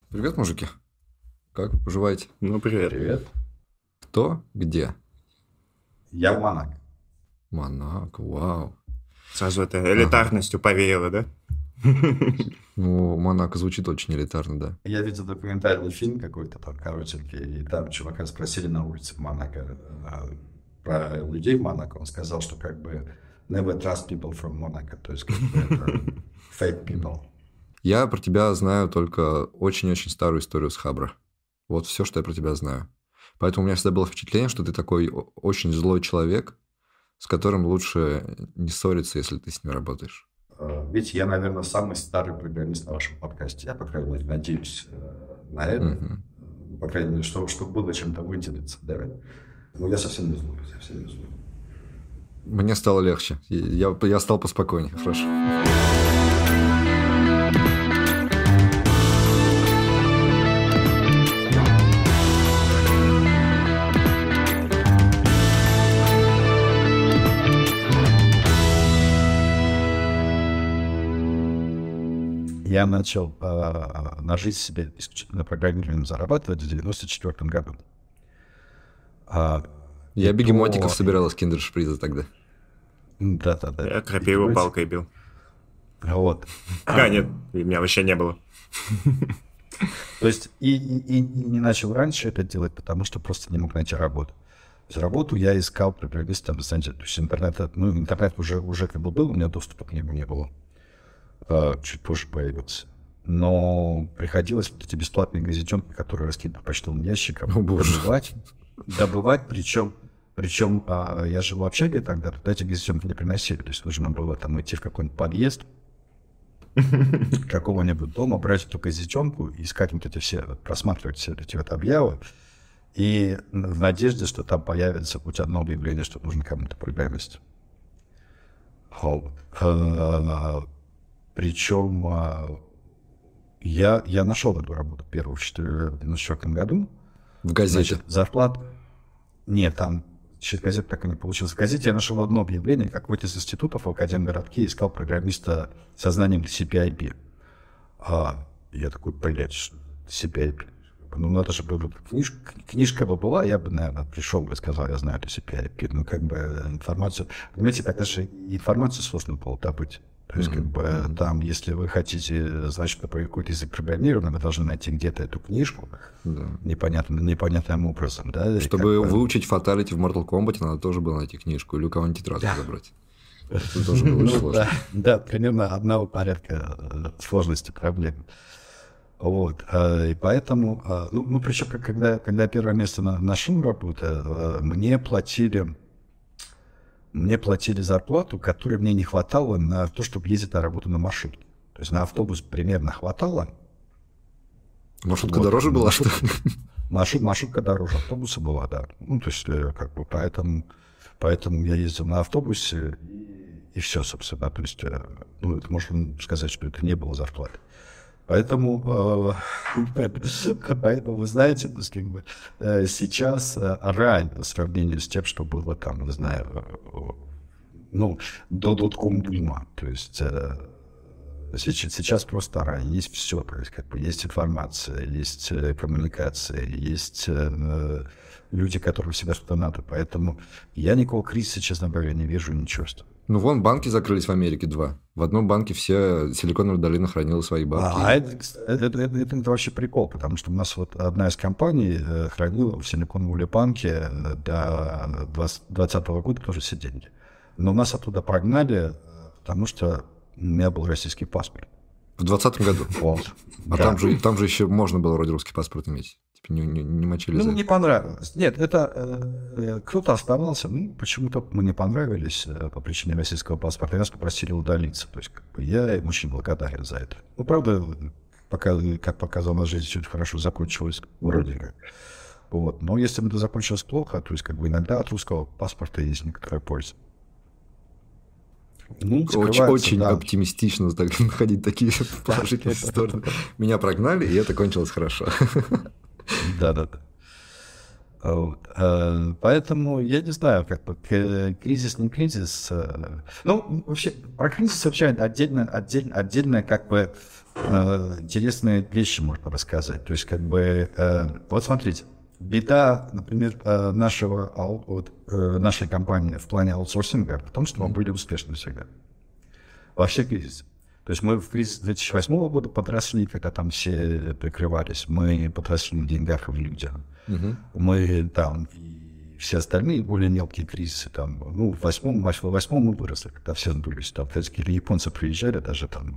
Привет, мужики. Как вы поживаете? Ну, привет. Привет. Кто? Где? Я в Монако. Монако, вау. Сразу это элитарностью повеяло, да? Ну, Монако звучит очень элитарно, да. Я видел документальный фильм какой-то там коротенький, и там чувака спросили на улице в Монако про людей в Монако. Он сказал, что как бы never trust people from Monaco, то есть как бы это fake people. Я про тебя знаю только очень-очень старую историю с Хабра. Вот все, что я про тебя знаю. Поэтому у меня всегда было впечатление, что ты такой очень злой человек, с которым лучше не ссориться, если ты с ним работаешь. Ведь я, наверное, самый старый программист на вашем подкасте. Я, по крайней мере, надеюсь на это. По крайней мере, что было чем-то выделиться. Да? Но я совсем не злой, совсем не злой. Мне стало легче. Я стал поспокойнее. Хорошо. Я начал на жизнь себе исключительно программированием зарабатывать в 1994 году. Я бегемотиков собирал из киндер-шприза тогда. Да. Я крапиву палкой бил. Вот. Нет, у меня вообще не было. То есть и не начал раньше это делать, потому что просто не мог найти работу. То есть работу я искал программистом, знаете, то есть интернет уже как бы был, у меня доступа к нему не было. Чуть позже появился. Но приходилось вот эти бесплатные газетенки, которые раскиданы по почтовым ящикам, добывать, причем я жил в общаге тогда, эти газетенки не приносили, то есть нужно было там идти в какой-нибудь подъезд какого-нибудь дома, брать эту газетенку, искать вот эти все, просматривать все эти вот объявы, и в надежде, что там появится хоть одно объявление, что нужно кому-то программист. Причем я нашел эту работу первую в 1994 году. В газете? Значит, зарплата... Нет, там через газету так и не получилось. В газете я нашел одно объявление, какой-то из институтов в Академгородке искал программиста со знанием CPIP. Я такой, блядь, CPIP. Ну, надо же было... Книжка бы была, я бы, наверное, пришел бы и сказал, я знаю это CPIP. Ну, как бы информацию... Понимаете, тогда же информацию сложно было добыть. То есть, как бы, там, если вы хотите знать, что какой-то язык программирования, вы должны найти где-то эту книжку непонятным образом. Да? Чтобы выучить фаталити в Mortal Kombat, надо тоже было найти книжку или у кого-нибудь тетрадку забрать. Это тоже было очень сложно. Да, примерно одного порядка сложности проблем. Вот. И поэтому, причем, когда первое место нашел работу, мне платили зарплату, которой мне не хватало на то, чтобы ездить на работу на маршрутке. То есть на автобус примерно хватало. Маршрутка дороже была, что ли? Маршрутка дороже автобуса была, да. Ну, то есть, как бы, поэтому я ездил на автобусе, и все, собственно. То есть, это можно сказать, что это не было зарплаты. Поэтому, вы знаете, как бы, сейчас рай по сравнению с тем, что было там, не знаю, до дотком-бума. То есть сейчас просто рай. Есть все, то есть, как бы, есть информация, есть коммуникация, есть люди, которым всегда что-то надо. Поэтому я никакого кризиса, честно говоря, не вижу, не чувствую. Ну, вон банки закрылись в Америке 2. В одном банке все Силиконовая долина хранила свои банки. Это вообще прикол, потому что у нас вот одна из компаний хранила в Силиконовой банке до 2020 года тоже все деньги. Но нас оттуда прогнали, потому что у меня был российский паспорт. В 2020 году? Вот. А да. там же еще можно было вроде русский паспорт иметь. Типа не мочили за это. Не понравилось. Нет, это кто-то оставался, почему-то мы не понравились по причине российского паспорта, и нас попросили удалиться. То есть, как бы, я им очень благодарен за это. Ну, правда, как показала жизнь, все это хорошо закончилось вроде как. Вот. Но если бы это закончилось плохо, то есть, как бы, иногда от русского паспорта есть некоторая польза. Очень оптимистично находить такие положительные стороны. Меня прогнали, и это кончилось хорошо. Да. Вот. Поэтому я не знаю, как бы кризис, не кризис. Ну, вообще, про кризис вообще отдельно как бы интересные вещи можно рассказать. То есть, как бы, вот смотрите, беда, например, нашей компании в плане аутсорсинга в том, что мы были успешны всегда. Вообще кризис. То есть мы в кризис 2008 года подросли, когда там все прикрывались. Мы подросли в деньгах и в людях. Мы там и все остальные более мелкие кризисы там, ну, в восьмом мы выросли, когда все сдулись. Там, какие-то японцы приезжали, даже там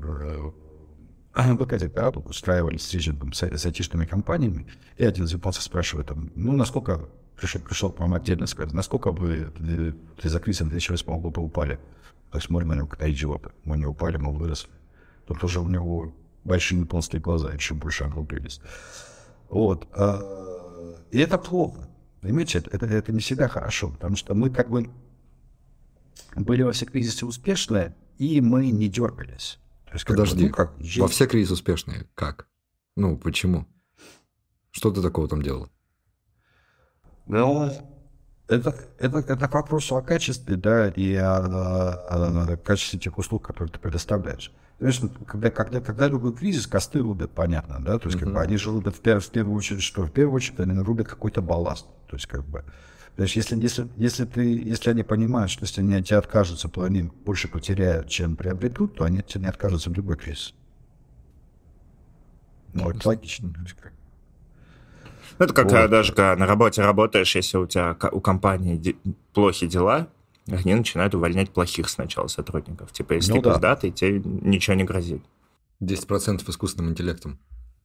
устраивали встречи с айтишными компаниями, и один из японцев спрашивает, там, ну, насколько пришел к вам отдельно сказать, насколько вы за кризисом 2008 года упали. Так смотрим на него, как идиоты. Мы не упали, мы выросли. Тут уже у него большие толстые глаза, еще больше оглупились. Вот. И это плохо. Понимаете, это не всегда хорошо, потому что мы как бы были во все кризисы успешные, и мы не дергались. То есть, Подожди, как, во все кризисы успешные? Как? Ну, почему? Что ты такого там делал? Ну, это к вопросу о качестве, да, и о качестве тех услуг, которые ты предоставляешь. Конечно, когда любой кризис, косты рубят, понятно, да, то есть как бы они же рубят в первую очередь, что в первую очередь они рубят какой-то балласт, то есть как бы, то есть если они понимают, что если они от тебя откажутся, то они больше потеряют, чем приобретут, то они от тебя не откажутся в любой кризис. Ну, это логично. Это как даже когда на работе работаешь, если у тебя у компании плохие дела, они начинают увольнять плохих сначала сотрудников. Типа, если ты пиздатый, тебе ничего не грозит. 10% искусственным интеллектом.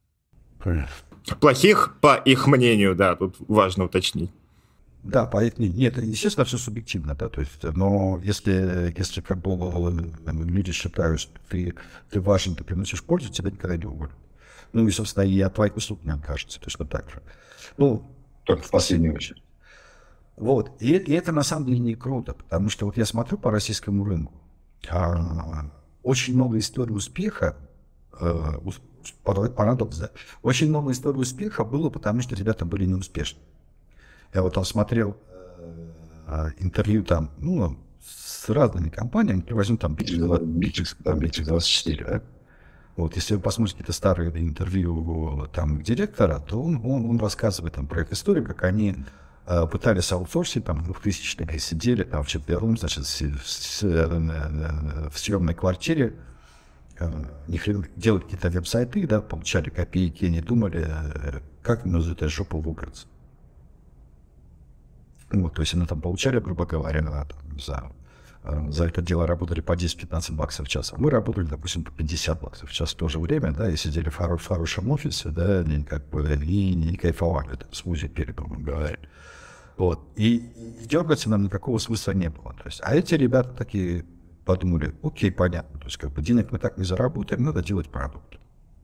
Плохих, по их мнению, да, тут важно уточнить. Да, по их мнению. Нет, естественно, все субъективно, да, то есть, но если как бы люди считают, что ты важен, ты приносишь пользу, тебя никогда не уволят. Ну и, собственно, и от твоих услуг не окажется, точно так же. Ну, только в последнюю очередь. Вот. И это на самом деле не круто, потому что вот я смотрю по российскому рынку, очень много историй успеха, парадокс, да, очень много историй успеха было, потому что ребята были неуспешны. Я вот там смотрел интервью там, ну, с разными компаниями, возьмем там Bittrex 24, да. Вот, если вы посмотрите какие-то старые интервью там директора, то он рассказывает там про их историю, как они пытались аутсорсить, там, в 2000-х сидели там в четвером, значит, в съемной квартире, делали какие-то веб-сайты, да, получали копейки, не думали, как им из этой жопы выбраться. Вот, то есть они там получали, грубо говоря, там, за это дело работали по 10-15 баксов в час. Мы работали, допустим, по 50 баксов в час в то же время, да, и сидели в хорошем офисе, да, и не кайфовали, там, смузи перед другом говорили. Вот. И дергаться нам никакого смысла не было. То есть, а эти ребята такие подумали, окей, понятно, то есть, как бы денег мы так не заработаем, надо делать продукт.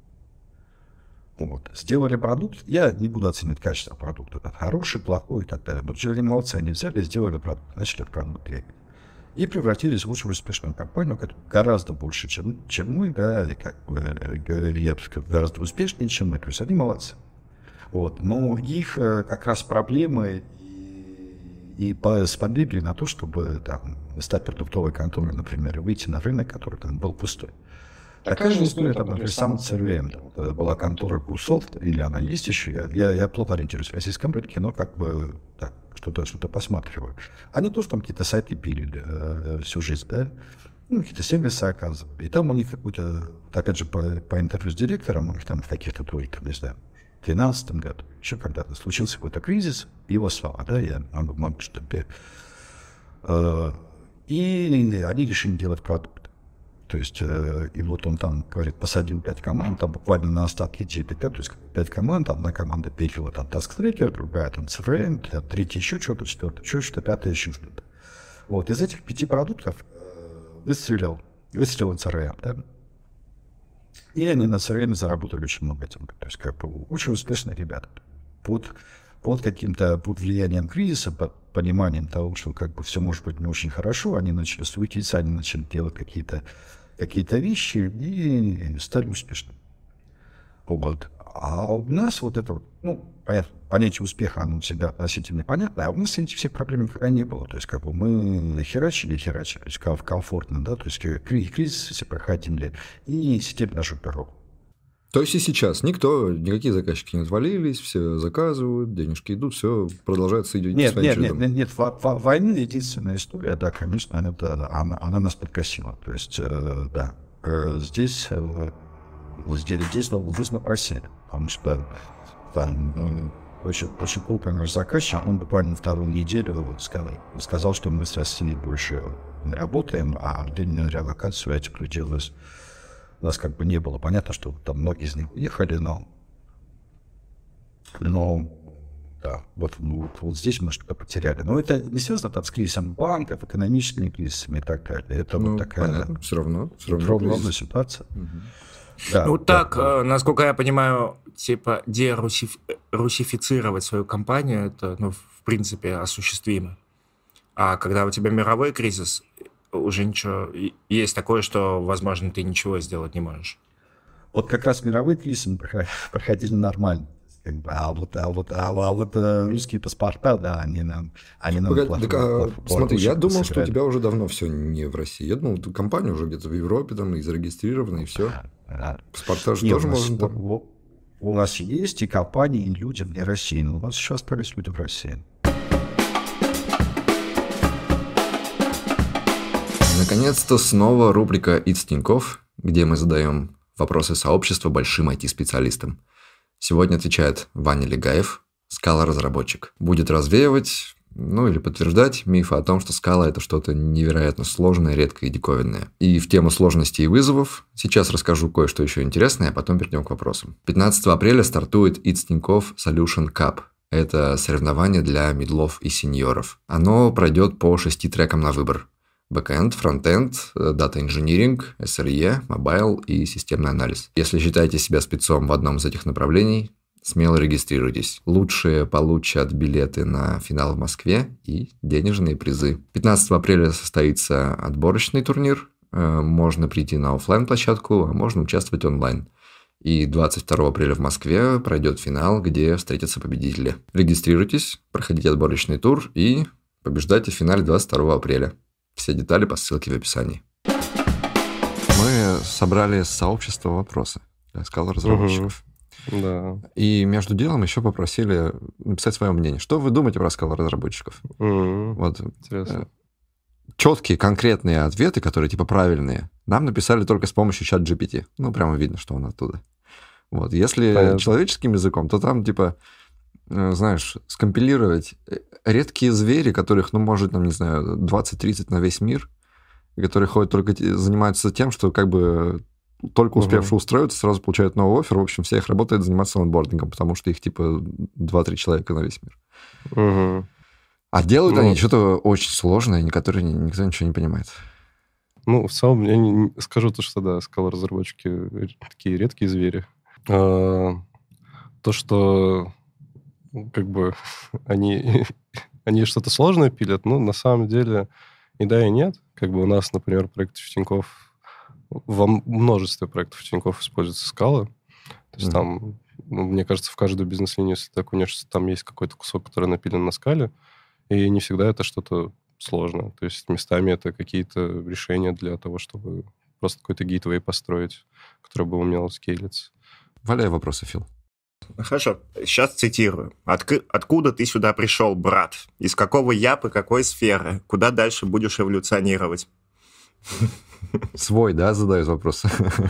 Вот. Сделали продукт, я не буду оценивать качество продукта, это хороший, плохой и так далее. Но люди молодцы, они взяли, сделали продукт, начали продукт делать. И превратились в очень успешную компанию, которая гораздо больше, чем мы, да, и как бы, я гораздо успешнее, чем мы, то есть они молодцы. Вот. Но их как раз проблемы и сподвигли на то, чтобы там, стать продуктовой конторой, например, и выйти на рынок, который там был пустой. Такая же история, там, например, сам CRM, была контора Кусофт, или она есть еще, я плохо ориентируюсь в российском рынке, но как бы так, что-то посматриваю. Они тоже там какие-то сайты пилили всю жизнь, да, ну, какие-то сервисы оказывали. И там у них какой-то, опять же, по интервью с директором, у них там в каких-то только, не знаю, в 2012 году, еще когда-то случился какой-то кризис, его слова, да, я могу что-то... И они решили делать продукт. То есть, и вот он там, говорит, посадил 5 команд, там буквально на остатки GPT, то есть 5 команд, одна команда пилила там TaskTracker, другая там CRM, третья еще что-то, четвертая еще что-то, пятая еще что-то. Вот, из этих 5 продуктов выстрелил CRM, да, и они на CRM заработали очень много денег. То есть, как бы, очень успешные ребята. Под каким-то, под влиянием кризиса, под пониманием того, что как бы все может быть не очень хорошо, они начали суетиться, они начали делать какие-то вещи и стали успешными. Вот. А у нас вот это, понятие успеха, оно всегда относительно понятно, а у нас этих всех проблем никогда не было. То есть, как бы мы херачили, то есть, комфортно, да, то есть, кризисы все проходили, и сидели нашу дорогу. То есть и сейчас никакие заказчики не отвалились, все заказывают, денежки идут, все продолжается идти своим чередом. Нет, война единственная история, да, конечно, она нас подкосила. То есть, да, здесь нужно просить, потому что там очень крупный наш заказчик, он буквально вторую неделю сказал, что мы с Россией больше не работаем, а длинную реалокацию этих людей у нас как бы не было. Понятно, что там многие из них уехали, но да, вот здесь мы что-то потеряли. Но это не связано там с кризисом банков, экономическими кризисами и так далее. Это вот такая понятно. Все равно ситуация. Угу. Да, насколько я понимаю, типа дерусифицировать свою компанию, это, в принципе, осуществимо. А когда у тебя мировой кризис, уже ничего... Есть такое, что, возможно, ты ничего сделать не можешь. Вот как раз мировые кризисы проходили нормально. А вот русские паспорта, да, они нам смотри, я думал, что у тебя уже давно все не в России. Я думал, компания уже где-то в Европе там и зарегистрирована, и все. Паспорта же тоже можно там. У нас есть и компании, и люди вне России, но у нас еще остались люди в России. Наконец-то снова рубрика «It's Тинькофф», где мы задаем вопросы сообщества большим IT-специалистам. Сегодня отвечает Ваня Легаев, Scala-разработчик. Будет развеивать, или подтверждать мифы о том, что Scala – это что-то невероятно сложное, редкое и диковинное. И в тему сложностей и вызовов сейчас расскажу кое-что еще интересное, а потом перейдем к вопросам. 15 апреля стартует It's Тинькофф Solution Cup. Это соревнование для мидлов и сеньоров. Оно пройдет по 6 трекам на выбор. Бэкэнд, фронтенд, дата-инжиниринг, SRE, мобайл и системный анализ. Если считаете себя спецом в одном из этих направлений, смело регистрируйтесь. Лучшие получат билеты на финал в Москве и денежные призы. 15 апреля состоится отборочный турнир. Можно прийти на офлайн-площадку, а можно участвовать онлайн. И 22 апреля в Москве пройдет финал, где встретятся победители. Регистрируйтесь, проходите отборочный тур и побеждайте в финале 22 апреля. Все детали по ссылке в описании. Мы собрали сообщество вопросы для Scala-разработчиков. Да. И между делом еще попросили написать свое мнение. Что вы думаете про Scala-разработчиков? Вот. Интересно. Четкие, конкретные ответы, которые типа правильные, нам написали только с помощью чат-GPT. Прямо видно, что он оттуда. Вот. Если человеческим языком, то там типа... знаешь, скомпилировать редкие звери, которых, может, 20-30 на весь мир, и которые ходят только занимаются тем, что как бы только успевшие устроиться, сразу получают новый оффер. В общем, вся их работа — это заниматься онбордингом, потому что их типа 2-3 человека на весь мир. А делают они что-то очень сложное, которое никто ничего не понимает. В целом, я не скажу то, что, да, Scala-разработчики такие редкие звери. То, что как бы они что-то сложное пилят, на самом деле и да, и нет. Как бы у нас, например, проект Тинькофф, во множестве проектов Тинькофф используется Scala. То есть там, мне кажется, в каждую бизнес-линию, если ты окунешься, там есть какой-то кусок, который напилен на Scala, и не всегда это что-то сложное. То есть местами это какие-то решения для того, чтобы просто какой-то гейтвей построить, который бы умел скейлиться. Валяй вопросы, Фил. Хорошо, сейчас цитирую. Откуда ты сюда пришел, брат? Из какого япа, какой сферы? Куда дальше будешь эволюционировать? Свой, да, задают вопросы?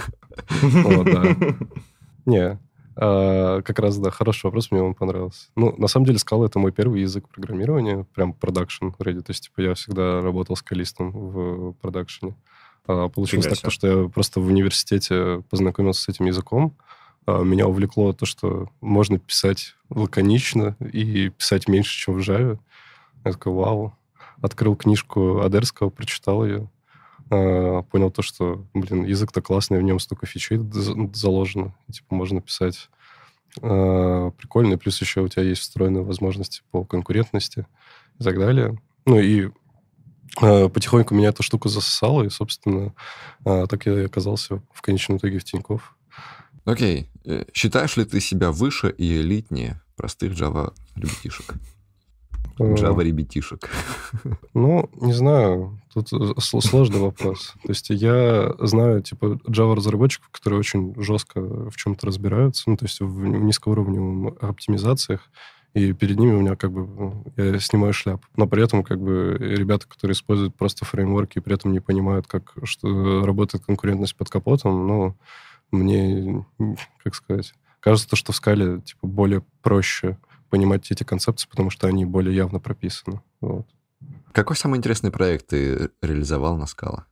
О, да. Не, как раз, да, хороший вопрос, мне он понравился. На самом деле, Scala — это мой первый язык программирования, прям production ready. То есть, я всегда работал скалистом в продакшене. Получилось так, что я просто в университете познакомился с этим языком. Меня увлекло то, что можно писать лаконично и писать меньше, чем в Java. Я такой, вау. Открыл книжку Адерского, прочитал ее. Понял то, что, язык-то классный, в нем столько фичей заложено. Можно писать прикольно. Плюс еще у тебя есть встроенные возможности по конкурентности и так далее. И потихоньку меня эта штука засосала, и, собственно, так я и оказался в конечном итоге в Тинькофф. Окей. Считаешь ли ты себя выше и элитнее простых Java-ребятишек? Java-ребятишек. Ну, не знаю. Тут сложный вопрос. То есть я знаю, типа, Java-разработчиков, которые очень жестко в чем-то разбираются, ну, то есть в низкоуровневых оптимизациях, и перед ними у меня как бы я снимаю шляпу. Но при этом как бы ребята, которые используют просто фреймворки и при этом не понимают, как что работает конкурентность под капотом, ну, мне, как сказать, кажется, что в скале типа более проще понимать эти концепции, потому что они более явно прописаны. Вот. Какой самый интересный проект ты реализовал на Scala?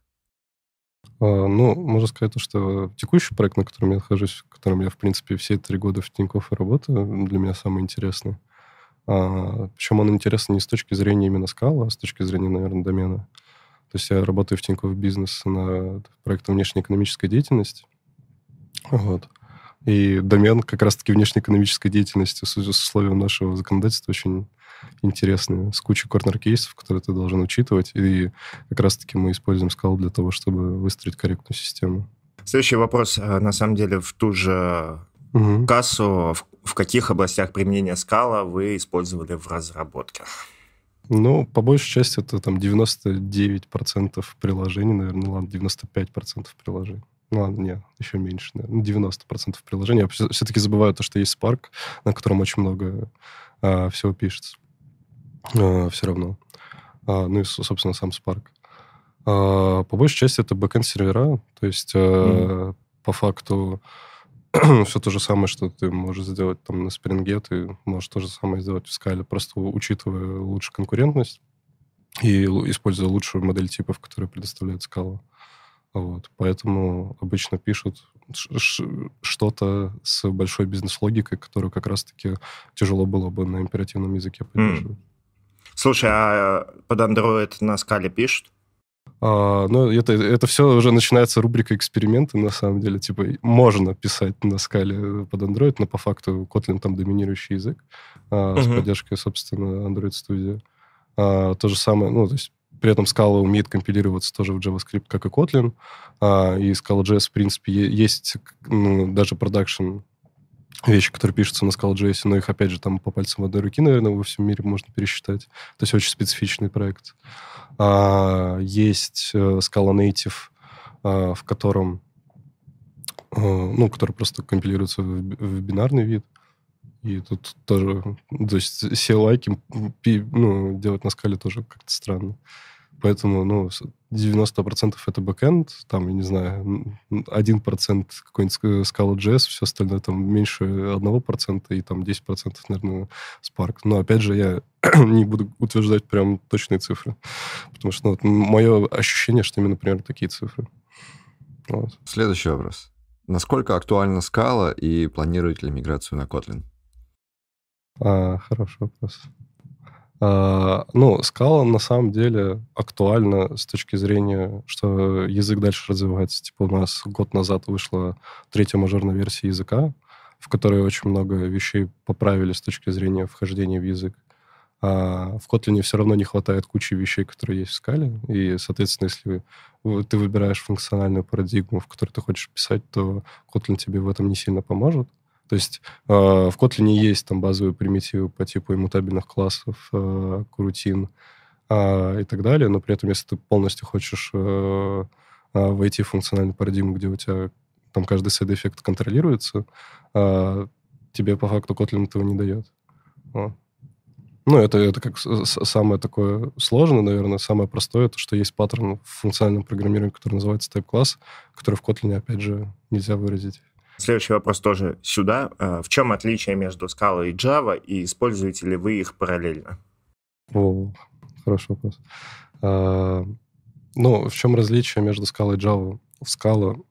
Ну, можно сказать, что текущий проект, на котором я нахожусь, в котором я, в принципе, все 3 года в Тинькофф и работаю, для меня самый интересный. Причем он интересен не с точки зрения именно Scala, а с точки зрения, наверное, домена. То есть я работаю в Тинькофф Бизнес над проектом внешнеэкономической деятельности. Вот. И домен как раз-таки внешнеэкономической деятельности с условием нашего законодательства очень интересный, с кучей корнер-кейсов, которые ты должен учитывать. И как раз-таки мы используем Scala для того, чтобы выстроить корректную систему. Следующий вопрос, на самом деле, в ту же кассу. В каких областях применения Scala вы использовали в разработке? Ну, по большей части, это там 99% приложений, наверное, ладно, 95% приложений. Ну, ладно, нет, еще меньше, наверное, 90% приложений. Я все-таки забываю то, что есть Spark, на котором очень много всего пишется. Все равно. Ну и, собственно, сам Spark. По большей части это бэкэнд-сервера, то есть по факту все то же самое, что ты можешь сделать там на Spring, ты можешь то же самое сделать в Scala, просто учитывая лучше конкурентность и используя лучшую модель типов, которую предоставляет Scala. Вот. Поэтому обычно пишут что-то с большой бизнес-логикой, которую как раз-таки тяжело было бы на императивном языке поддерживать. Слушай, а под Android на Scala пишут? Ну, это все уже начинается рубрика эксперименты, на самом деле. Типа, можно писать на Scala под Android, но по факту Kotlin там доминирующий язык с поддержкой, собственно, Android Studio. То же самое, ну, то есть при этом Scala умеет компилироваться тоже в JavaScript, как и Kotlin. И Scala.js, в принципе, есть даже продакшн вещи, которые пишутся на Scala.js, но их, опять же, там по пальцам одной руки, наверное, во всем мире можно пересчитать. То есть очень специфичный проект. Есть Scala Native, в котором, ну, который просто компилируется в бинарный вид. И тут тоже, то есть CLI делать на Scala тоже как-то странно. Поэтому, 90% это бэкэнд, там, я не знаю, 1% какой-нибудь Scala.js, все остальное там меньше 1%, и там 10%, наверное, Spark. Но, опять же, я не буду утверждать прям точные цифры, потому что мое ощущение, что именно примерно такие цифры. Вот. Следующий вопрос. Насколько актуальна Scala и планируете ли миграцию на Kotlin? Хороший вопрос. Scala на самом деле актуальна с точки зрения, что язык дальше развивается. Типа у нас год назад вышла 3-я мажорная версия языка, в которой очень много вещей поправили с точки зрения вхождения в язык. А в Kotlin все равно не хватает кучи вещей, которые есть в Scala. И, соответственно, если ты выбираешь функциональную парадигму, в которой ты хочешь писать, то Kotlin тебе в этом не сильно поможет. То есть в Kotlin есть там базовые примитивы по типу иммутабельных классов, корутин и так далее, но при этом, если ты полностью хочешь войти в функциональную парадигму, где у тебя там каждый сайд-эффект контролируется, тебе по факту Kotlin этого не дает. Это как самое такое сложное, наверное, самое простое, то, что есть паттерн в функциональном программировании, который называется type-класс, который в Kotlin, опять же, нельзя выразить. Следующий вопрос тоже сюда. В чем отличие между Scala и Java, и используете ли вы их параллельно? Хороший вопрос. В чем различие между Scala и Java? В Scala,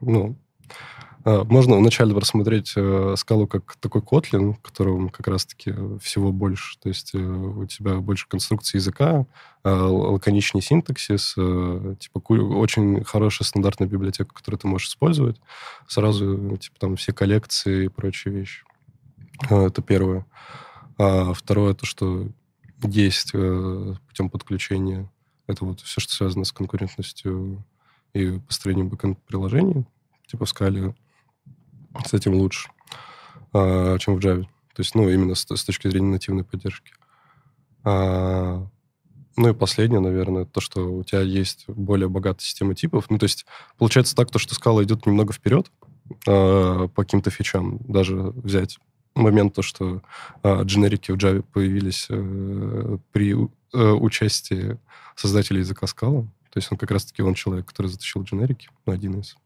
можно вначале рассмотреть Scala как такой Kotlin, в котором как раз-таки всего больше. То есть у тебя больше конструкции языка, лаконичный синтаксис, очень хорошая стандартная библиотека, которую ты можешь использовать. Сразу, там все коллекции и прочие вещи. Это первое. Второе, то, что есть путем подключения. Это все, что связано с конкурентностью и построением бэкэнд-приложений. В Scala с этим лучше, чем в Java. То есть, именно с точки зрения нативной поддержки. Ну и последнее, наверное, то, что у тебя есть более богатая система типов. Ну, то есть, получается так, то, что Scala идет немного вперед по каким-то фичам. Даже взять момент, то, что дженерики в Java появились при участии создателя языка Scala. То есть он как раз-таки человек, который затащил дженерики, один из.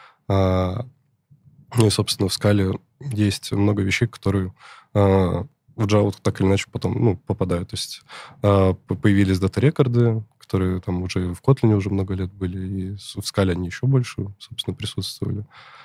Ну и, собственно, в Scala есть много вещей, которые в Java так или иначе потом попадают. То есть появились дата-рекорды, которые там уже в Kotlin уже много лет были, и в Scala они еще больше, собственно, присутствовали.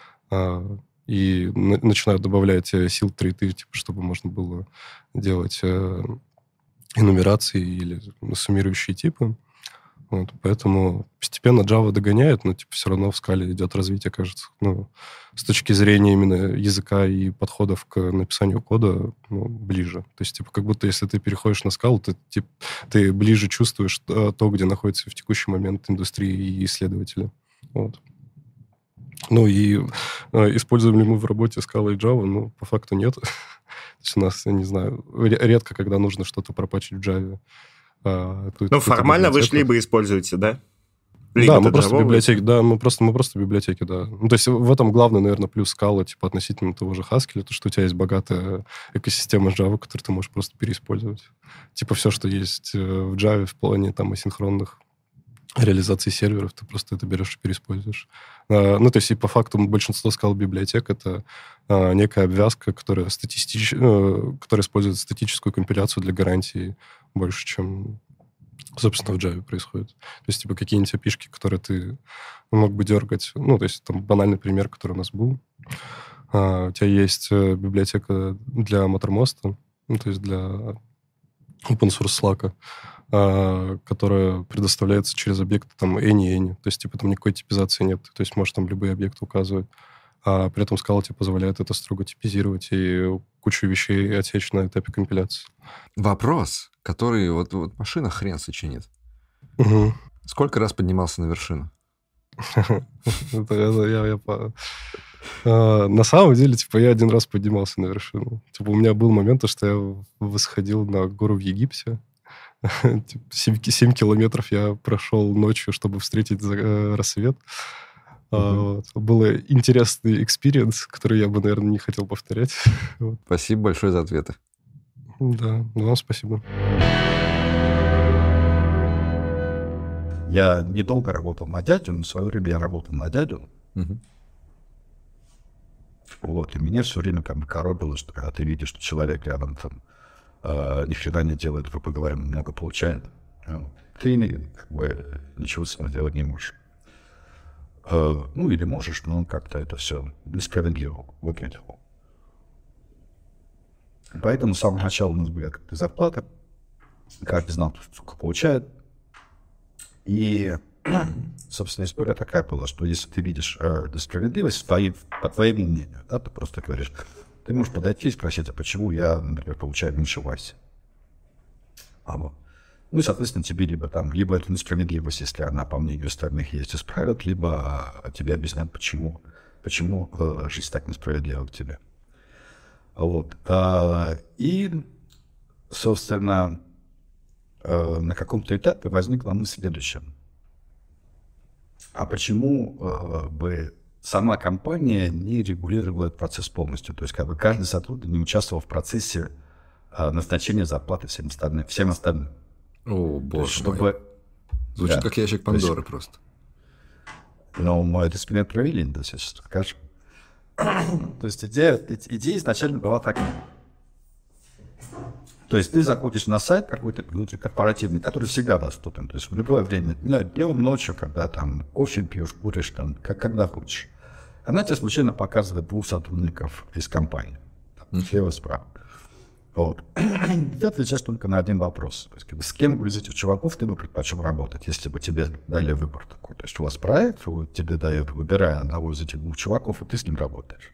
И начинают добавлять силтриты, типа, чтобы можно было делать энумерации или суммирующие типы. Вот, поэтому постепенно Java догоняет, но все равно в Scala идет развитие, кажется. С точки зрения именно языка и подходов к написанию кода ближе. То есть, как будто если ты переходишь на Scala, ты ближе чувствуешь то, где находится в текущий момент индустрии и исследователи. Вот. Ну и используем ли мы в работе Scala и Java? По факту нет. То есть у нас, я не знаю, редко, когда нужно что-то пропатчить в Java. Формально вы же либо используете, да? Либо мы просто библиотеки, да, мы просто библиотеки, да. То есть в этом главный, наверное, плюс Scala, относительно того же Haskell, то, что у тебя есть богатая экосистема Java, которую ты можешь просто переиспользовать. Все, что есть в Java в плане асинхронных реализации серверов, ты просто это берешь и переиспользуешь. То есть и по факту большинство Scala-библиотек — это некая обвязка, которая использует статическую компиляцию для гарантии больше, чем, собственно, в Java происходит. То есть, какие-нибудь API-шки, которые ты мог бы дергать. То есть, там банальный пример, который у нас был. У тебя есть библиотека для Mattermost, то есть для open source Slack, которая предоставляется через объекты any. То есть, там никакой типизации нет. То есть, можешь там любые объекты указывать. А при этом Scala тебе позволяет это строго типизировать и кучу вещей отсечь на этапе компиляции. Вопрос, который вот машина хрен сочинит. Угу. Сколько раз поднимался на вершину? На самом деле, я один раз поднимался на вершину. У меня был момент, что я восходил на гору в Египте. 7 километров я прошел ночью, чтобы встретить рассвет. Был интересный экспириенс, который я бы, наверное, не хотел повторять. Спасибо большое за ответы. Да, вам спасибо. Я недолго работал на дядю, но в свое время я работал на дядю. И меня все время коробило, что когда ты видишь, что человек рядом ни хрена не делает, грубо говоря, много получает, ты ничего с этим делать не можешь. Или можешь, но как-то это все несправедливо выглядело. Поэтому с самого начала у нас были как-то зарплаты. Каждый знал, сколько получает. И, собственно, история такая была, что если ты видишь несправедливость по твоему мнению, да, ты просто говоришь, ты можешь подойти и спросить, а почему я, например, получаю меньше Васи? И, соответственно, тебе либо эту несправедливость, если она, по мнению остальных, есть, исправят, либо тебе объяснят, почему жизнь так несправедлива к тебе. И, собственно, на каком-то этапе возникла мысль следующая. А почему бы сама компания не регулировала этот процесс полностью? То есть, каждый сотрудник не участвовал в процессе назначения зарплаты всем остальным. О, боже мой. Звучит как ящик Пандоры просто. Мы это эксперимент провели, да, сейчас скажем. То есть идея изначально была такая. То есть ты заходишь на сайт какой-то внутрикорпоративный, который всегда доступен. То есть в любое время, днем, ночью, когда кофе пьешь, куришь, когда хочешь. Она тебе случайно показывает 2 сотрудников из компании. Слева, справа. Ты отвечаешь только на один вопрос. То есть, с кем из этих чуваков ты бы предпочел работать, если бы тебе дали выбор такой. То есть у вас проект, тебе дают, выбирая одного из этих 2 чуваков, и ты с ним работаешь.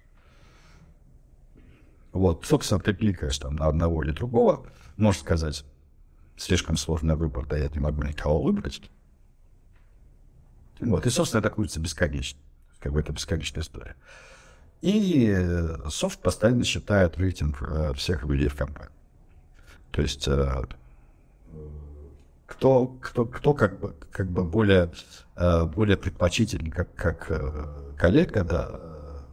Собственно, ты кликаешь на одного или другого, можешь сказать, слишком сложный выбор, да я не могу никого выбрать. И, собственно, это крутится бесконечно. Это бесконечная история. И софт постоянно считает рейтинг всех людей в компании. То есть кто как бы более предпочтительный как коллега, да,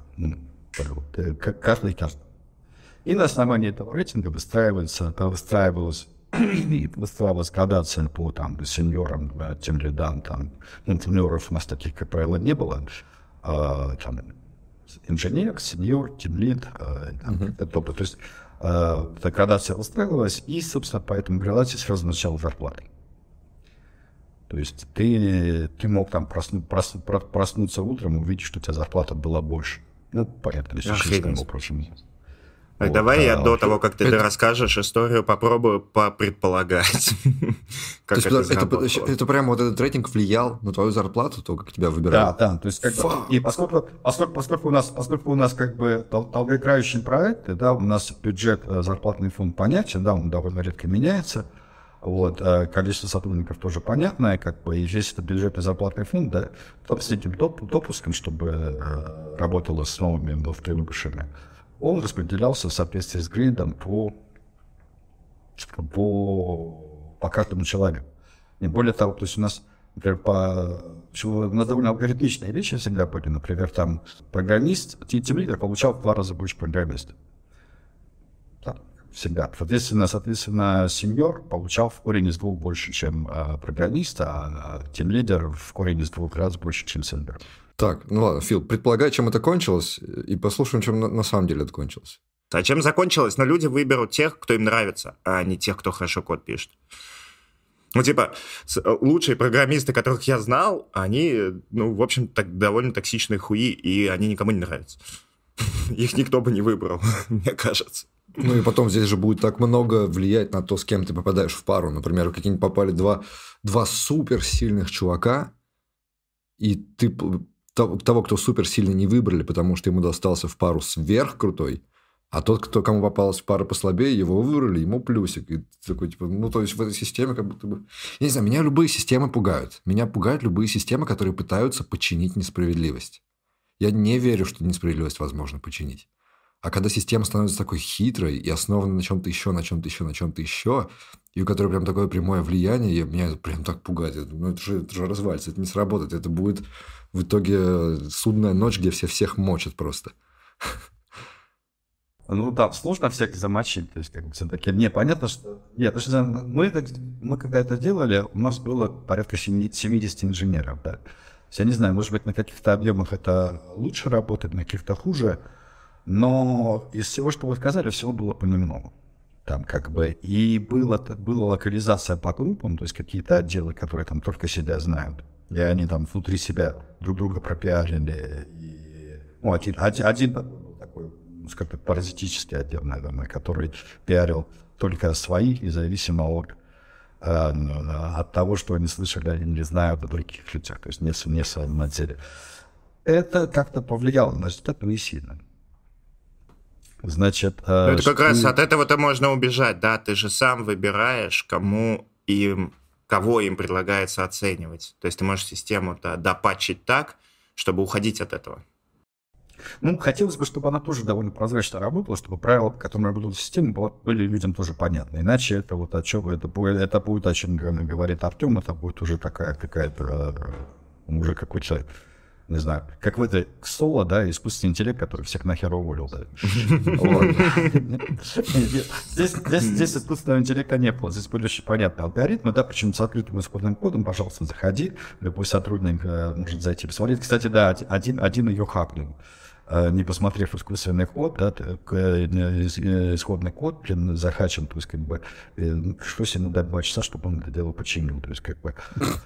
каждый. И на основании этого рейтинга выстраивалась градация по там сеньорам, тем лидам, там, сеньоров у нас таких, как правило, не было. Там, инженер, сеньор, тимлид, то есть эта градация устраивалась, и, собственно, по этому градации сразу начала зарплаты. То есть ты мог там проснуться утром и увидеть, что у тебя зарплата была больше. Ну, понятно, лишним прочим. Вот, давай я до того, как ты расскажешь историю, попробую попредполагать, как это заработало. Это прямо вот этот рейтинг влиял на твою зарплату, то, как тебя выбирали? Да, то есть как бы, и поскольку у нас как бы долгоиграющие проекты, да, у нас бюджет, зарплатный фонд понятен, да, он довольно редко меняется, вот, количество сотрудников тоже понятное, как бы, и здесь это бюджетный зарплатный фонд, да, с этим допуском, чтобы работало с новыми выпущенными, он распределялся в соответствии с грейдом по каждому человеку. И более того, то есть у нас, например, у нас довольно алгоритмичные вещи всегда были. Например, там программист, тимлидер получал в 2 раза больше программиста. Да, всегда. Соответственно, сеньор получал в корень из 2 больше, чем программист, а тимлидер в корень из 2 раз больше, чем сеньор. Так, ну ладно, Фил, предполагай, чем это кончилось, и послушаем, чем на самом деле это кончилось. А чем закончилось? Но люди выберут тех, кто им нравится, а не тех, кто хорошо код пишет. Ну, типа, лучшие программисты, которых я знал, они, ну, в общем, довольно токсичные хуи, и они никому не нравятся. Их никто бы не выбрал, мне кажется. Ну, и потом здесь же будет так много влиять на то, с кем ты попадаешь в пару. Например, какие-нибудь попали два суперсильных чувака, и ты... того, кто суперсильно не выбрали, потому что ему достался в пару сверхкрутой, а тот, кому попалась пара послабее, его выбрали, ему плюсик. И такой, типа, ну, то есть в этой системе как будто бы... Я не знаю, меня любые системы пугают. Меня пугают любые системы, которые пытаются починить несправедливость. Я не верю, что несправедливость возможно починить. А когда система становится такой хитрой и основана на чем-то еще, и у которой прям такое прямое влияние, меня это прям так пугает. Ну, это же развалится, это не сработает. Это будет в итоге судная ночь, где всех мочат просто. Ну да, сложно всех замочить. То есть, как бы все-таки непонятно, что... Нет, потому что мы когда это делали, у нас было порядка 70 инженеров, да. Я не знаю, может быть, на каких-то объемах это лучше работает, на каких-то хуже, но из всего, что вы сказали, всего было понемногу. Там как бы и была локализация по группам, то есть какие-то отделы, которые там только себя знают, и они там внутри себя друг друга пропиарили. И, ну, один такой, скажем, паразитический отдел, наверное, который пиарил только своих, независимо от того, что они слышали, они не знают о других людях, то есть не в своем отделе. Это как-то повлияло на результат, но не сильно. Значит, это как раз от этого-то можно убежать, да? Ты же сам выбираешь, кого им предлагается оценивать. То есть ты можешь систему-то допатчить так, чтобы уходить от этого. Ну, хотелось бы, чтобы она тоже довольно прозрачно работала, чтобы правила, которые работают в системе, были людям тоже понятны. Иначе это вот о чем это будет, о чем говорит Артем, это будет уже какая-то уже какой-то, не знаю, как в этой Соло, да, искусственный интеллект, который всех нахер уволил, да. Здесь искусственного интеллекта не было, здесь были очень понятные алгоритмы, да, причем с открытым исходным кодом, пожалуйста, заходи, любой сотрудник может зайти посмотреть. Кстати, да, один ее хакнул, не посмотрев искусственный код, да, исходный код, захачен, то есть, как бы, пришлось ему дать 2 часа, чтобы он это дело починил, то есть, как бы,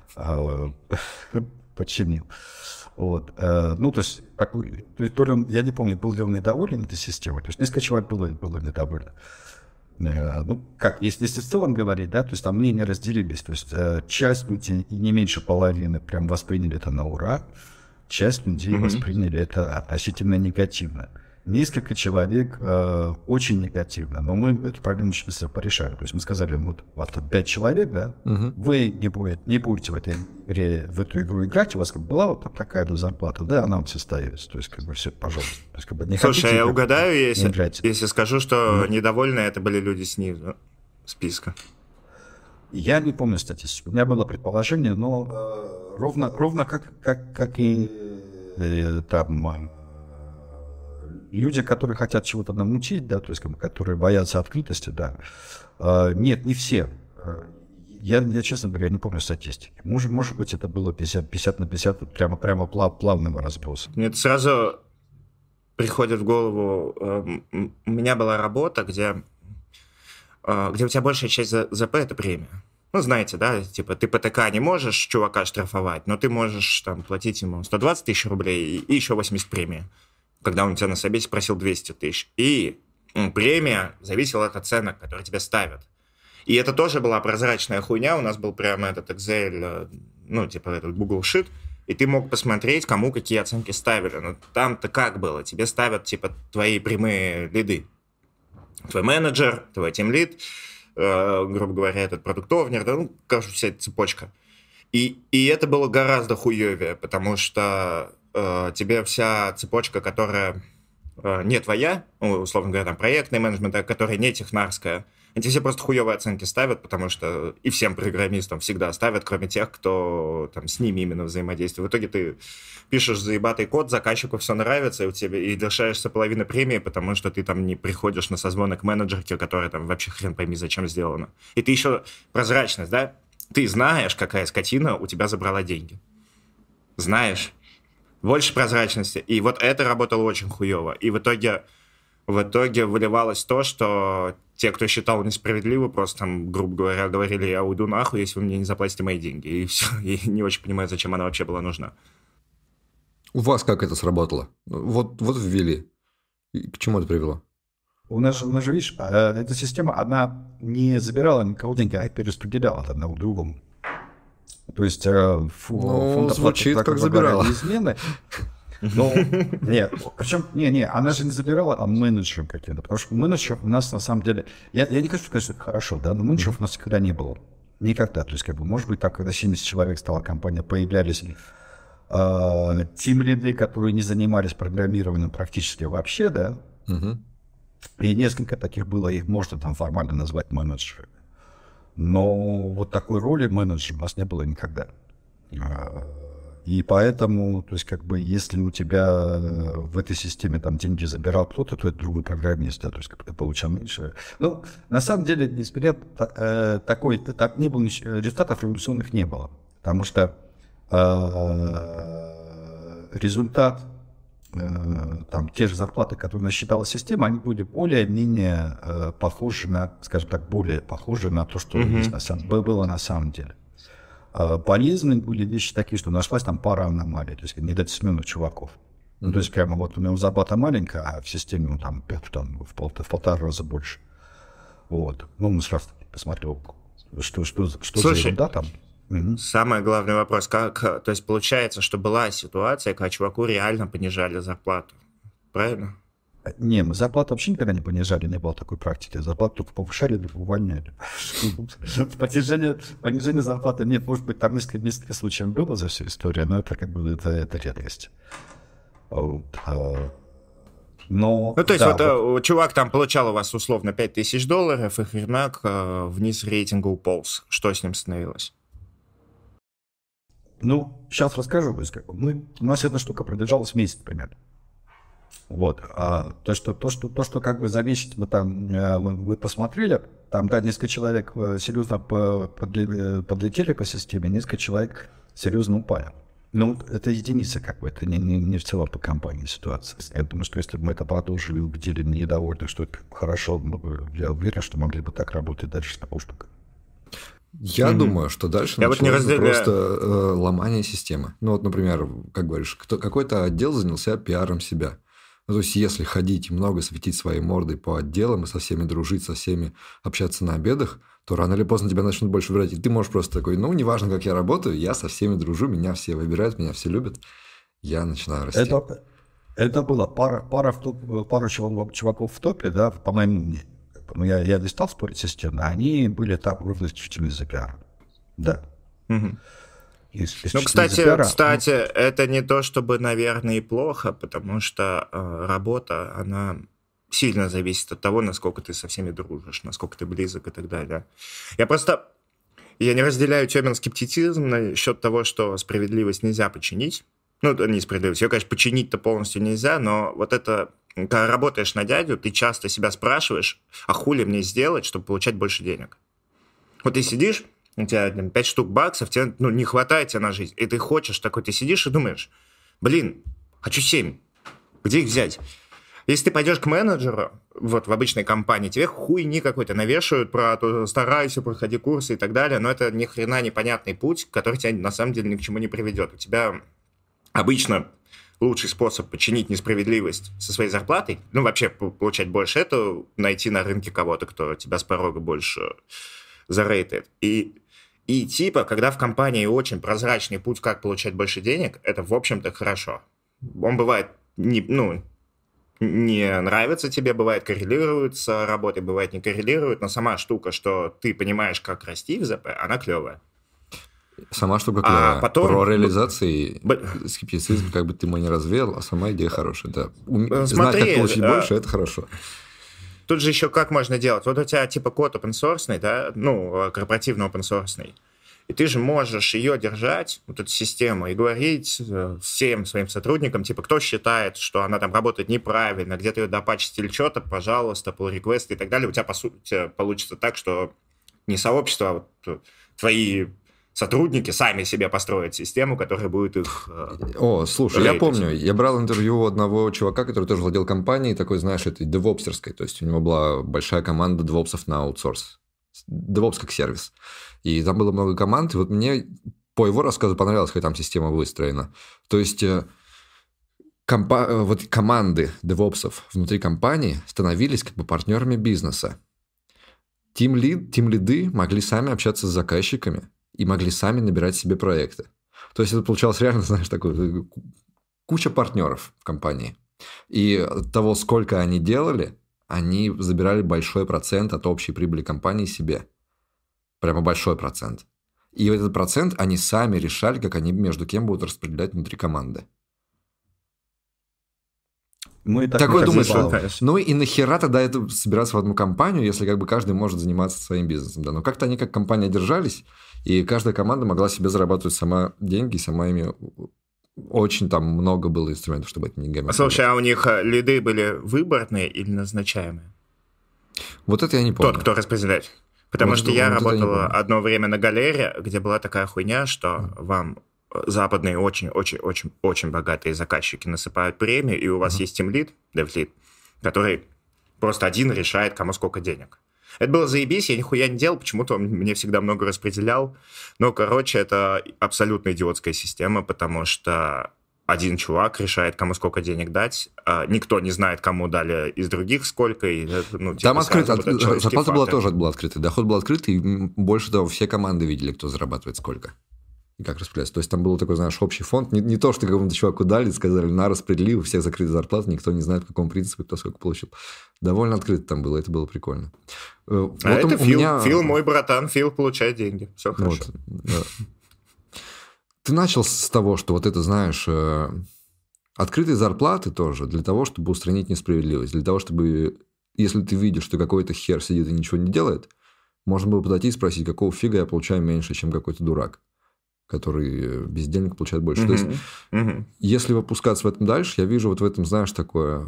починил. Вот. Ну, то есть, то ли он, я не помню, был ли он недоволен этой системой, то есть несколько человек было недовольно. Ну, как, если в целом говорить, да, то есть там мнения разделились, то есть часть людей, и не меньше половины, прям восприняли это на ура, часть людей восприняли это относительно негативно. несколько человек очень негативно, но мы эту проблему сейчас порешали. То есть мы сказали, вот 5 человек, да, вы не будете в эту игру играть, у вас была вот такая зарплата, да, она вам состоится. То есть, все, пожалуйста. То есть, не слушай, я угадаю, если скажу, что недовольны это были люди снизу списка. Я не помню статистику. У меня было предположение, но ровно как и там люди, которые хотят чего-то научить, да, то есть которые боятся открытости, да. Нет, не все. Я, честно говоря, не помню статистики. Может быть, это было 50 на 50, прямо плавного разброса. Мне сразу приходит в голову, у меня была работа, где у тебя большая часть ЗП — это премия. Ну, знаете, да, типа ты ПТК не можешь чувака штрафовать, но ты можешь там платить ему 120 тысяч рублей и еще 80 премии, когда он тебя на собесе просил 200 тысяч. И премия зависела от оценок, которые тебе ставят. И это тоже была прозрачная хуйня, у нас был прямо этот Excel, ну, типа этот Google Sheet, и ты мог посмотреть, кому какие оценки ставили. Но там-то как было? Тебе ставят, типа, твои прямые лиды. Твой менеджер, твой тимлид, грубо говоря, этот продукт-овнер, да, ну, короче, вся эта цепочка. И это было гораздо хуевее, потому что тебе вся цепочка, которая не твоя, условно говоря, там, проектный менеджмент, которая не технарская, эти все просто хуевые оценки ставят, потому что и всем программистам всегда ставят, кроме тех, кто там с ними именно взаимодействует. В итоге ты пишешь заебатый код, заказчику все нравится, и лишаешься половины премии, потому что ты там не приходишь на созвоны к менеджерке, которая там вообще хрен пойми зачем сделана. И ты еще прозрачность, да? Ты знаешь, какая скотина у тебя забрала деньги. Знаешь. Больше прозрачности. И вот это работало очень хуево. И в итоге выливалось то, что те, кто считал несправедливо, просто там, грубо говоря, говорили: я уйду нахуй, если вы мне не заплатите мои деньги. И все. И не очень понимаю, зачем она вообще была нужна. У вас как это сработало? Вот ввели. И к чему это привело? У нас же, видишь, эта система, она не забирала никого деньги, а перераспределяла от одного к другому. То есть фонд звучит как забирала. Измены. Но нет, причем она же не забирала, а менеджером каким-то, потому что менеджеров у нас на самом деле, я не хочу сказать, что это хорошо, да, но менеджеров у нас никогда не было, никогда. То есть может быть так, когда 70 человек стала компания, появлялись тимлиды, которые не занимались программированием практически вообще, да, и несколько таких было, их можно там формально назвать менеджерами. Но вот такой роли менеджера у нас не было никогда. И поэтому, то есть, если у тебя в этой системе там деньги забирал кто-то, то это другой программист, да, то есть, ты получал меньше. Ну, на самом деле, несмотря так не было, результатов революционных не было, потому что результат, там, те же зарплаты, которые насчитала система, они были более-менее похожи на, скажем так, более похожи на то, что было на самом деле. Полезны были вещи такие, что нашлась там пара аномалий, то есть недооцененных чуваков. Ну, то есть прямо вот у него зарплата маленькая, а в системе там в полтора раза больше. Вот. Ну, мы сразу посмотрел, что за ерунда там. Самый главный вопрос, то есть получается, что была ситуация, когда чуваку реально понижали зарплату, правильно? Не, мы зарплату вообще никогда не понижали, не было такой практики. Зарплату только повышали, увольняли. Понижение зарплаты нет, может быть, там несколько случаев было за всю историю, но это это редкость. Но, ну, то есть, вот чувак там получал у вас условно $5000, и хренак вниз рейтинга уполз. Что с ним становилось? Ну, сейчас расскажу. У нас эта штука продержалась месяц примерно. Вот. То, что как бы за месяц вы посмотрели, там, да, несколько человек серьезно подлетели по системе, несколько человек серьезно упали. Ну, это единица, как бы, это не в целом по компании ситуация. Я думаю, что если бы мы это продолжили, убедили недовольных, что это хорошо, я уверен, что могли бы так работать дальше с наушниками. Я думаю, что дальше началось просто ломание системы. Ну, вот, например, как говоришь, какой-то отдел занялся пиаром себя. Ну, то есть, если ходить и много светить своей мордой по отделам и со всеми дружить, со всеми общаться на обедах, то рано или поздно тебя начнут больше выбирать. И ты можешь просто такой: ну, неважно, как я работаю, я со всеми дружу, меня все выбирают, меня все любят. Я начинаю расти. Это было пару чуваков в топе, да, по моему мнению. Ну, я не стал спорить с системой, они были там ровно исключительно из-за пиара. Да. Ну, кстати, это не то, чтобы, наверное, и плохо, потому что работа, она сильно зависит от того, насколько ты со всеми дружишь, насколько ты близок и так далее. Я не разделяю Тёмин скептицизм насчет того, что справедливость нельзя починить. Ну, не справедливость. Ее, конечно, починить-то полностью нельзя, но вот это, когда работаешь на дядю, ты часто себя спрашиваешь, а хули мне сделать, чтобы получать больше денег? Вот ты сидишь, у тебя 5 штук баксов, тебе не хватает тебе на жизнь, и ты хочешь такой, ты сидишь и думаешь, хочу 7, где их взять? Если ты пойдешь к менеджеру, вот в обычной компании, тебе хуйни какой-то навешивают про то, старайся, проходи курсы и так далее, но это ни хрена непонятный путь, который тебя на самом деле ни к чему не приведет. У тебя обычно лучший способ починить несправедливость со своей зарплатой, вообще получать больше, это найти на рынке кого-то, кто тебя с порога больше зарейтает. И типа, когда в компании очень прозрачный путь, как получать больше денег, это, в общем-то, хорошо. Он бывает не нравится тебе, бывает коррелирует с работой, бывает не коррелирует, но сама штука, что ты понимаешь, как расти в ЗП, она клевая. Сама штука клевая. Потом... Про реализации скептицизм как бы ты его не развеял, а сама идея хорошая. Да. Знать, как получить больше, это хорошо. Тут же еще как можно делать? Вот у тебя типа код open-source, да, корпоративно open-source, и ты же можешь ее держать, вот эту систему, и говорить всем своим сотрудникам, типа, кто считает, что она там работает неправильно, где-то ее допатчить или что-то, пожалуйста, pull request и так далее. У тебя, по сути, получится так, что не сообщество, а вот твои сотрудники сами себе построят систему, которая будет их... Слушай, я помню, я брал интервью у одного чувака, который тоже владел компанией, такой, знаешь, этой девопсерской, то есть у него была большая команда девопсов на аутсорс. DevOps как сервис. И там было много команд, и вот мне по его рассказу понравилось, как там система выстроена. То есть вот команды девопсов внутри компании становились как бы партнерами бизнеса. Тим-лиды могли сами общаться с заказчиками и могли сами набирать себе проекты. То есть это получалось реально, знаешь, такой куча партнеров в компании. И от того, сколько они делали, они забирали большой процент от общей прибыли компании себе. Прямо большой процент. И этот процент они сами решали, как они между кем будут распределять внутри команды. Такой думаешь, что и нахера тогда это собираться в одну компанию, если как бы каждый может заниматься своим бизнесом. Да? Но как-то они как компания держались, и каждая команда могла себе зарабатывать сама деньги, сама ими... Очень там много было инструментов, чтобы этими деньгами... Слушай, а у них лиды были выборные или назначаемые? Вот это я не помню. Тот, кто распределяет. Потому что я работал одно время на галере, где была такая хуйня, что вам западные очень-очень-очень богатые заказчики насыпают премию, и у вас есть тимлид, девлид, который просто один решает, кому сколько денег. Это было заебись, я нихуя не делал, почему-то он мне всегда много распределял. Но, короче, это абсолютно идиотская система, потому что один чувак решает, кому сколько денег дать, а никто не знает, кому дали из других сколько. И, там открыто, зарплата была тоже открытая, доход был открытый, и больше того, все команды видели, кто зарабатывает сколько. И как распределяться. То есть там был такой, знаешь, общий фонд. Не то, что какому-то чуваку дали, сказали, распредели, у всех закрыты зарплаты, никто не знает, по какому принципу, кто сколько получил. Довольно открыто там было, это было прикольно. Вот это Фил, мой братан, Фил получает деньги. Все хорошо. Да. Ты начал с того, что вот это, знаешь, открытые зарплаты тоже для того, чтобы устранить несправедливость. Для того, чтобы, если ты видишь, что какой-то хер сидит и ничего не делает, можно было подойти и спросить, какого фига я получаю меньше, чем какой-то дурак, который без денег получает больше. То есть, если опускаться в этом дальше, я вижу вот в этом, знаешь, такое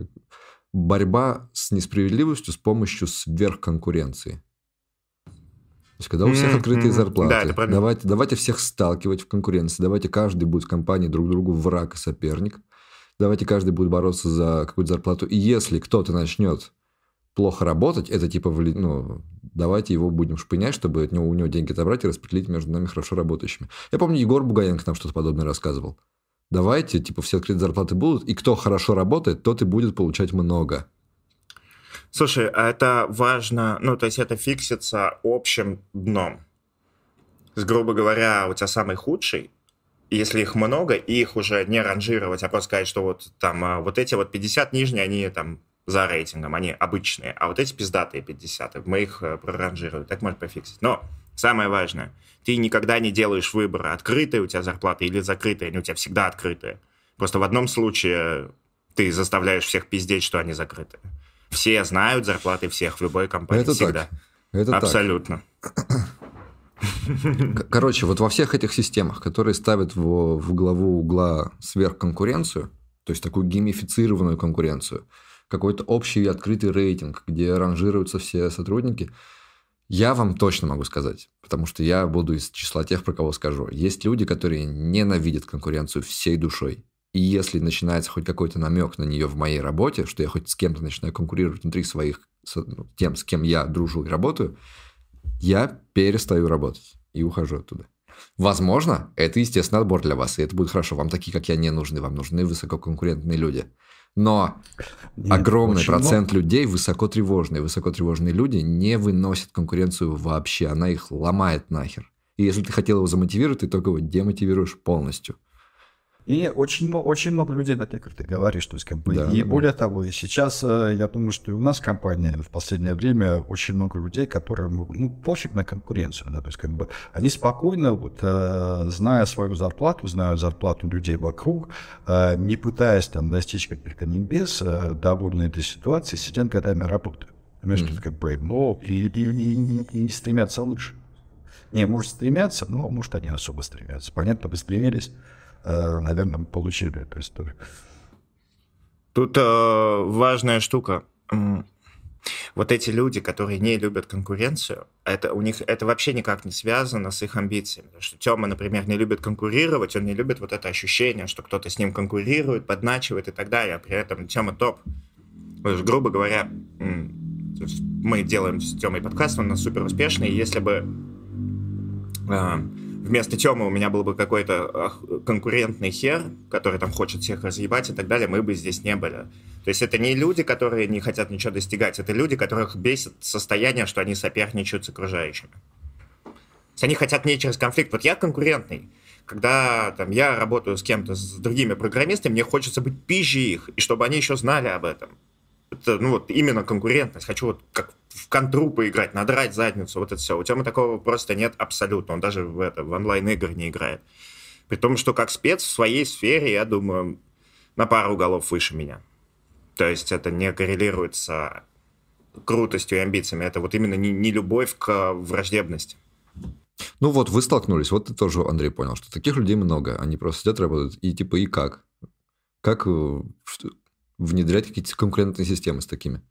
борьба с несправедливостью с помощью сверхконкуренции. То есть, когда у всех открытые зарплаты, да, давайте всех сталкивать в конкуренции, давайте каждый будет в компании друг другу враг и соперник, давайте каждый будет бороться за какую-то зарплату. И если кто-то начнет плохо работать, это типа, давайте его будем шпынять, чтобы у него деньги отобрать и распределить между нами хорошо работающими. Я помню, Егор Бугаенко нам что-то подобное рассказывал. Давайте, типа, все открытые зарплаты будут, и кто хорошо работает, тот и будет получать много. Слушай, а это важно, то есть это фиксится общим дном. То есть, грубо говоря, у тебя самый худший, если их много, их уже не ранжировать, а просто сказать, что вот там вот эти вот 50 нижние, они там за рейтингом, они обычные, а вот эти пиздатые 50, мы их проранжируем, так можно пофиксить. Но самое важное, ты никогда не делаешь выбора, открытая у тебя зарплата или закрытая, они у тебя всегда открытые. Просто в одном случае ты заставляешь всех пиздеть, что они закрыты. Все знают зарплаты всех в любой компании это всегда. Так. Это абсолютно. Короче, вот во всех этих системах, которые ставят в главу угла сверхконкуренцию, то есть такую геймифицированную конкуренцию, какой-то общий открытый рейтинг, где ранжируются все сотрудники, я вам точно могу сказать, потому что я буду из числа тех, про кого скажу. Есть люди, которые ненавидят конкуренцию всей душой. И если начинается хоть какой-то намек на нее в моей работе, что я хоть с кем-то начинаю конкурировать внутри своих, тем, с кем я дружу и работаю, я перестаю работать и ухожу оттуда. Возможно, это естественный отбор для вас, и это будет хорошо. Вам такие, как я, не нужны. Вам нужны высококонкурентные люди. Но огромный процент людей высокотревожные. Высокотревожные люди не выносят конкуренцию вообще. Она их ломает нахер. И если ты хотел его замотивировать, ты только его демотивируешь полностью. И очень много людей, да, как ты говоришь, то есть, как бы, да, и более того, и сейчас, я думаю, что и у нас в компании в последнее время очень много людей, которым, пофиг на конкуренцию, да, то есть, как бы, они спокойно, вот, зная свою зарплату, зная зарплату людей вокруг, не пытаясь там достичь каких-то небес, довольны этой ситуацией, сидят годами работают. Понимаешь, что это как бы, и стремятся лучше. Не, может, стремятся, но, может, они особо стремятся. Понятно, вы стремились, наверное, мы получили эту историю. Тут важная штука. Вот эти люди, которые не любят конкуренцию, у них это вообще никак не связано с их амбициями. Потому что Тёма, например, не любит конкурировать, он не любит вот это ощущение, что кто-то с ним конкурирует, подначивает и так далее. А при этом Тёма топ. Грубо говоря, мы делаем с Тёмой подкаст, он у нас супер успешный, и если бы вместо Тёмы у меня был бы какой-то конкурентный хер, который там хочет всех разъебать и так далее, мы бы здесь не были. То есть это не люди, которые не хотят ничего достигать, это люди, которых бесит состояние, что они соперничают с окружающими. То есть они хотят не через конфликт. Вот я конкурентный. Когда там, я работаю с кем-то, с другими программистами, мне хочется быть пизже их, и чтобы они еще знали об этом. Это, вот именно конкурентность. Хочу вот как в контру поиграть, надрать задницу, вот это все. У Тёмы такого просто нет абсолютно. Он даже в онлайн-игры не играет. При том, что как спец в своей сфере, я думаю, на пару голов выше меня. То есть это не коррелирует с крутостью и амбициями. Это вот именно не любовь к враждебности. Ну вот, вы столкнулись. Вот ты тоже, Андрей, понял, что таких людей много. Они просто сидят, работают. И типа, и как? Как внедрять какие-то конкурентные системы с такими?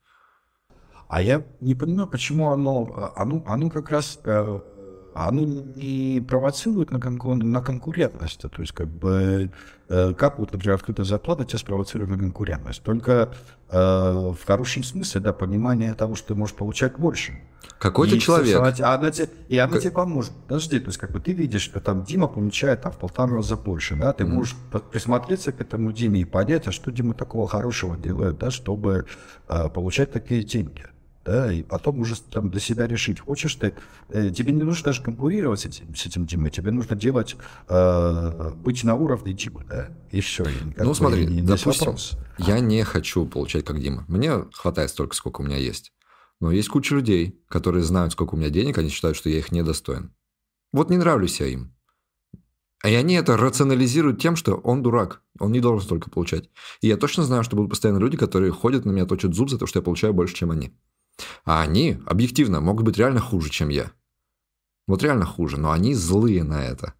А я не понимаю, почему оно как раз оно не провоцирует на конкурентность. То есть, как бы, как вот, например, открытая зарплата тебя спровоцирует на конкурентность. Только в хорошем смысле, да, понимание того, что ты можешь получать больше. Какой-то человек. Она тебе поможет. Подожди, то есть, как бы, ты видишь, что там Дима получает там, в 1,5 раза больше, да, ты можешь присмотреться к этому Диме и понять, а что Дима такого хорошего делает, да, чтобы получать такие деньги. Да, и потом уже там для себя решить, хочешь ты, тебе не нужно даже конкурировать с этим Димой, тебе нужно делать, быть на уровне Димы, да, и все. Ну смотри, допустим, я не хочу получать как Дима, мне хватает столько, сколько у меня есть, но есть куча людей, которые знают, сколько у меня денег, они считают, что я их недостоин. Вот не нравлюсь я им. И они это рационализируют тем, что он дурак, он не должен столько получать. И я точно знаю, что будут постоянно люди, которые ходят на меня, точат зуб за то, что я получаю больше, чем они. А они, объективно, могут быть реально хуже, чем я. Вот реально хуже, но они злые на это.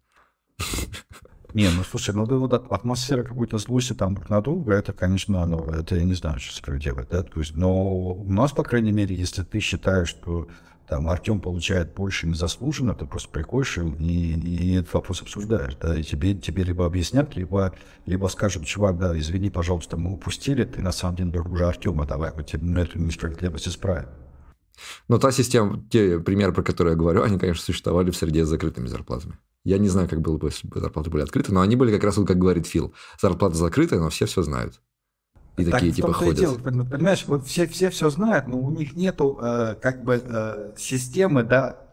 Не, ну слушай, вот атмосфера какой-то злости там друг на друга, это, конечно, это я не знаю, что с этим делать, да, то есть, но у нас, по крайней мере, если ты считаешь, что там Артем получает больше незаслуженно, ты просто приходишь и этот вопрос обсуждаешь, да, и тебе либо объяснят, либо скажут, чувак, да, извини, пожалуйста, мы упустили, ты на самом деле друг Артема, давай мы тебе эту несправедливость исправим. Но та система, те примеры, про которые я говорю, они, конечно, существовали в среде с закрытыми зарплатами. Я не знаю, как было бы, если бы зарплаты были открыты, но они были как раз, вот как говорит Фил, зарплата закрытая, но все знают. И так такие типа ходят. Дело, понимаешь, вот все знают, но у них нету системы, да,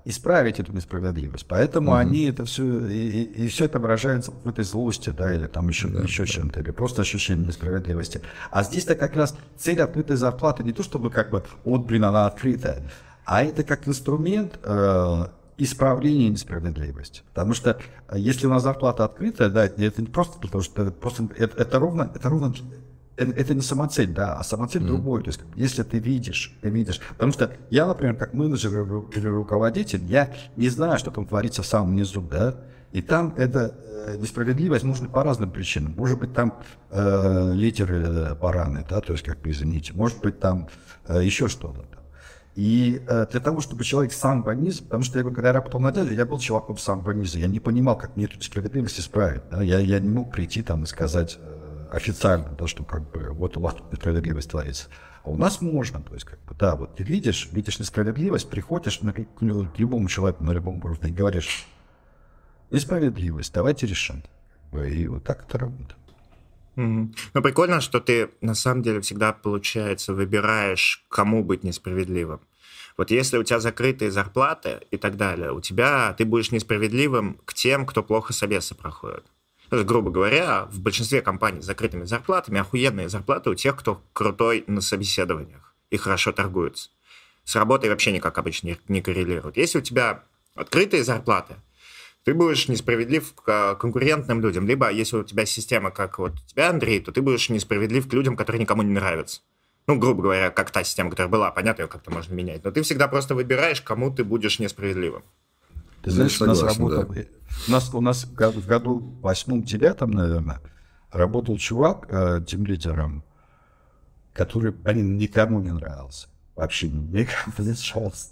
исправить эту несправедливость. Поэтому они это все, и все это выражается в этой злости, да, или там еще чем-то, или просто ощущение несправедливости. А здесь-то как раз цель открытой зарплаты не то, чтобы как бы, она открытая, а это как инструмент исправления несправедливости. Потому что если у нас зарплата открытая, да, это не просто потому, что это ровно это не самоцель, да, а самоцель другой. То есть, если ты видишь. Потому что я, например, как менеджер или руководитель, я не знаю, что там творится в самом низу, да, и там эта несправедливость нужна по разным причинам. Может быть, там лидеры бараны, да, то есть, как бы, извините, может быть, там еще что-то. И для того, чтобы человек с самого низа, потому что когда я работал на деле, я был чуваком с самого низа, я не понимал, как мне эту несправедливость исправить. Да? Я не мог прийти там и сказать официально, да, что как бы вот у вас тут несправедливость творится. А у нас можно, то есть как бы, да, вот ты видишь несправедливость, приходишь к любому человеку на любом уровне и говоришь: несправедливость, давайте решим. И вот так это работает. Ну, прикольно, что ты на самом деле всегда, получается, выбираешь, кому быть несправедливым. Вот если у тебя закрытые зарплаты и так далее, ты будешь несправедливым к тем, кто плохо собесы проходит. Грубо говоря, в большинстве компаний с закрытыми зарплатами охуенные зарплаты у тех, кто крутой на собеседованиях и хорошо торгуется. С работой вообще никак обычно не коррелирует. Если у тебя открытые зарплаты, ты будешь несправедлив к конкурентным людям. Либо, если у тебя система, как вот у тебя, Андрей, то ты будешь несправедлив к людям, которые никому не нравятся. Ну, грубо говоря, как та система, которая была, понятно, ее как-то можно менять. Но ты всегда просто выбираешь, кому ты будешь несправедливым. Ты знаешь, у нас в году 8-9, наверное, работал чувак тимлидером, который, никому не нравился. Вообще никому не нравился.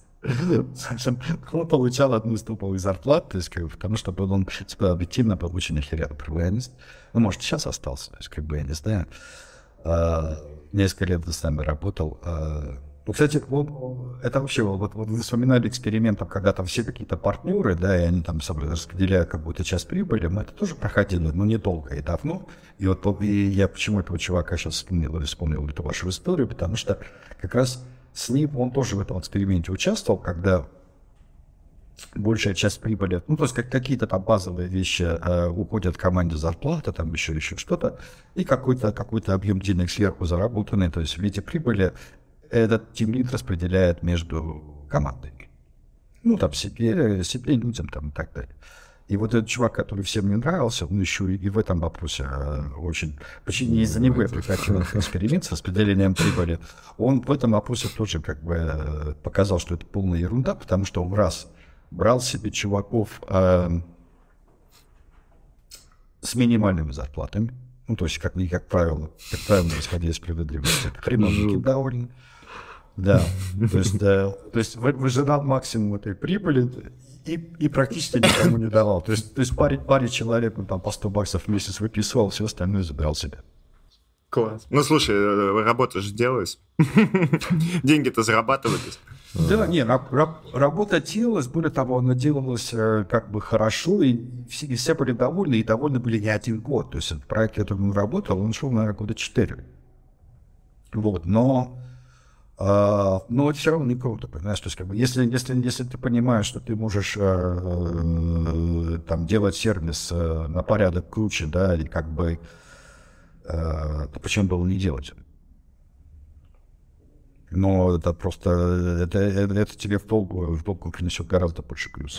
Он получал одну из топовых зарплат, то есть, потому что он объективно был очень охеренный программист. Ну, может, сейчас остался, то есть, я не знаю. Несколько лет с нами работал. Ну, кстати, это вообще, вот вы вспоминали экспериментов, когда там все какие-то партнеры, да, и они там распределяют какую-то часть прибыли, мы это тоже проходили, но недолго и давно. И я почему этого чувака сейчас вспомнил эту вашу историю, потому что как раз с ним он тоже в этом эксперименте участвовал, когда большая часть прибыли, ну, то есть какие-то там базовые вещи уходят команде зарплаты, там еще что-то, и какой-то объем денег сверху заработанный, то есть в виде прибыли этот тимлид распределяет между командой. Ну, там, себе людям, там, и так далее. И вот этот чувак, который всем не нравился, он еще и в этом вопросе очень... Почти не из-за него я прекратил эксперимент с распределением прибыли. Он в этом вопросе тоже как бы показал, что это полная ерунда, потому что он брал себе чуваков с минимальными зарплатами. Ну, то есть, как правило, исходя из справедливости. Хреновники довольны. Да. То есть выжидал максимум этой прибыли и практически никому не давал. То есть паре человек, там по $100 в месяц выписывал, все остальное забирал себе. Класс. Ну, слушай, работа же делалась. Деньги-то зарабатывались. Да, не, работа делалась, более того, она делалась как бы хорошо, и все были довольны, и довольны были не один год. То есть этот проект, который он работал, он шел, наверное, года 4. Вот, но это все равно не круто, понимаешь? То есть, как бы, если ты понимаешь, что ты можешь там делать сервис на порядок круче, да, и как бы, то почему было не делать? Но это просто, это тебе в долгу принесет гораздо больше плюсов.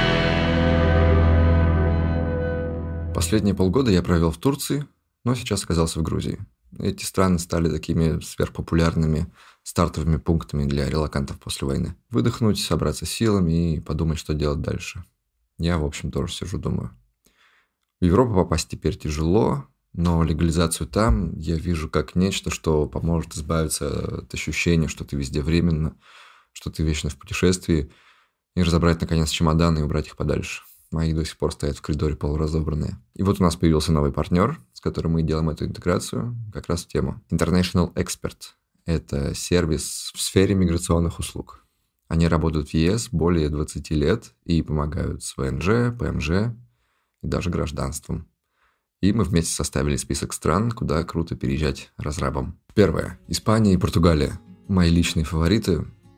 Последние полгода я провел в Турции, но сейчас оказался в Грузии. Эти страны стали такими сверхпопулярными стартовыми пунктами для релокантов после войны. Выдохнуть, собраться силами и подумать, что делать дальше. Я, в общем, тоже сижу, думаю. В Европу попасть теперь тяжело, но легализацию там я вижу как нечто, что поможет избавиться от ощущения, что ты везде временно, что ты вечно в путешествии, и разобрать, наконец, чемоданы и убрать их подальше. Мои до сих пор стоят в коридоре полуразобранные. И вот у нас появился новый партнер, с которым мы делаем эту интеграцию, как раз в тему. International Expert – это сервис в сфере миграционных услуг. Они работают в ЕС более 20 лет и помогают с ВНЖ, ПМЖ и даже гражданством. И мы вместе составили список стран, куда круто переезжать разрабам. Первое. Испания и Португалия. Мои личные фавориты.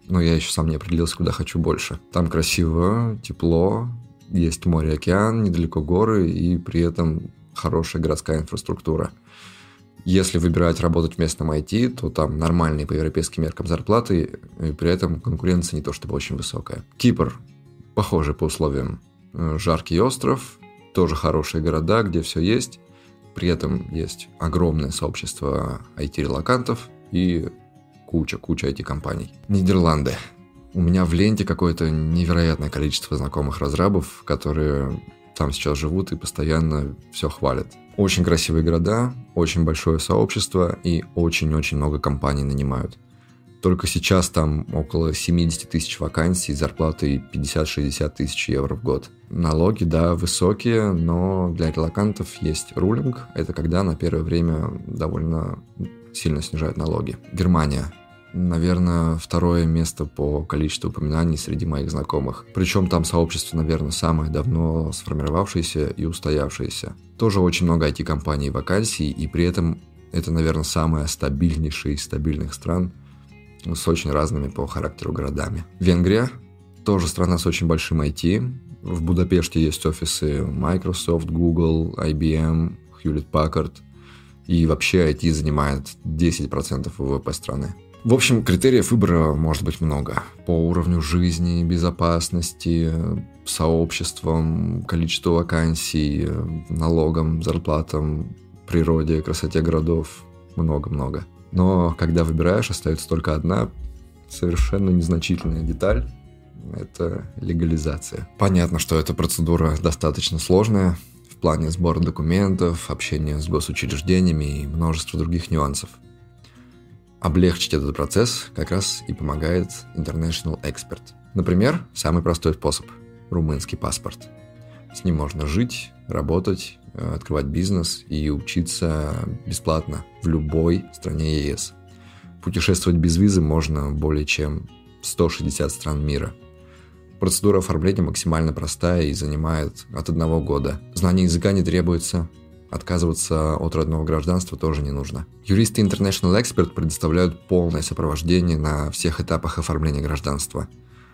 но я еще сам не определился, куда хочу больше. Там красиво, тепло, есть море, океан, недалеко горы и при этом хорошая городская инфраструктура. Если выбирать работать в местном IT, то там нормальные по европейским меркам зарплаты, и при этом конкуренция не то чтобы очень высокая. Кипр похожий по условиям. Жаркий остров, тоже хорошие города, где все есть. При этом есть огромное сообщество IT-релокантов и куча IT-компаний. Нидерланды. У меня в ленте какое-то невероятное количество знакомых разрабов, которые там сейчас живут и постоянно все хвалят. Очень красивые города, очень большое сообщество и очень-очень много компаний нанимают. Только сейчас там около 70 тысяч вакансий, зарплаты 50-60 тысяч евро в год. Налоги, да, высокие, но для релокантов есть рулинг. Это когда на первое время довольно сильно снижают налоги. Германия. Наверное, второе место по количеству упоминаний среди моих знакомых. Причем там сообщество, наверное, самое давно сформировавшееся и устоявшееся. Тоже очень много IT-компаний и вакансий, и при этом это, наверное, самая стабильнейшая из стабильных стран с очень разными по характеру городами. Венгрия. Тоже страна с очень большим IT. В Будапеште есть офисы Microsoft, Google, IBM, Hewlett-Packard. И вообще IT занимает 10% ВВП страны. В общем, критериев выбора может быть много. По уровню жизни, безопасности, сообществам, количеству вакансий, налогам, зарплатам, природе, красоте городов. Много-много. Но когда выбираешь, остается только одна совершенно незначительная деталь. Это легализация. Понятно, что эта процедура достаточно сложная в плане сбора документов, общения с госучреждениями и множества других нюансов. Облегчить этот процесс как раз и помогает International Expert. Например, самый простой способ – румынский паспорт. С ним можно жить, работать, открывать бизнес и учиться бесплатно в любой стране ЕС. Путешествовать без визы можно более чем в 160 стран мира. Процедура оформления максимально простая и занимает от 1 года. Знание языка не требуется. Отказываться от родного гражданства тоже не нужно. Юристы International Expert предоставляют полное сопровождение на всех этапах оформления гражданства.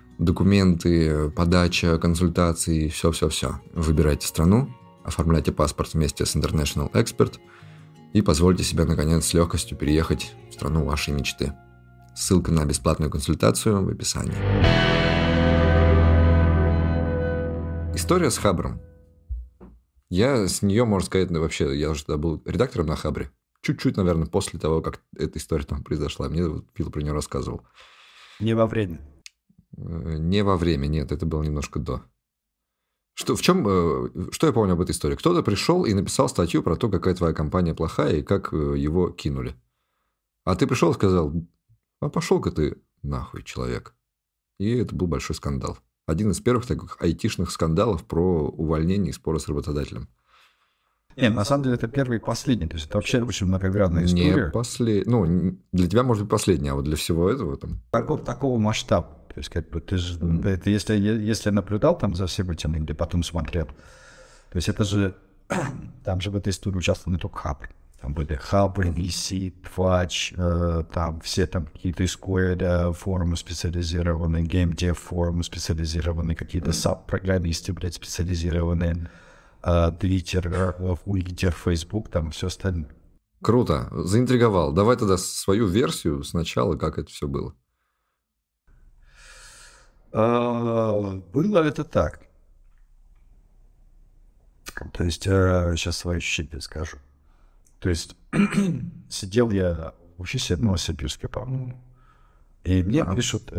Документы, подача, консультации, все-все-все. Выбирайте страну, оформляйте паспорт вместе с International Expert и позвольте себе, наконец, с легкостью переехать в страну вашей мечты. Ссылка на бесплатную консультацию в описании. История с Хабром. Я с нее, можно сказать, вообще, я уже тогда был редактором на Хабре. Чуть-чуть, наверное, после того, как эта история там произошла. Мне Фил про нее рассказывал. Не во время. Не во время, нет, это было немножко до. Что я помню об этой истории? Кто-то пришел и написал статью про то, какая твоя компания плохая и как его кинули. А ты пришел и сказал, а пошел-ка ты нахуй, человек. И это был большой скандал. Один из первых таких айтишных скандалов про увольнение и споры с работодателем. Нет, на самом деле это первый и последний. То есть это вообще очень многогранная история. Не последний. Ну, для тебя может быть последний, а вот для всего этого там... Такого масштаба. То есть, как бы, ты же, это если наблюдал там за всем этим, или потом смотрел, то есть это же, там же в этой истории участвовал не только Хабр. Там были Хабр, EC, Twatch, там все там какие-то Squared форумы специализированные, GameDev форумы специализированные, какие-то SAP-программисты, блядь, специализированные, Twitter, Facebook, там все остальное. Круто, заинтриговал. Давай тогда свою версию сначала, как это все было. Было это так. То есть, сейчас свои ощущения скажу. То есть, сидел я в офисе Новосибирска, по-моему, и мне пишут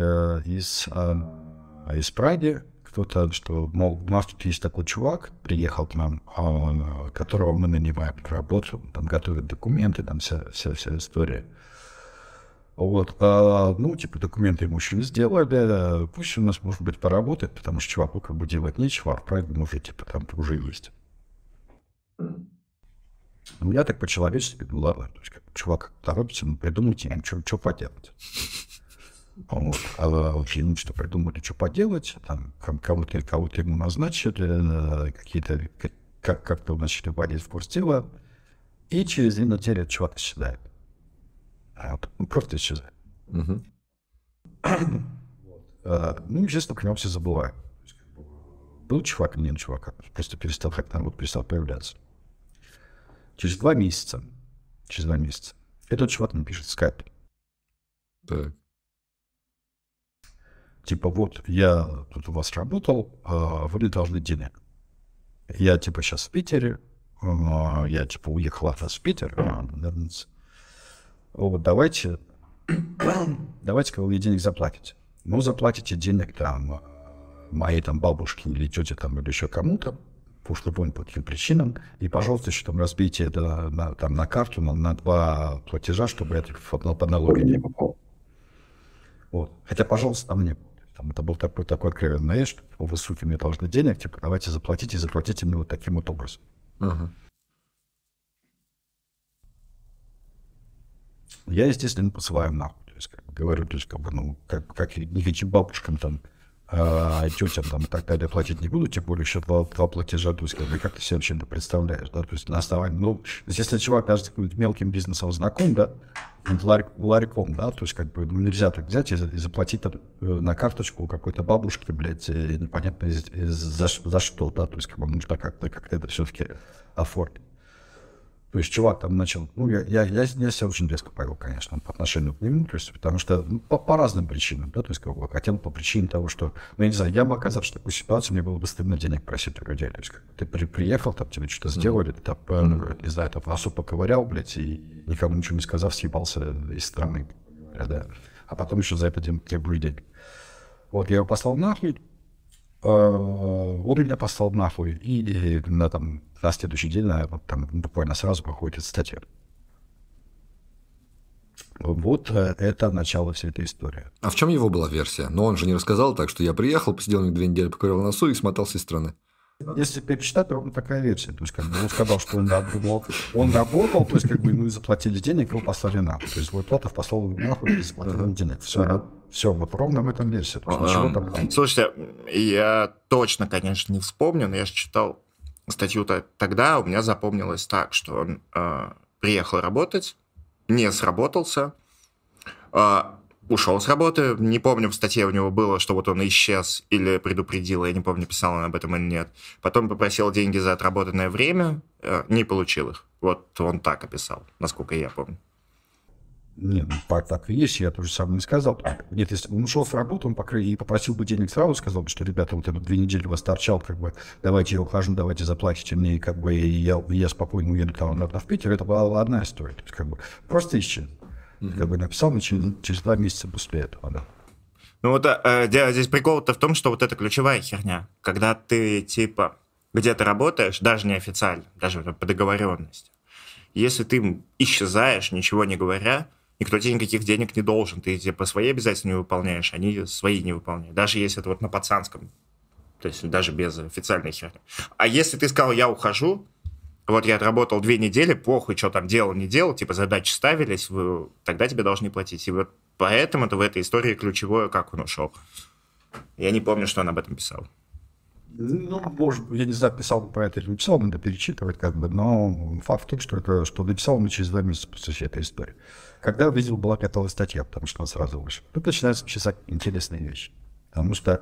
из Праги кто-то, что, мол, у нас тут есть такой чувак, приехал к нам, которого мы нанимаем на работу, там готовят документы, там вся история. Вот, ну, типа, документы ему еще не сделали, пусть у нас, может быть, поработает, потому что чуваку как бы делать нечего, а в Праге, может, типа, там уже есть. Ну, я так по-человечески, ну, ладно, то есть, как чувак торопится, ну, придумайте им, что поделать. Вот. Ну, что придумали, что поделать, там, кого-то ему назначили, какие-то, как-то начали вводить в курс дела, и через 2 недели чувак исчезает. Вот, просто исчезает. Ну, естественно, к нему все забывают. Был чувак, нет чувака. Просто перестал как народ, перестал появляться. Через 2 месяца этот чувак мне пишет в скайпе. Так. Типа, вот, я тут у вас работал, вы мне должны денег. Я, типа, сейчас в Питере, я, типа, уехал от вас в Питер. Вот, давайте-ка вы мне денег заплатите. Ну, заплатите денег там моей там бабушке или тете там или еще кому-то, по любым каким причинам, и, пожалуйста, еще там разбейте это на карту на 2 платежа, чтобы это по налоги не попало. Вот. Хотя, пожалуйста, там не было. Там это был такой откровенный, что вы, суки, мне должны денег, типа, давайте заплатите мне вот таким вот образом. Uh-huh. Я, естественно, не посылаю нахуй. То есть, как бы, говорю, то есть, как бы, ну, как никаким бабушкам там, тетям там и так далее платить не буду, тем более еще 2 платежа, то есть, как ты себе вообще это представляешь, да, то есть, на основании, ну, если человек даже с мелким бизнесом знаком, да, ларьком, да, то есть, как бы, ну, нельзя так взять и заплатить на карточку какой-то бабушке, блядь, непонятно за что, да, то есть, как бы, нужно как-то это все-таки оформить. То есть чувак там начал, ну, я себя очень резко повел, конечно, по отношению к нему, то есть, потому что, ну, по разным причинам, да, то есть, как бы, хотел по причине того, что, ну, я не знаю, я бы оказался в такой ситуации, мне было бы стыдно денег просить у людей, то есть, как, ты приехал, там, тебе что-то сделали, ты там, не знаю, там, особо поковырял, блядь, и никому ничего не сказав, съебался из страны, да, а потом еще за это требую денег. Вот, я его послал нахуй, он меня послал нахуй, и на следующий день, там, буквально сразу проходит статья. Вот это начало всей этой истории. А в чем его была версия? Но он же не рассказал, так что я приехал, посидел 2 недели, поковырял носу и смотался из страны. Если перечитать, то ровно такая версия. То есть, как бы, он сказал, что он работал, то есть, как бы, ну, и заплатили денег, его послали нахуй. То есть, Платов послал нахуй и заплатил денег. Все, вот ровно в этом версии. Слушайте, я точно, конечно, не вспомню, но я же читал статью тогда, у меня запомнилось так, что он приехал работать, не сработался, ушел с работы. Не помню, в статье у него было, что вот он исчез или предупредил, я не помню, писал он об этом или нет. Потом попросил деньги за отработанное время, не получил их. Вот он так описал, насколько я помню. Нет, ну, так и есть, я тоже сам не сказал. Нет, если он ушел с работы, он и попросил бы денег сразу, сказал бы, что, ребята, вот я 2 недели вас торчал, как бы, давайте я ухожу, давайте заплатите мне, и, как бы, и я спокойно уеду там в Питер, это была одна история. То есть, как бы, просто исчез. Как бы написал через 2 месяца после этого, да. Ну вот здесь прикол-то в том, что вот это ключевая херня. Когда ты, типа, где-то работаешь, даже неофициально, даже по договоренности, если ты исчезаешь, ничего не говоря, никто тебе никаких денег не должен. Ты типа свои обязательства не выполняешь, они свои не выполняют. Даже если это вот на пацанском, то есть даже без официальной херни. А если ты сказал, я ухожу, вот я отработал 2 недели, похуй, что там делал, не делал, типа задачи ставились, тогда тебе должны платить. И вот поэтому-то в этой истории ключевое, как он ушел. Я не помню, что он об этом писал. Ну, может, я не знаю, писал про это или не писал, надо перечитывать, как бы, но факт в том, что написал он через 2 месяца после всей этой истории. Когда я видел, была готова статья, потому что он сразу вышел. Тут начинаются писать интересные вещи. Потому что,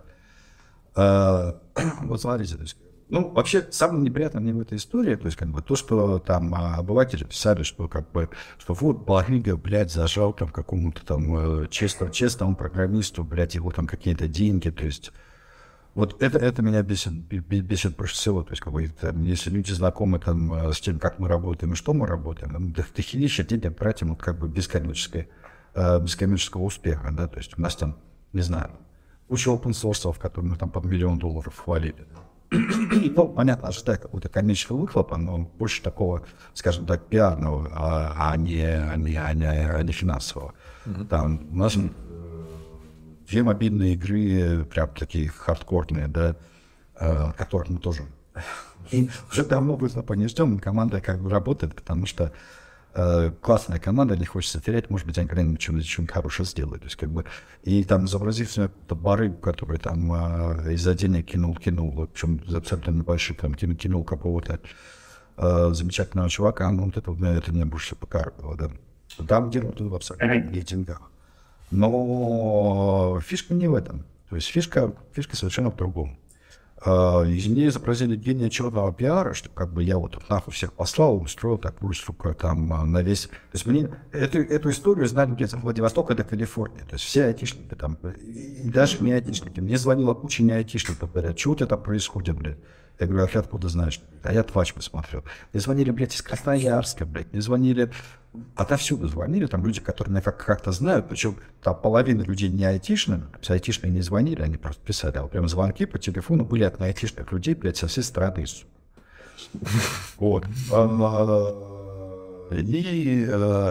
вот смотрите, то есть, ну, вообще, самое неприятное мне в этой истории, то есть, как бы, то, что там обыватели писали, что, как бы, что вот Барыга, блядь, зажал там какому-то там честному программисту, блядь, его там какие-то деньги, то есть, вот это меня бесит больше всего, то есть, как бы, там, если люди знакомы там с тем, как мы работаем и что мы работаем, ты хилища деньги тратим, вот, как бы, без коммерческого успеха, да, то есть, у нас там, не знаю, куча open-source, в котором мы там под $1 миллион хвалили. Ну, понятно, ожидая какого-то коммерческого выхлопа, но больше такого, скажем так, пиарного, а не финансового. Там у нас 2 мобильные игры, прям такие хардкорные, да, которых мы тоже уже давно выхлопа не ждем, команда как бы работает, потому что классная команда, не хочется терять, может быть, они когда-нибудь что-нибудь хорошее сделают. То есть, как бы, и там изобразив барыг, который там из-за денег кинул, причем за абсолютно небольшой, там, кинул какого-то замечательного чувака, ну, вот это меня больше покарывало, да. Там дело тут в абсолютно не деньгах. Но фишка не в этом. То есть фишка совершенно в другом. Из меня изобразили гения черного пиара, что как бы я вот тут нахуй всех послал, устроил такую штуку там на весь... То есть мне эту историю знали где-то от Владивостока до Калифорнии. То есть все айтишники там, и даже не айтишники. Мне звонила куча не айтишников, говорят, что у тебя там происходит, блядь? Я говорю, а ты откуда знаешь? А я Твач посмотрел. Мне звонили, блядь, из Красноярска, блядь. Мне звонили... Отовсюду звонили, там люди, которые меня как-то знают, причем там половина людей не айтишных, айтишные не звонили, они просто писали, а прям звонки по телефону были от айтишных людей, блядь, со всей страны. Вот. И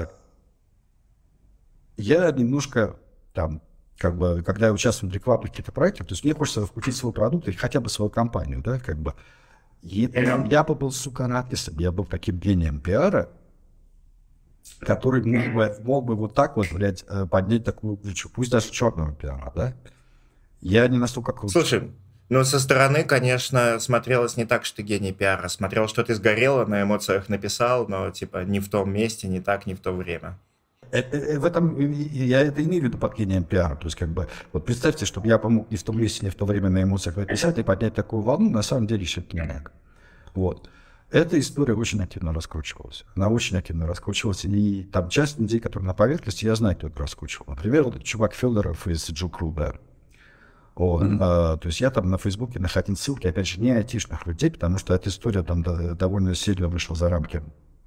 я немножко там, как бы, когда я участвую в рекламных каких-то проектах, то есть мне хочется вкрутить свой продукт или хотя бы свою компанию, да, как бы. И я бы был, сука, рад, если бы я был таким гением пиара, который мог бы вот так вот, блядь, поднять такую ключу, пусть даже черного пиара, да? Я не настолько крутой. Слушай, ну со стороны, конечно, смотрелось не так, что ты гений пиара. Смотрел, что ты сгорело, на эмоциях написал, но типа не в том месте, не так, не в то время. В этом я это имею в виду под гением пиара. То есть, как бы, вот представьте, чтобы я помог не в том месте, не в то время на эмоциях написать и поднять такую волну, на самом деле еще не мог. Вот. Эта история очень активно раскручивалась. Она очень активно раскручивалась. И там часть людей, которые на поверхности, я знаю, кто это раскручивал. Например, вот чувак Федоров из Джукру, да. То есть я там на Фейсбуке находил ссылки, опять же, не айтишных людей, потому что эта история там довольно сильно вышла за рамки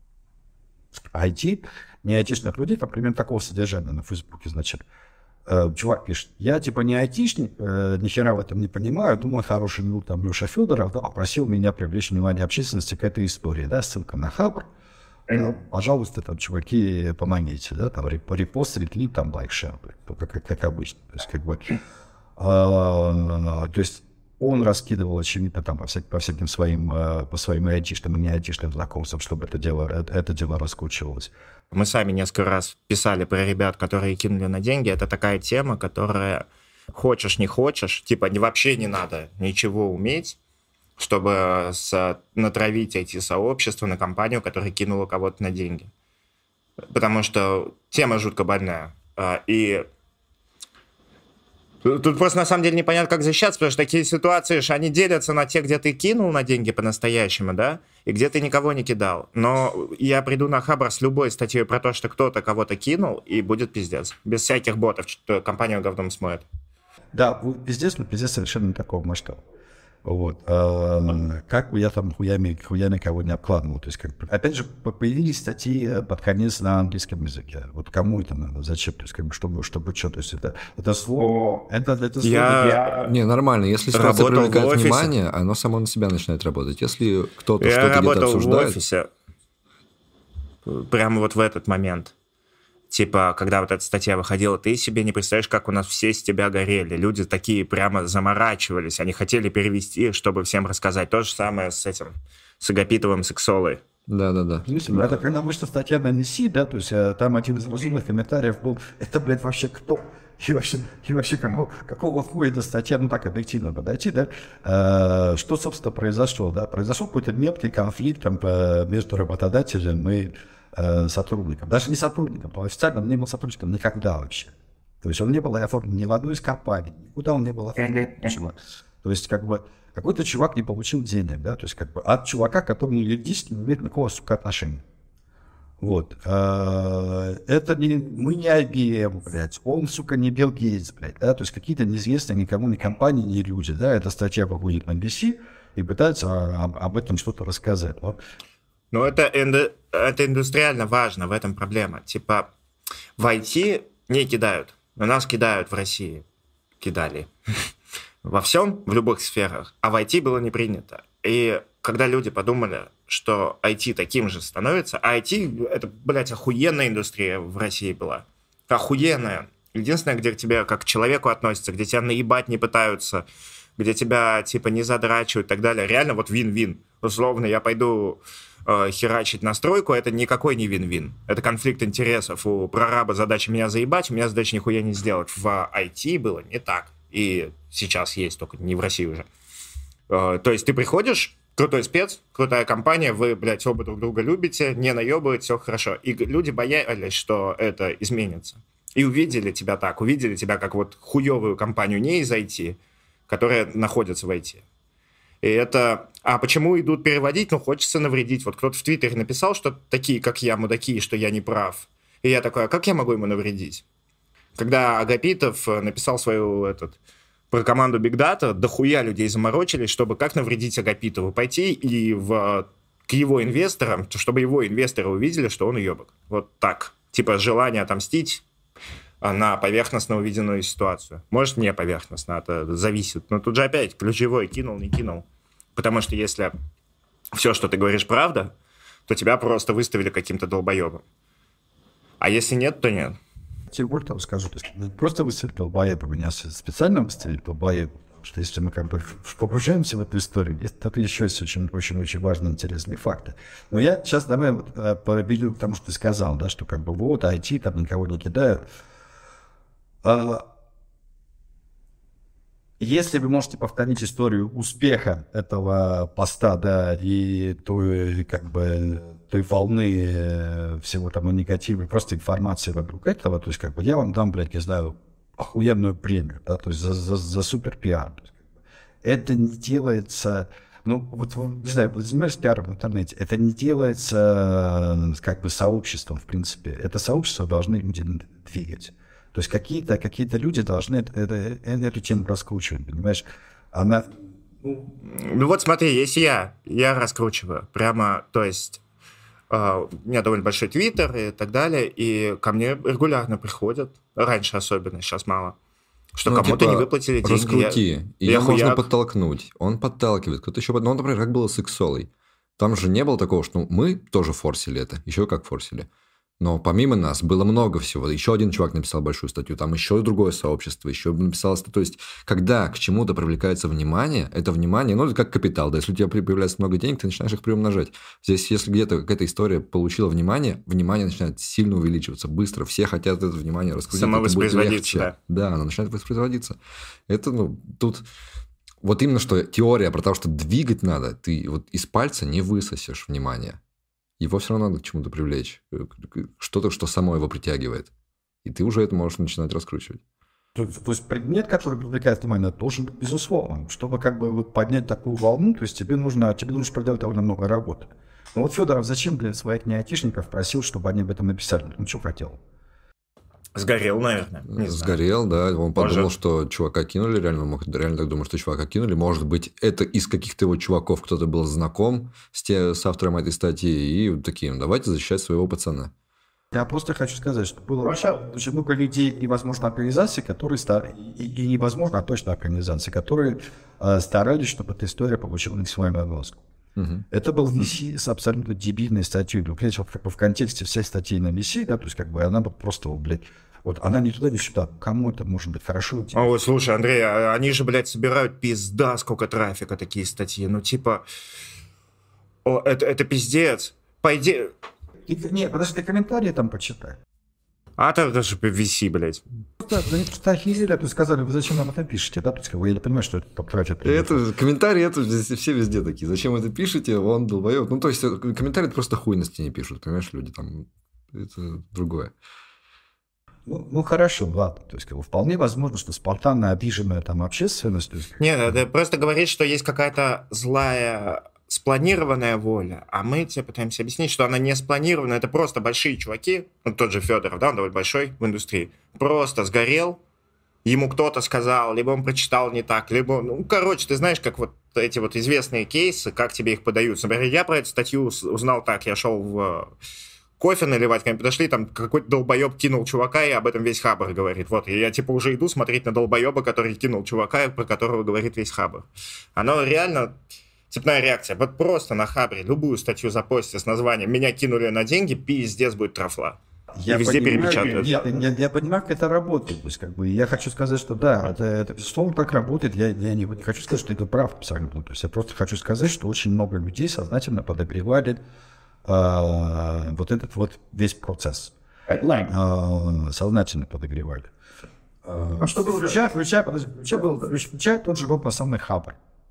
IT, не айтишных людей, там примерно такого содержания на Фейсбуке, значит. Чувак пишет, я типа не айтишник, ни хера в этом не понимаю, думаю, хороший друг там Леша Федоров, да, попросил меня привлечь внимание общественности к этой истории, да, ссылка на Хабр, пожалуйста, там, чуваки, помогите, да, там, репост, ретлип, там, лайк, шер, как обычно, то есть, как бы, то есть, он раскидывал, очевидно, там, по всяким своим, по своим айтишным и не айтишным знакомствам, чтобы это дело раскручивалось. Мы сами несколько раз писали про ребят, которые кинули на деньги. Это такая тема, которая хочешь, не хочешь, типа вообще не надо ничего уметь, чтобы натравить IT-сообщество на компанию, которая кинула кого-то на деньги. Потому что тема жутко больная. И тут просто на самом деле непонятно, как защищаться, потому что такие ситуации, они делятся на те, где ты кинул на деньги по-настоящему, да, и где ты никого не кидал. Но я приду на Хабр с любой статьей про то, что кто-то кого-то кинул, и будет пиздец. Без всяких ботов, что компанию говном смоет. Да, пиздец, но пиздец совершенно не такого масштаба. Вот. Как бы я там хуями кого не обкладывал. То есть, как, опять же, появились статьи под конец на английском языке. Вот кому это надо? Зачем? То есть, как бы, чтобы что? То есть, это слово... Это слово... Не, нормально. Если ситуация привлекает внимание, оно само на себя начинает работать. Если кто-то что-то где-то обсуждает... Я работал в офисе прямо вот в этот момент. Типа, когда вот эта статья выходила, ты себе не представляешь, как у нас все с тебя горели. Люди такие прямо заморачивались. Они хотели перевести, чтобы всем рассказать. То же самое с этим, с Агапитовым, с Иксолой. Да. Это когда вышла статья на NC, да, то есть там один из разумных комментариев был, это, блядь, вообще кто? И вообще какого хуя эта статья, ну так объективно подойти, да? Что, собственно, произошло, да? Произошел какой-то мелкий конфликт там, между работодателем и сотрудником. Даже не сотрудником, по официально он не был сотрудником никогда вообще. То есть он не был оформлен ни в одну из компаний, никуда он не был оформлен. То есть как бы какой-то чувак не получил денег, да, то есть как бы от чувака, который юридически не имеет никакого, сука, отношения. Вот. Это не... Мы не IBM, блядь. Он, сука, не Билл Гейтс, блядь, да, то есть какие-то неизвестные никому ни компании, ни люди, да, эта статья выходит на NBC и пытаются об этом что-то рассказать. Вот. Ну, это индустриально важно, в этом проблема. Типа, в IT не кидают, но нас кидают в России. Кидали. Во всем, в любых сферах. А в IT было не принято. И когда люди подумали, что IT таким же становится, а IT, это, блядь, охуенная индустрия в России была. Охуенная. Единственное, где к тебе как к человеку относятся, где тебя наебать не пытаются, где тебя, типа, не задрачивают и так далее. Реально вот вин-вин. Условно, я пойду... херачить настройку, это никакой не вин-вин. Это конфликт интересов. У прораба задача меня заебать, у меня задача нихуя не сделать. В IT было не так. И сейчас есть, только не в России уже. То есть ты приходишь, крутой спец, крутая компания, вы, блядь, оба друг друга любите, не наебывать, все хорошо. И люди боялись, что это изменится. и увидели тебя так, увидели тебя как вот хуевую компанию не из IT, которая находится в IT. И это... А почему идут переводить? Ну, хочется навредить. Вот кто-то в Твиттере написал, что такие, как я, мудаки, и что я не прав. И я такой, а как я могу ему навредить? Когда Агапитов написал свою про команду Big Data, дохуя людей заморочились, чтобы как навредить Агапитову. Пойти и к его инвесторам, чтобы его инвесторы увидели, что он уебок. Вот так. Типа желание отомстить на поверхностно увиденную ситуацию. Может, не поверхностно, это зависит. Но тут же опять ключевой кинул, не кинул. Потому что если все, что ты говоришь, правда, то тебя просто выставили каким-то долбоебом. А если нет, то нет. Я больше того скажу, то есть просто выставили долбоебом, меня специально выставили долбоебом, потому что если мы как бы погружаемся в эту историю, это еще есть очень важные, интересные факты. Но я сейчас давай перейду к тому, что ты сказал, да, что как бы вот IT там никого не кидают. Если вы можете повторить историю успеха этого поста, да, и той, как бы, той волны всего там негатива, просто информации вокруг этого, то есть, как бы, я вам дам, блядь, не знаю, охуенную премию, да, то есть за супер пиар. Это не делается, ну, вот, не знаю, вы занимаетесь пиаром в интернете, это не делается, как бы, сообществом, в принципе. Это сообщество должны люди двигать. То есть какие-то люди должны эту тему раскручивать, понимаешь? Она... Ну вот смотри, если я раскручиваю прямо, то есть у меня довольно большой твиттер и так далее, и ко мне регулярно приходят, раньше особенно, сейчас мало, что кому-то не выплатили деньги. Раскрути, ее можно подтолкнуть, он подталкивает, кто-то еще... Ну, например, как было с Иксолой. Там же не было такого, что мы тоже форсили это, еще как форсили. Но помимо нас было много всего. Еще один чувак написал большую статью, там еще другое сообщество, еще написало статью. То есть, когда к чему-то привлекается внимание, это внимание, ну, это как капитал. Да, если у тебя появляется много денег, ты начинаешь их приумножать. Здесь, если где-то какая-то история получила внимание начинает сильно увеличиваться быстро. Все хотят это внимание раскрутить. Самовоспроизводиться, да. Да, оно начинает воспроизводиться. Это, ну, тут... Вот именно что теория про то, что двигать надо, ты вот из пальца не высосешь внимание. Его все равно надо к чему-то привлечь. Что-то, что само его притягивает. И ты уже это можешь начинать раскручивать. То есть предмет, который привлекает внимание, должен быть безусловным. Чтобы как бы вот поднять такую волну, то есть тебе нужно проделать довольно много работы. Но вот Федоров зачем для своих неайтишников просил, чтобы они об этом написали? Он что хотел? Сгорел, наверное. Сгорел, да. Он подумал, что чувака кинули, реально так думать, что чувака кинули. Может быть, это из каких-то его чуваков кто-то был знаком с автором этой статьи, и таким, давайте защищать своего пацана. Я просто хочу сказать, что было очень много людей и, возможно, организаций, которые и невозможно, а точно организаций, которые старались, чтобы эта история получила максимальную огласку. Это был VC с абсолютно дебильной статьей. Ну, конечно, в контексте всей статьи на VC, да, то есть, как бы, она просто, блядь, вот она не туда, ни сюда. Кому это может быть хорошо? Ой, слушай, Андрей, они же, блядь, собирают пизда, сколько трафика, такие статьи. Ну, типа, это пиздец. Пойди... Нет, подожди, комментарии там почитай. А там даже VC, блядь. Они просто охерели, то сказали, вы зачем нам это пишете, да? То есть, я не понимаю, что это тратит. Это комментарии, это все везде такие. Зачем вы это пишете? Он долбоёб. Ну, то есть, комментарии это просто хуйности не пишут, понимаешь, люди там. Это другое. Ну, хорошо, ладно. То есть, вполне возможно, что спонтанно обиженная там общественность... Нет, это просто говорит, что есть какая-то злая спланированная воля, а мы тебе пытаемся объяснить, что она не спланирована, это просто большие чуваки, ну, тот же Федоров, да, он довольно большой в индустрии, просто сгорел, ему кто-то сказал, либо он прочитал не так, либо, ну, короче, ты знаешь, как вот эти вот известные кейсы, как тебе их подают. Например, я про эту статью узнал так, я шел в кофе наливать, ко мне подошли, там какой-то долбоеб кинул чувака, и об этом весь Хабр говорит. Вот, и я типа уже иду смотреть на долбоеба, который кинул чувака, про которого говорит весь Хабр. Оно реально... Цепная реакция. Вот просто на Хабре любую статью запостите с названием «Меня кинули на деньги», пиздец будет трафла. Я везде перепечатают. Я понимаю, как это работает. То есть, как бы, я хочу сказать, что да, это безусловно так работает. Я не хочу сказать, что это прав абсолютно. То есть, я просто хочу сказать, что очень много людей сознательно подогревали вот этот вот весь процесс. Сознательно подогревали. А что было включая тот же был самый Хабр.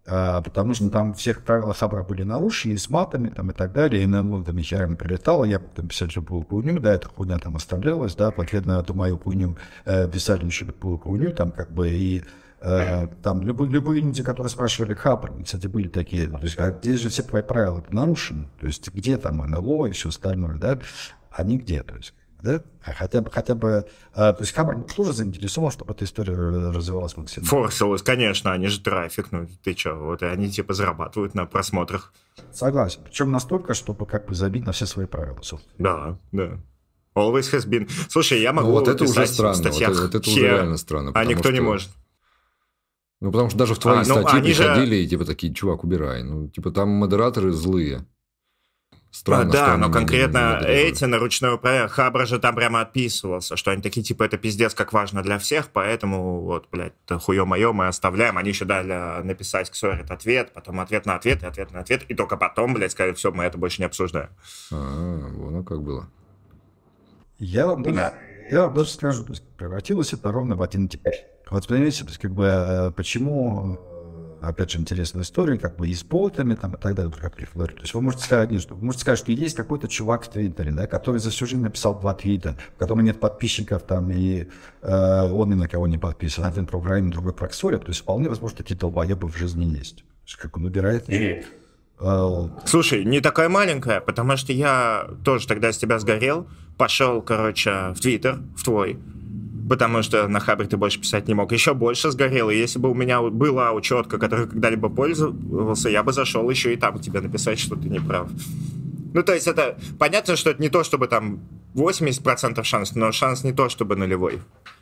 потому что там всех правила Хабра были нарушены, с матами там, и так далее, и на там херами прилетало, я потом писать же был хуйню, да, эта хуйня там оставлялась, да, в ответ на эту мою хуйню писали еще такую хуйню, там как бы, и там любые люди, которые спрашивали Хабр, кстати, были такие, то есть, а где же все твои правила нарушены, то есть, где там НЛО и все остальное, да, а нигде, то есть, да? Хотя бы, то есть Хабр тоже заинтересован, чтобы эта история развивалась максимально. Форсилась, конечно, они же трафик, ну ты чё, вот и они типа зарабатывают на просмотрах. Согласен, причем настолько, чтобы как бы забить на все свои правила. Да. Always has been. Слушай, я могу вот это писать уже странно, в статьях вот это уже реально странно. А никто не может. Ну, потому что даже в твои статьи приходили и типа такие, чувак, убирай. Ну, типа там модераторы злые. Странно, да, но конкретно эти на ручное управление, Хабр же там прямо отписывался, что они такие, типа, это пиздец как важно для всех, поэтому вот, блядь, хуё-моё мы оставляем. Они еще дали написать ксорит ответ, потом ответ на ответ, и ответ на ответ, и только потом, блядь, сказали, все, мы это больше не обсуждаем. Вон как было. Я вам даже скажу, то есть превратилось это ровно в один теперь. Вот, понимаете, то есть, как бы, почему... Опять же, интересная история, как бы и с ботами там, и так далее, как говорю. То есть вы можете сказать, что есть какой-то чувак в Твиттере, да, который за всю жизнь написал 2 твита, в котором нет подписчиков, там, и он ни на кого не подписан, один программист, другой проксорит. То есть вполне возможно, такие долбоебы в жизни есть. То есть как он убирает... Слушай, не такая маленькая, потому что я тоже тогда с тебя сгорел, пошел, короче, в Твиттер, в твой, потому что на Хабре ты больше писать не мог. Еще больше сгорел, и если бы у меня была учетка, которой когда-либо пользовался, я бы зашел еще и там тебе написать, что ты не прав. Ну, то есть это... Понятно, что это не то, чтобы там 80% шанс, но шанс не то, чтобы нулевой.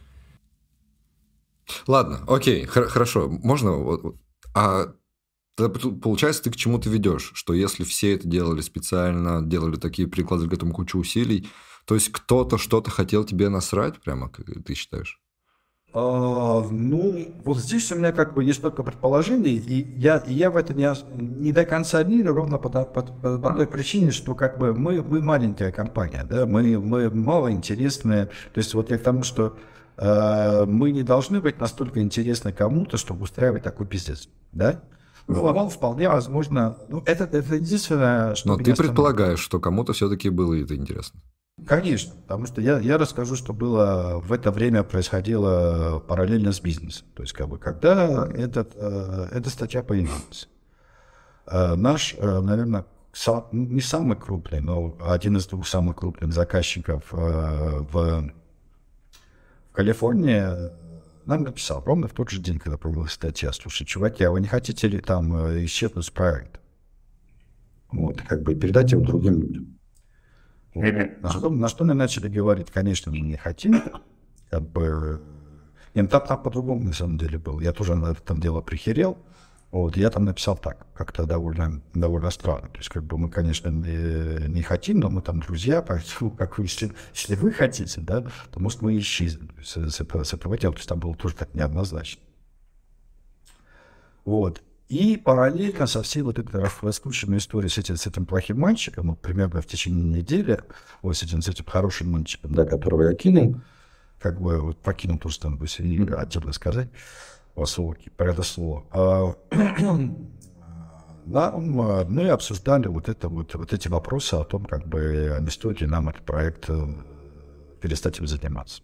Ладно, окей, хорошо. Можно... Получается, ты к чему ты ведешь? Что если все это делали специально, делали такие, прикладывали к этому кучу усилий, то есть кто-то что-то хотел тебе насрать, прямо, как ты считаешь? Ну, вот здесь у меня как бы есть только предположение, и я в это не до конца верю, ровно по одной причине, что как бы мы маленькая компания, да, мы малоинтересные, то есть вот я к тому, что мы не должны быть настолько интересны кому-то, чтобы устраивать такой пиздец, да? Ну, вам вполне возможно, ну, это единственное, что... Но ты предполагаешь, что кому-то все-таки было это интересно? Конечно, потому что я расскажу, что было в это время происходило параллельно с бизнесом. То есть, как бы, когда эта статья появилась, наш, наверное, не самый крупный, но один из 2 самых крупных заказчиков в Калифорнии нам написал ровно в тот же день, когда появилась статья: слушай, чуваки, а вы не хотите ли там исчезнуть проект? Вот, как бы передать его другим людям. На что мы начали говорить, конечно, мы не хотим, как бы... Нет, там по-другому на самом деле было. Я тоже на это дело прихерел. Вот, я там написал так, как-то довольно странно. То есть, как бы мы, конечно, не хотим, но мы там друзья, поэтому, как вы, если вы хотите, да, то, может, мы исчезнем. То есть там было тоже так неоднозначно. Вот. И параллельно со всей вот этой раскрученной историей с этим плохим мальчиком, ну, примерно в течение недели, вот с этим хорошим мальчиком, да, которого я кинул, как бы вот покинул тоже там, отдельно сказать, про это слово. Да, мы обсуждали вот эти вопросы о том, как бы не стоит ли нам этот проект перестать им заниматься.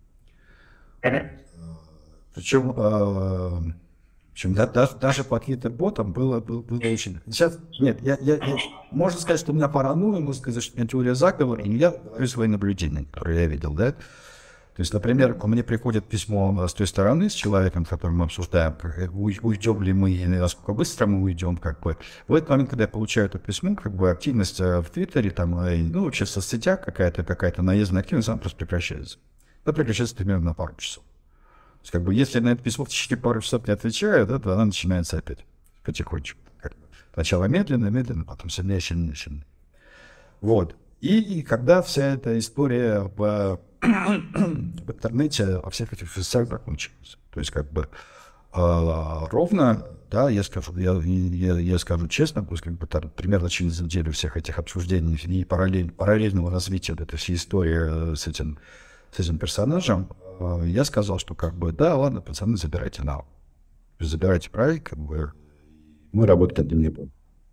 Причем даже по каким-то ботам было очень... Сейчас, нет, можно сказать, что у меня паранойя, можно сказать, что у меня теория заговора, и я говорю свои наблюдения, которые я видел, да. То есть, например, ко мне приходит письмо с той стороны, с человеком, с которым мы обсуждаем, уйдем ли мы, и насколько быстро мы уйдем, как бы. В этот момент, когда я получаю это письмо, как бы активность в Твиттере, там, ну, вообще в соцсетях какая-то наездная активность, она просто прекращается. Она прекращается примерно на пару часов. То есть, как бы, если на это письмо в течение пару часов не отвечаю, да, то она начинается опять потихонечку. Сначала медленно, потом сильнее. Вот. И когда вся эта история в интернете, во всех этих соцсетях закончилась. То есть, как бы, ровно, да, я скажу честно, пусть как бы там примерно через неделю всех этих обсуждений и параллельного развития этой всей истории с этим персонажем, я сказал, что как бы, да, ладно, пацаны, забирайте проект, как бы, Мы работать не будем.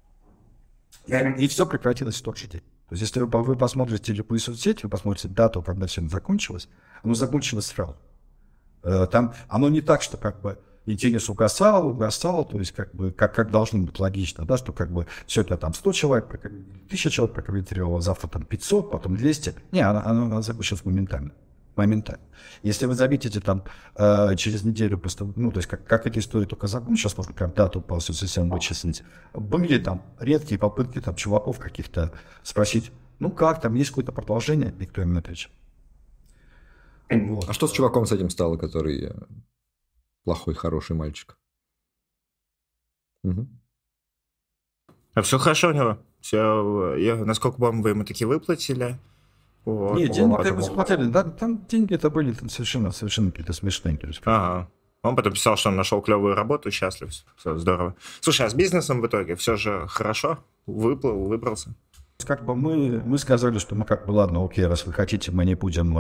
И все прекратилось в тот же день. То есть, если вы посмотрите любую соцсеть, вы посмотрите дату, когда все закончилось, оно закончилось сразу. Там оно не так, что как бы интерес угасал, то есть как должно быть логично, да, что как бы все это там 100 человек, 1000 человек прокомментировало, завтра там 500, потом 200. Не, оно закончилось моментально. Если вы заметите там через неделю просто, то есть как эта история только закончилась, можно прям дату полностью совсем вычислить. Были там редкие попытки там чуваков каких-то спросить, как там, есть какое-то продолжение, никто им не отвечал. Вот. А что с чуваком с этим стало, который плохой, хороший мальчик? Угу. А все хорошо у него? Все, насколько помню, вы ему таки выплатили? Вот, нет, деньги мы заплатили. Да, там деньги-то были там совершенно какие-то смешные. Ага. Он потом писал, что он нашел клевую работу, счастлив, все здорово. Слушай, а с бизнесом в итоге все же хорошо? Выбрался? Как бы мы сказали, что ладно, окей, раз вы хотите, мы не будем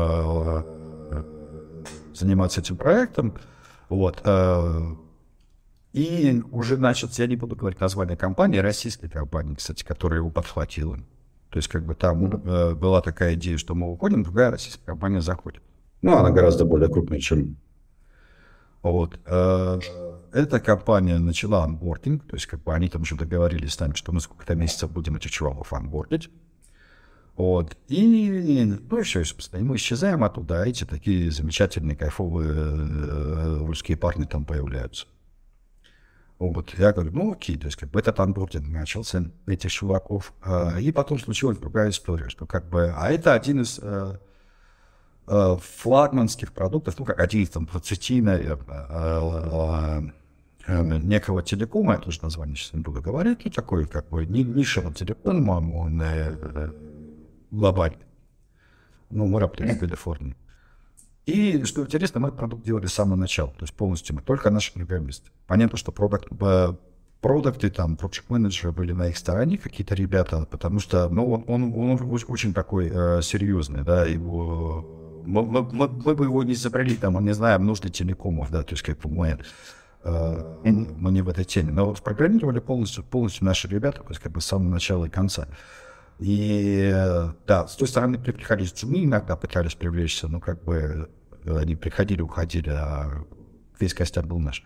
заниматься этим проектом. Вот. И уже, значит, я не буду говорить название компании, российской компании, кстати, которая его подхватила. То есть, там была такая идея, что мы уходим, другая российская компания заходит. Она гораздо более крупная, чем... Вот. Эта компания начала онбординг, то есть, они там уже договорились с нами, что мы сколько-то месяцев будем этих чуваков онбордить. Вот. И все, собственно, мы исчезаем оттуда, а эти такие замечательные, кайфовые русские парни там появляются. Вот, я говорю, окей, то есть этот онбординг начался этих чуваков, и потом случилась другая история, что а это один из флагманских продуктов, как один из там 20, наверное, некого телекома, я тоже название сейчас не буду говорить, такой нишевый телефон, он глобальный, мы работаем в Калифорнии. И, что интересно, мы этот продукт делали с самого начала, то есть полностью мы, только наши программисты. Понятно, что продукты, там, проект-менеджеры были на их стороне, какие-то ребята, потому что, он очень такой серьезный, да, мы бы его не забрали, там, мы не знаем, нужды телекомов, да, то есть, мы не в этой теме, но вот программировали полностью наши ребята, то есть, с самого начала и конца. И да, с той стороны приходили мы иногда пытались привлечься, но они приходили, уходили, а весь костяк был наш.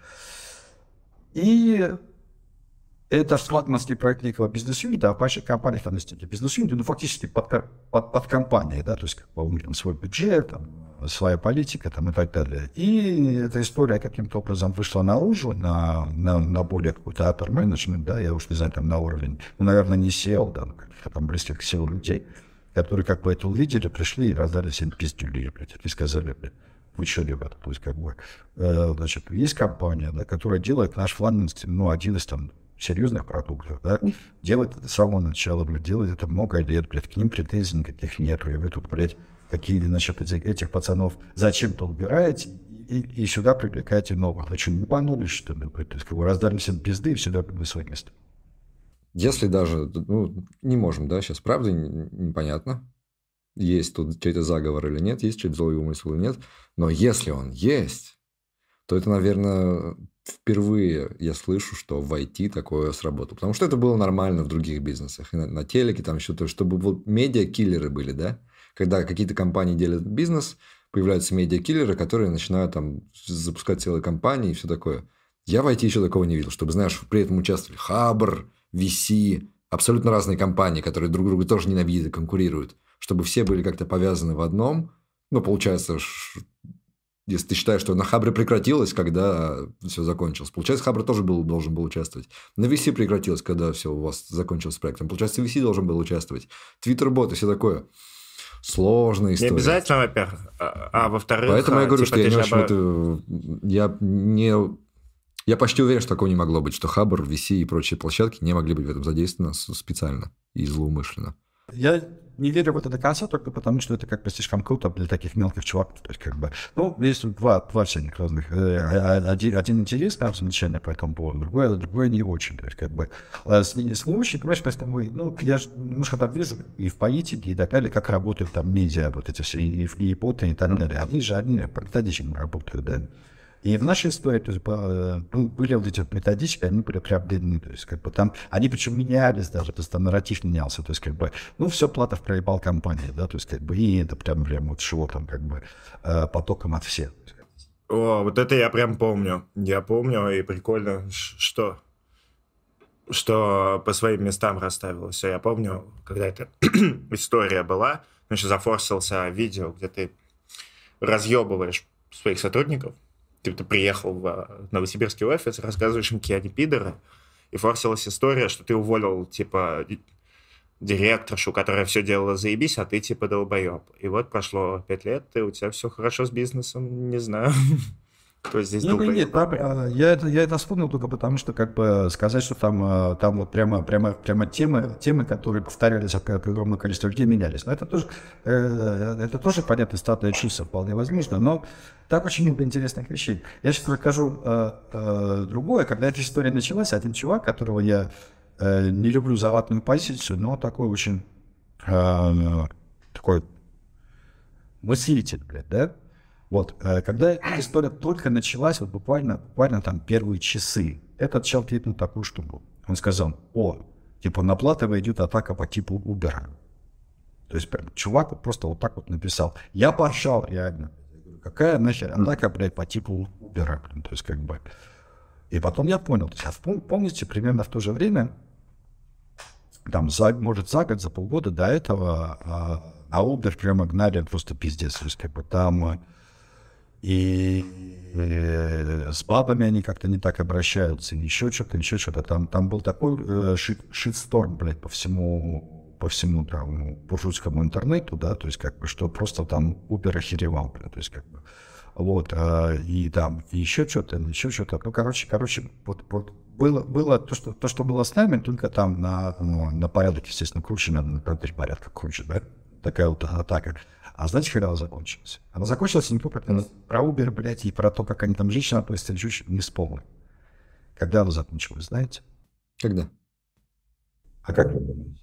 И это флагманский проект некого бизнес-юнита, а в больших компаниях там есть бизнес-юниты, фактически под компанией, да, то есть у них там свой бюджет, там, своя политика там, и так далее. И эта история каким-то образом вышла наружу на более какой-то upper management, да, я уж не знаю, там на уровень, наверное, не SEO, да, там близких к SEO людей, которые это увидели, пришли и раздали всем пиздюли, и сказали, вы что, ребята, то есть значит, есть компания, да, которая делает наш флагманский, один из там серьезных продуктов, да, делает это с самого начала, делает это много лет, к ним претензий никаких нету, и вы тут, какие, значит, этих пацанов зачем-то убираете и сюда привлекаете новых. А что, не понулись, что ли? То есть, раздали всем пизды и сюда на свое место. Если даже, не можем, да, сейчас правда непонятно, есть тут чей-то заговор или нет, есть чей-то злой умысел или нет, но если он есть, то это, наверное, впервые я слышу, что в IT такое сработало. Потому что это было нормально в других бизнесах. И на телеке там еще то, чтобы медиа-киллеры были, да? Когда какие-то компании делят бизнес, появляются медиа-киллеры, которые начинают там запускать целые компании и все такое. Я в IT еще такого не видел, чтобы, знаешь, при этом участвовали Хабр, VC, абсолютно разные компании, которые друг друга тоже ненавидят и конкурируют, чтобы все были как-то повязаны в одном. Получается, если ты считаешь, что на Хабре прекратилось, когда все закончилось. Получается, Хабр тоже должен был участвовать. На VC прекратилось, когда все у вас закончилось с проектом. Получается, VC должен был участвовать. Твиттер-бот и все такое. Сложная история. Не обязательно, во-первых. А во-вторых... Поэтому я говорю, что я не очень... Я почти уверен, что такого не могло быть, что Хабр, VC и прочие площадки не могли быть в этом задействованы специально и злоумышленно. Я не верю в это до конца, только потому, что это слишком круто для таких мелких чуваков. То есть, есть два всяких разных. Один интересный, замечательный по этому поводу, другой не очень. То есть, случай, понимаешь, я же немножко там вижу и в политике, и так далее, как работают там медиа, вот эти все, и боты, и так далее. Они методично работают, да. И в нашей истории то есть, были вот эти методички, они были прям длинные, то есть как бы там, они причем менялись даже, то есть там нарратив менялся, то есть как бы, ну, все Платов проебал компании, да, то есть как бы, и это прям вот шло там как бы потоком от всех. О, вот это я прям помню. Я помню, и прикольно, что по своим местам расставило все. Я помню, когда эта история была, значит, зафорсился видео, где ты разъебываешь своих сотрудников. Ты приехал в новосибирский офис, рассказываешь им, какие они пидоры, и форсилась история, что ты уволил, типа, директоршу, которая все делала заебись, а ты, типа, долбоеб. И вот прошло 5 лет, и у тебя все хорошо с бизнесом, не знаю. Кто здесь долбоеб? Нет, я это вспомнил только потому, что, как бы, сказать, что там вот прямо темы, которые повторялись от огромного количества людей, менялись. Но это тоже понятно, статная чувство, вполне возможно, но так очень много интересных вещей. Я сейчас расскажу другое. Когда эта история началась, один чувак, которого я не люблю за ватную позицию, но такой очень такой мыслитель, блядь, да? Вот, когда эта история только началась, вот буквально там первые часы, этот чел кликнул такую штуку. Он сказал, типа на Платова идет атака по типу Uber. То есть прям, чувак вот просто вот так вот написал. Я поржал реально. Какая нахер атака, блядь, по типу Uber, блин, то есть как бы. И потом я понял, то есть, помните, примерно в то же время, там, за год, за полгода до этого, на Uber прямо гнали просто пиздец, то есть как бы там... И с бабами они как-то не так обращаются, еще что-то. Там был такой шитсторм, блядь, по всему там буржуйскому интернету, да, то есть как бы, что просто там Uber охеревал, блядь, то есть как бы, вот, и там еще что-то. Ну, короче, вот было то, что было с нами, только там на порядок, естественно, круче, на 3 порядка круче, да, такая вот атака. А знаете, когда она закончилась? Она закончилась не только про Uber, блядь, и про то, как они там женщины относятся, чуть не вспомнил. Когда она закончилась, знаете? Когда? А как вы думаете?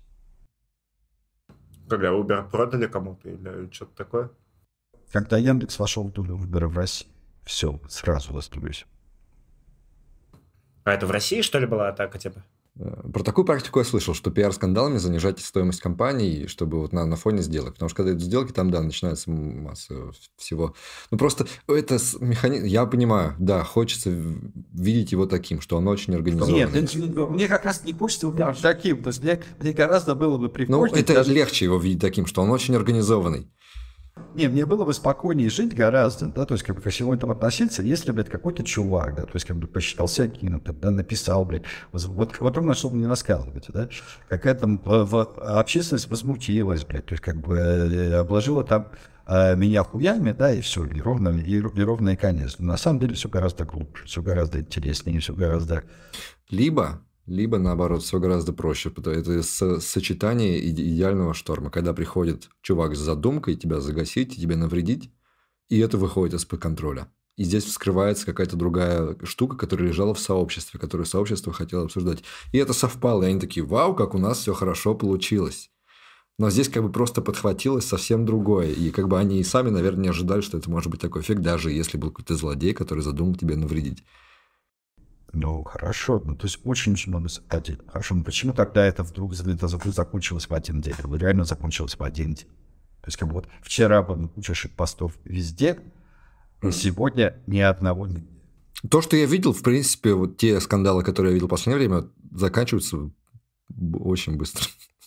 Когда Uber продали кому-то или что-то такое? Когда Яндекс вошел в Uber в России. Все, сразу остановлюсь. А это в России, что ли, была атака, типа? Про такую практику я слышал, что пиар-скандалами занижать стоимость компании, чтобы вот на фоне сделок. Потому что когда идут сделки, там, да, начинается масса всего. Ну, просто это механизм... Я понимаю, да, хочется видеть его таким, что он очень организованный. Нет, мне как раз не хочется его видеть таким. То есть мне гораздо было бы прикольнее... Ну, это даже... легче его видеть таким, что он очень организованный. Не, мне было бы спокойнее жить гораздо, да, то есть как бы ко всему этому относиться, если, блядь, какой-то чувак, да, то есть как бы посчитал всякий, да, написал, блядь, вот ровно, чтобы не рассказывать, да, какая-то общественность возмутилась, блядь, то есть как бы обложила там меня хуями, да, и все, и ровно конец. Но на самом деле все гораздо глубже, все гораздо интереснее, все гораздо... Либо, наоборот, все гораздо проще. Это сочетание идеального шторма. Когда приходит чувак с задумкой тебя загасить и тебе навредить, и это выходит из-под контроля. И здесь вскрывается какая-то другая штука, которая лежала в сообществе, которую сообщество хотело обсуждать. И это совпало. И они такие, вау, как у нас все хорошо получилось. Но здесь как бы просто подхватилось совсем другое. И как бы они и сами, наверное, не ожидали, что это может быть такой эффект, даже если был какой-то злодей, который задумал тебе навредить. Ну, хорошо. Ну, то есть, очень-очень много событий. Хорошо, но почему тогда это вдруг закончилось в один день? Это реально закончилось в один день. То есть, как бы вот вчера было куча шит-постов везде, и сегодня ни одного нет. То, что я видел, в принципе, вот те скандалы, которые я видел в последнее время, заканчиваются очень быстро.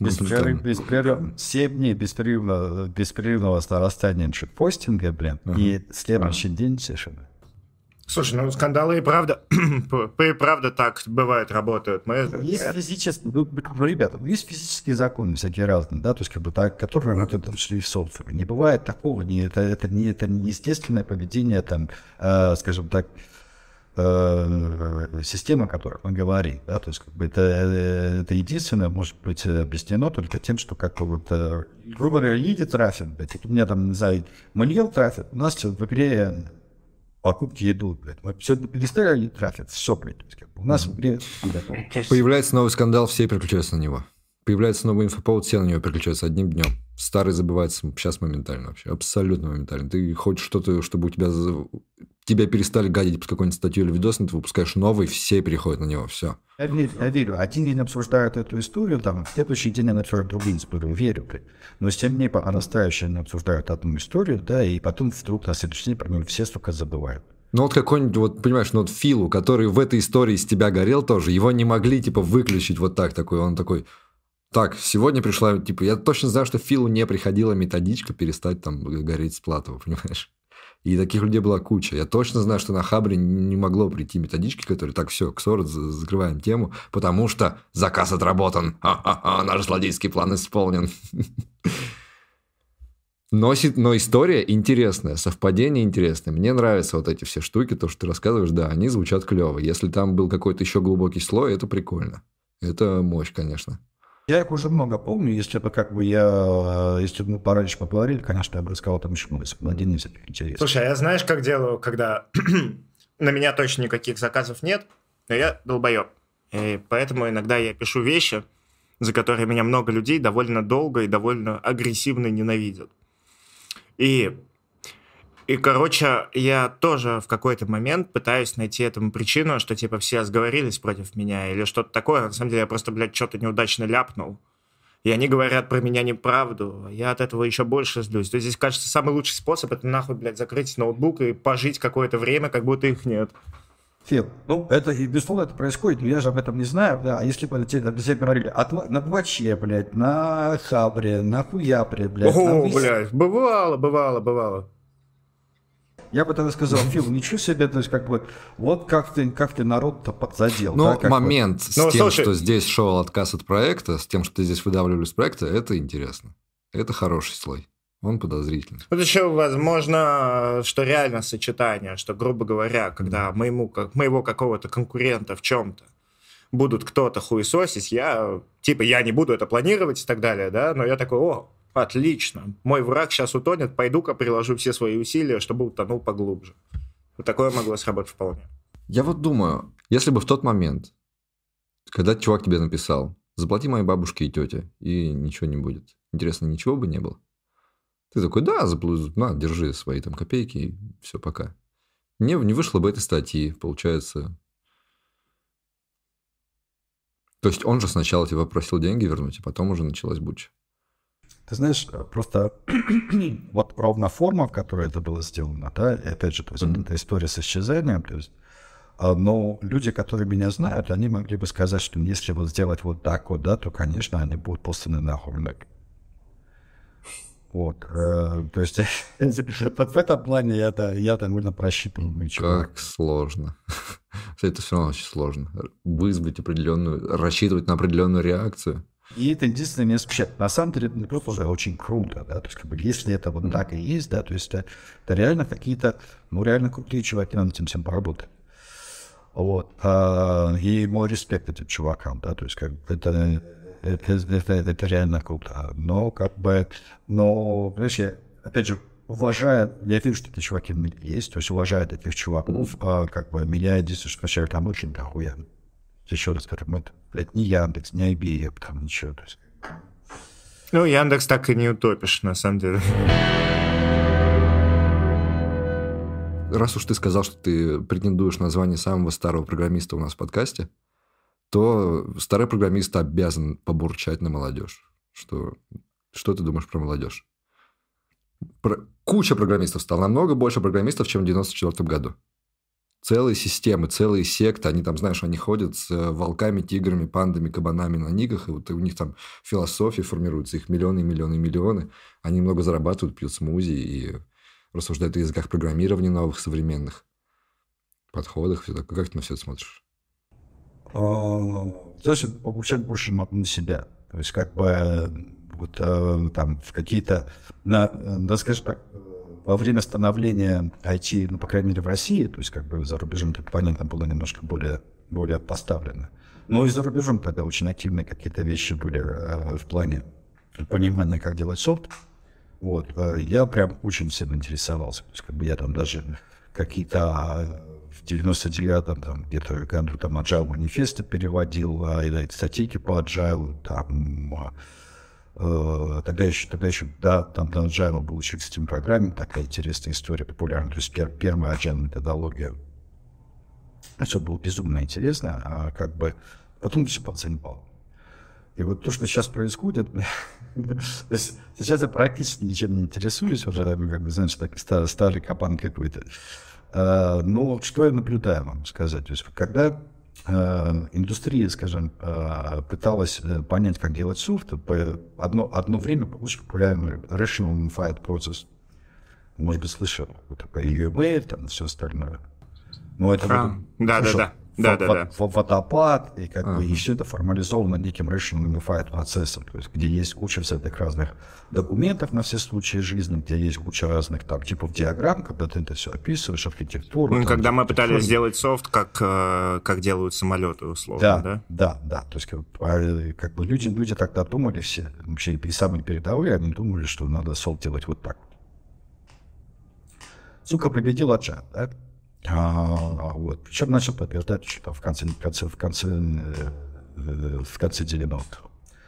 7 дней беспрерывного нарастания шит-постинга, блин, и следующий день совершенно. Слушай, ну скандалы и правда так бывает, работают. Есть физические, ребята, есть физические законы всякие разные, да, то есть как бы так, которые работают там в софтвере. Не бывает такого, это не естественное поведение, там, скажем так, система, о которой мы говорим, да, то есть как бы это единственное может быть объяснено только тем, что как бы вот, грубо говоря, едет трафик, у меня там, не знаю, миллион трафик, у нас в игре покупки идут, блядь. Мы все перестали трафик, все, блядь. У нас в игре... Появляется новый скандал, все переключаются на него. Появляется новый инфоповод, все на него переключаются одним днем. Старый забывается сейчас моментально вообще, абсолютно моментально. Ты хочешь что-то, чтобы у тебя тебя перестали гадить под какой-нибудь статью или видос, ты выпускаешь новый, все переходят на него, все. Я верю. Один день обсуждают эту историю, там, в следующий день она обсуждают другие истории, верю. Но с тем не менее, нарастающе они обсуждают одну историю, да, и потом вдруг на следующий день про нее все столько забывают. Ну вот какой-нибудь, вот понимаешь, ну вот Филу, который в этой истории с тебя горел тоже, его не могли, типа, выключить вот так такой, он такой... Так, сегодня пришла, типа, я точно знаю, что Филу не приходила методичка перестать там гореть с Платова, понимаешь? И таких людей была куча. Я точно знаю, что на Хабре не могло прийти методички, которые так, все, Ксорд, закрываем тему, потому что заказ отработан. Наш злодейский план исполнен. Но история интересная, совпадение интересное. Мне нравятся вот эти все штуки, то, что ты рассказываешь, да, они звучат клево. Если там был какой-то еще глубокий слой, это прикольно. Это мощь, конечно. Я их уже много помню, если бы если бы мы пораньше поговорили, конечно, я бы рассказал там еще много, один из этих интересов. Слушай, а я знаешь, как делаю, когда на меня точно никаких заказов нет, но я долбоеб. И поэтому иногда я пишу вещи, за которые меня много людей довольно долго и довольно агрессивно ненавидят. И, короче, я тоже в какой-то момент пытаюсь найти этому причину, что, типа, все сговорились против меня или что-то такое. На самом деле я просто, блядь, что-то неудачно ляпнул. И они говорят про меня неправду. Я от этого еще больше злюсь. То есть здесь, кажется, самый лучший способ — это нахуй, блядь, закрыть ноутбук и пожить какое-то время, как будто их нет. Фил, ну, это, безусловно, это происходит, но я же об этом не знаю, да, а если бы тебе говорили, на Дваче, блядь, на Хабре, на Хуяпре, блядь. О, блядь, бывало. Я бы тогда сказал, Фил, ничего себе, то есть как бы, вот как ты народ-то подзадел. Ну, да, момент с тем, слушай, что здесь шел отказ от проекта, с тем, что ты здесь выдавливали с проекта, это интересно. Это хороший слой. Он подозрительный. Вот еще, возможно, что реально сочетание, что, грубо говоря, когда моего какого-то конкурента в чем-то будут кто-то хуесосить, я не буду это планировать и так далее, да, но я такой, отлично, мой враг сейчас утонет, пойду-ка приложу все свои усилия, чтобы утонул поглубже. Вот такое могло сработать вполне. Я вот думаю, если бы в тот момент, когда чувак тебе написал, заплати моей бабушке и тете, и ничего не будет. Интересно, ничего бы не было? Ты такой, да, на, держи свои там копейки, и все, пока. Не вышло бы этой статьи, получается. То есть он же сначала тебя попросил деньги вернуть, а потом уже началась буча. Ты знаешь, просто вот ровно форма, в которой это было сделано, да, и опять же, то есть эта история с исчезанием, то есть, но люди, которые меня знают, они могли бы сказать, что если вот сделать вот так вот, да, то, конечно, они будут посланы нахуй. Вот, то есть в этом плане я довольно просчитанный человек. Как сложно. Это все равно очень сложно. Вызвать рассчитывать на определенную реакцию. И это единственное не смущает. На самом деле, это просто очень круто, да, то есть, как бы, если это вот так и есть, да, то есть, это реально какие-то, реально крутые чуваки над этим всем поработали. Вот, и мой респект этим чувакам, да, то есть, как бы, это реально круто, но, знаешь, я, опять же, уважаю, я вижу, что эти чуваки в мире есть, то есть, уважаю этих чуваков, как бы, меня единственное, что вообще там очень дохуя. Еще раз скажем, это, блядь, не Яндекс, не IBM, там ничего. То есть... Ну, Яндекс так и не утопишь, на самом деле. Раз уж ты сказал, что ты претендуешь на звание самого старого программиста у нас в подкасте, то старый программист обязан побурчать на молодежь. Что ты думаешь про молодежь? Куча программистов стало, намного больше программистов, чем в 1994 году. Целые системы, целые секты, они там, знаешь, они ходят с волками, тиграми, пандами, кабанами на никах, и вот у них там философия формируется, их миллионы. Они много зарабатывают, пьют смузи и рассуждают о языках программирования новых, современных подходах. Все такое. Как ты на все это смотришь? Знаешь, получать больше на себя. То есть, как бы, вот там в какие-то, скажем так, во время становления IT, по крайней мере, в России, то есть, как бы, за рубежом, так понятно, было немножко более поставлено. Но и за рубежом тогда очень активные какие-то вещи были в плане понимания, как делать софт. Вот. Я прям очень сильно интересовался. То есть, как бы, я там даже какие-то в 99-м там где-то году там Agile манифесты переводил, статейки по Agile, там Тогда еще, да, там на Agile был еще Extreme Programming, такая интересная история, популярная. То есть первая Agile методология. Все было безумно интересно, а как бы потом все подзанимало. И вот то, что сейчас происходит, сейчас я практически ничем не интересуюсь, уже, как бы, знаешь, так старый капан какой-то. Но что я наблюдаю, могу сказать. То есть, когда индустрия, скажем, пыталась понять, как делать софт, одно время очень популярный Rational Unified Process. Может быть, слышал, вот такой UML, там все остальное. Но это да. Водопад, и как бы и все это формализовано неким Rational Unified процессом, то есть где есть куча всяких разных документов на все случаи жизни, где есть куча разных там типов диаграмм, когда ты это все описываешь, архитектуру. Ну, когда мы пытались сделать софт, как делают самолеты, условно, да? Да. То есть как бы люди тогда думали все, вообще и самые передовые, они думали, что надо софт делать вот так. Сука, победил Agile, да? Вот. Причем начал побеждать что-то в конце 90-х.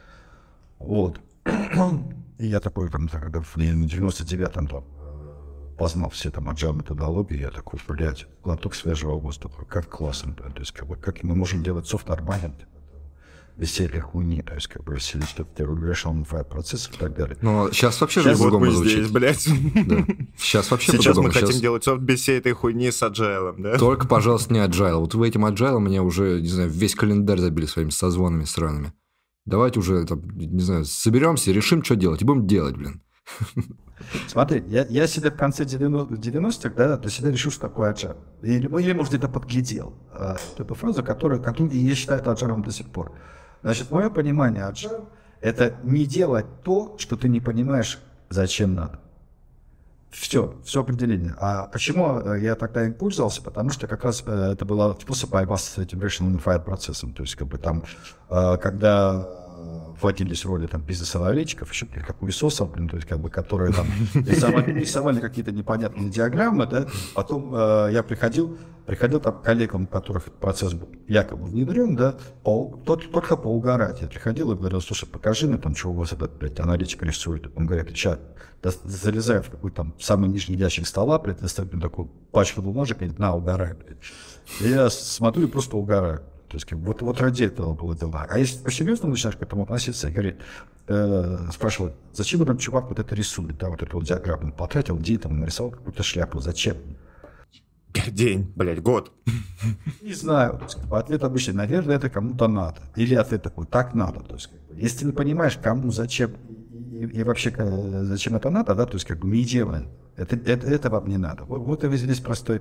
Вот. И я такой, там, когда в 99-м там познал все там Agile методологии, я такой, блядь, глоток свежего воздуха, как классно, да? То есть, как мы можем делать софт нормально, без всякой хуйни, то есть, как бы, решал процесс и так далее. Но сейчас вообще же по-другому звучит. Здесь, блядь. Да. Сейчас вообще Сейчас по-другому. мы хотим делать софт без всей этой хуйни с Agile, да? Только, пожалуйста, не Agile. Вот в этим Agile мне уже, не знаю, весь календарь забили своими созвонами сраными. Давайте уже, там, не знаю, соберемся, решим, что делать, и будем делать, блин. Смотри, я себе в конце 90-х, да, для себя решил, что такое Agile. Или может, это подглядел. Эту фразу, которую я считаю Agile до сих пор. Значит, мое понимание Agile – это не делать то, что ты не понимаешь, зачем надо. Все определение. А почему я тогда им пользовался? Потому что как раз это было способ борьбы с этим Rational Unified процессом. То есть, как бы там, когда вводились роли там бизнес-аналитиков, еще как уисосов, то есть, как бы, которые там рисовали какие-то непонятные диаграммы, да, потом я приходил там к коллегам, у которых процесс был якобы внедрен, да, только поугарать. Я приходил и говорил, слушай, покажи мне там, что у вас этот, блядь, аналитик рисует. Он говорит, сейчас залезаю в какой-то там самый нижний ящик стола, блядь, достаю такую пачку бумажек, и на, угорай, блядь. И я смотрю и просто угораю. То есть, вот ради этого было дело. А если по-серьезному начинаешь к этому относиться, говорит, спрашивают, зачем этот чувак вот это рисует, да, вот эту вот диаграмму, потратил день, там, нарисовал какую-то шляпу, зачем? День, блядь, год. Не знаю. Ответ обычный, наверное, это кому-то надо. Или ответ такой, так надо. То есть, если ты не понимаешь, кому, зачем и вообще зачем это надо, да, то есть как бы не делай. Это вам не надо. Вот и здесь простой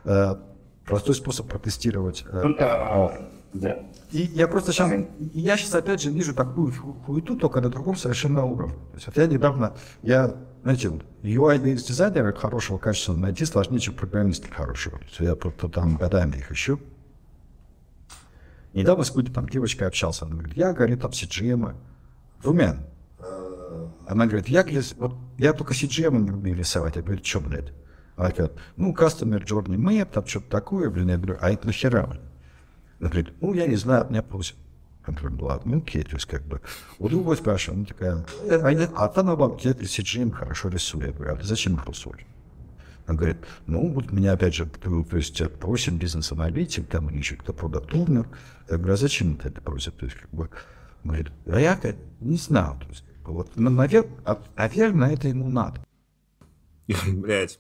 способ протестировать. Да. И я просто сейчас опять же вижу такую хуету, только на другом совершенно уровне. То есть, вот я недавно, знаете, UI-дизайнера хорошего качества найти сложнее, чем программиста хорошего. То есть, я просто там годами их ищу. Недавно с какой-то там девочкой общался. Она говорит, я, говорит, там CGM. Румян. Она говорит, я только CGM не умею рисовать. Я говорю, что, блядь? Она говорит, Customer Journey Map, там что-то такое, блин. Я говорю, а это нахера? Она говорит, я не знаю, меня просят. Я говорю, ладно, окей, то есть как бы. У другой спрашиваю, она такая, а та наоборот, я CGM хорошо рисую. Я говорю, а ты зачем их рисуешь? Она говорит, вот меня опять же, то есть просим бизнес-аналитик, там или еще кто продакт-овнер. Я говорю, а зачем ты это просят? То есть как бы, говорит, а я не знаю. То есть, как бы, вот, наверное, это ему надо. Блять.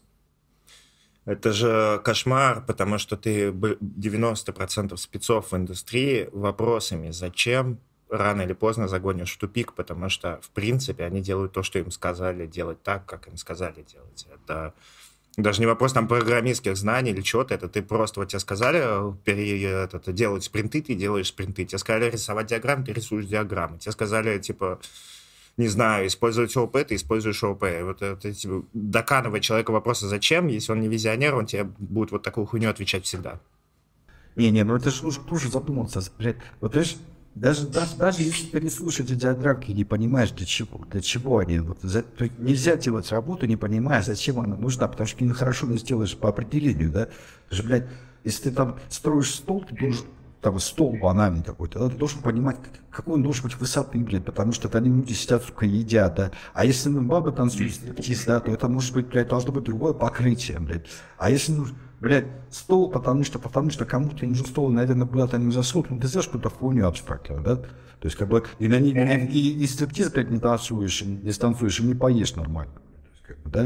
Это же кошмар, потому что ты 90% спецов в индустрии вопросами «зачем?» рано или поздно загонишь в тупик, потому что, в принципе, они делают то, что им сказали делать так, как им сказали делать. Это даже не вопрос там программистских знаний или чего-то, это ты просто, вот тебе сказали делать спринты, ты делаешь спринты. Тебе сказали рисовать диаграммы, ты рисуешь диаграммы. Тебе сказали, типа, не знаю, использовать ООП, ты используешь ООП. Вот это типа, доканывать человека вопроса «зачем?», если он не визионер, он тебе будет вот такую хуйню отвечать всегда. Это же нужно тоже задуматься, блядь. Вот понимаешь, даже если ты не слушаешь эти диаграммки и не понимаешь, для чего они, нельзя делать работу, не понимая, зачем она нужна, потому что хорошо не сделаешь по определению, да. Даже, блядь, если ты там строишь стол, ты там стол банальный какой-то, ты должен понимать, какой он должен быть высоты, блядь, потому что там люди сидят, сука, едят, да. А если баба танцует стриптиз, да, то это может быть, блядь, должно быть другое покрытие, блядь. А если, блядь, стол, потому что кому-то нужен стол, наверное, куда-то не засунут, ну, ты знаешь, какую-то хуйню абстрактную, да. То есть, как бы, и стриптиз, блядь, не танцуешь, не станцуешь, и не поешь нормально. То есть, как бы, да.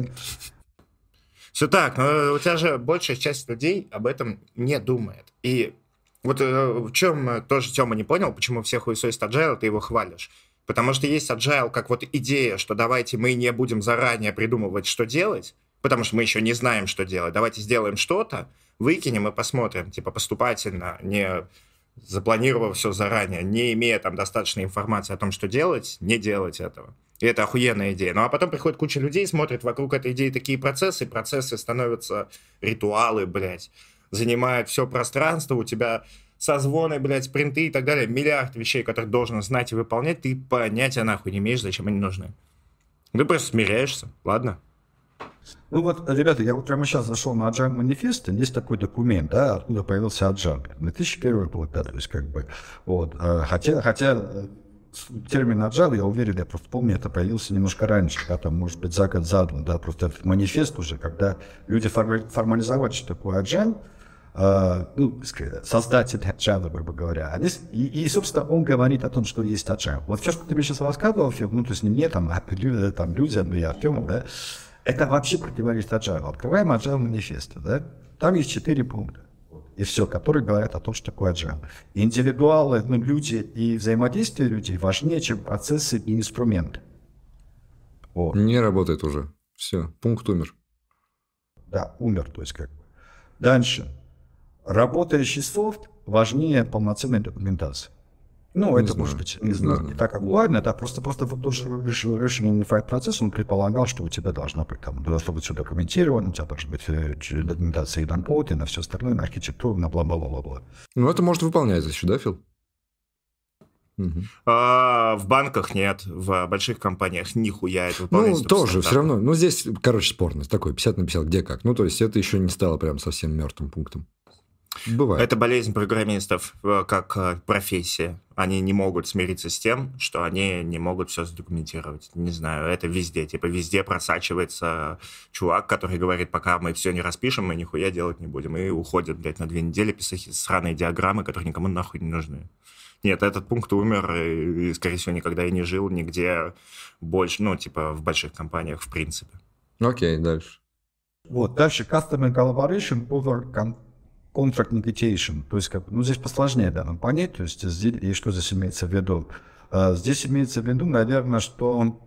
Все так, но у тебя же большая часть людей об этом не думает. И вот в чем тоже Тёма не понял, почему все хуесосят Agile, ты его хвалишь. Потому что есть Agile как вот идея, что давайте мы не будем заранее придумывать, что делать, потому что мы еще не знаем, что делать. Давайте сделаем что-то, выкинем и посмотрим, типа поступательно, не запланировав все заранее, не имея там достаточной информации о том, что делать, не делать этого. И это охуенная идея. Ну а потом приходит куча людей, смотрит вокруг этой идеи такие процессы становятся ритуалы, блядь, занимают все пространство, у тебя созвоны, блядь, спринты и так далее, миллиард вещей, которые должен знать и выполнять, ты понятия нахуй не имеешь, зачем они нужны. Ты просто смиряешься, ладно? Ну вот, ребята, я вот прямо сейчас зашел на Agile Manifest, есть такой документ, да, откуда появился Agile. 2001 год, да, то есть как бы, вот, хотя термин Agile, я уверен, я просто помню, это появился немножко раньше, да, там, может быть, за год задом, да, просто этот манифест уже, когда люди формализовали, что такое Agile, создатель Agile, грубо говоря, и, собственно, он говорит о том, что есть Agile. Вот все, что ты мне сейчас рассказывал, ну, то есть не мне, там, людям, и Артему, да, это вообще противоречит Agile. Открываем Agile манифест, да, там есть 4 пункта. И все, которые говорят о том, что такое Agile. Индивидуалы, люди и взаимодействие людей важнее, чем процессы и инструменты. Вот. Не работает уже. Все, пункт умер. Да, умер, то есть как бы. Дальше. Работающий софт важнее полноценной документации. Ну, не это знаю. Может быть не так актуально, да, просто вот тоже решение Unified процесс, он предполагал, что у тебя должно быть все документировано, у тебя должна быть документация и дампоут, и на все остальное, на архитектуру, на бла-бла-бла-бла. Ну, это может выполняться еще, да, Фил? Угу. В банках нет, в больших компаниях нихуя это выполняется. Ну, тоже, все равно. Ну, здесь, короче, спорно. Такой 50 на 50, где как. Ну, то есть, это еще не стало прям совсем мертвым пунктом. Бывает. Это болезнь программистов как профессия. Они не могут смириться с тем, что они не могут все задокументировать. Не знаю, это везде. Типа везде просачивается чувак, который говорит, пока мы все не распишем, мы нихуя делать не будем. И уходит, блядь, на 2 недели писать сраные диаграммы, которые никому нахуй не нужны. Нет, этот пункт умер и, скорее всего, никогда и не жил нигде больше, ну, типа в больших компаниях в принципе. Окей, дальше. Вот, дальше Customer Collaboration over Contract Negotiation. То есть, как, ну, здесь посложнее, да, нам понять, то есть, здесь, и что здесь имеется в виду? Здесь имеется в виду, наверное, что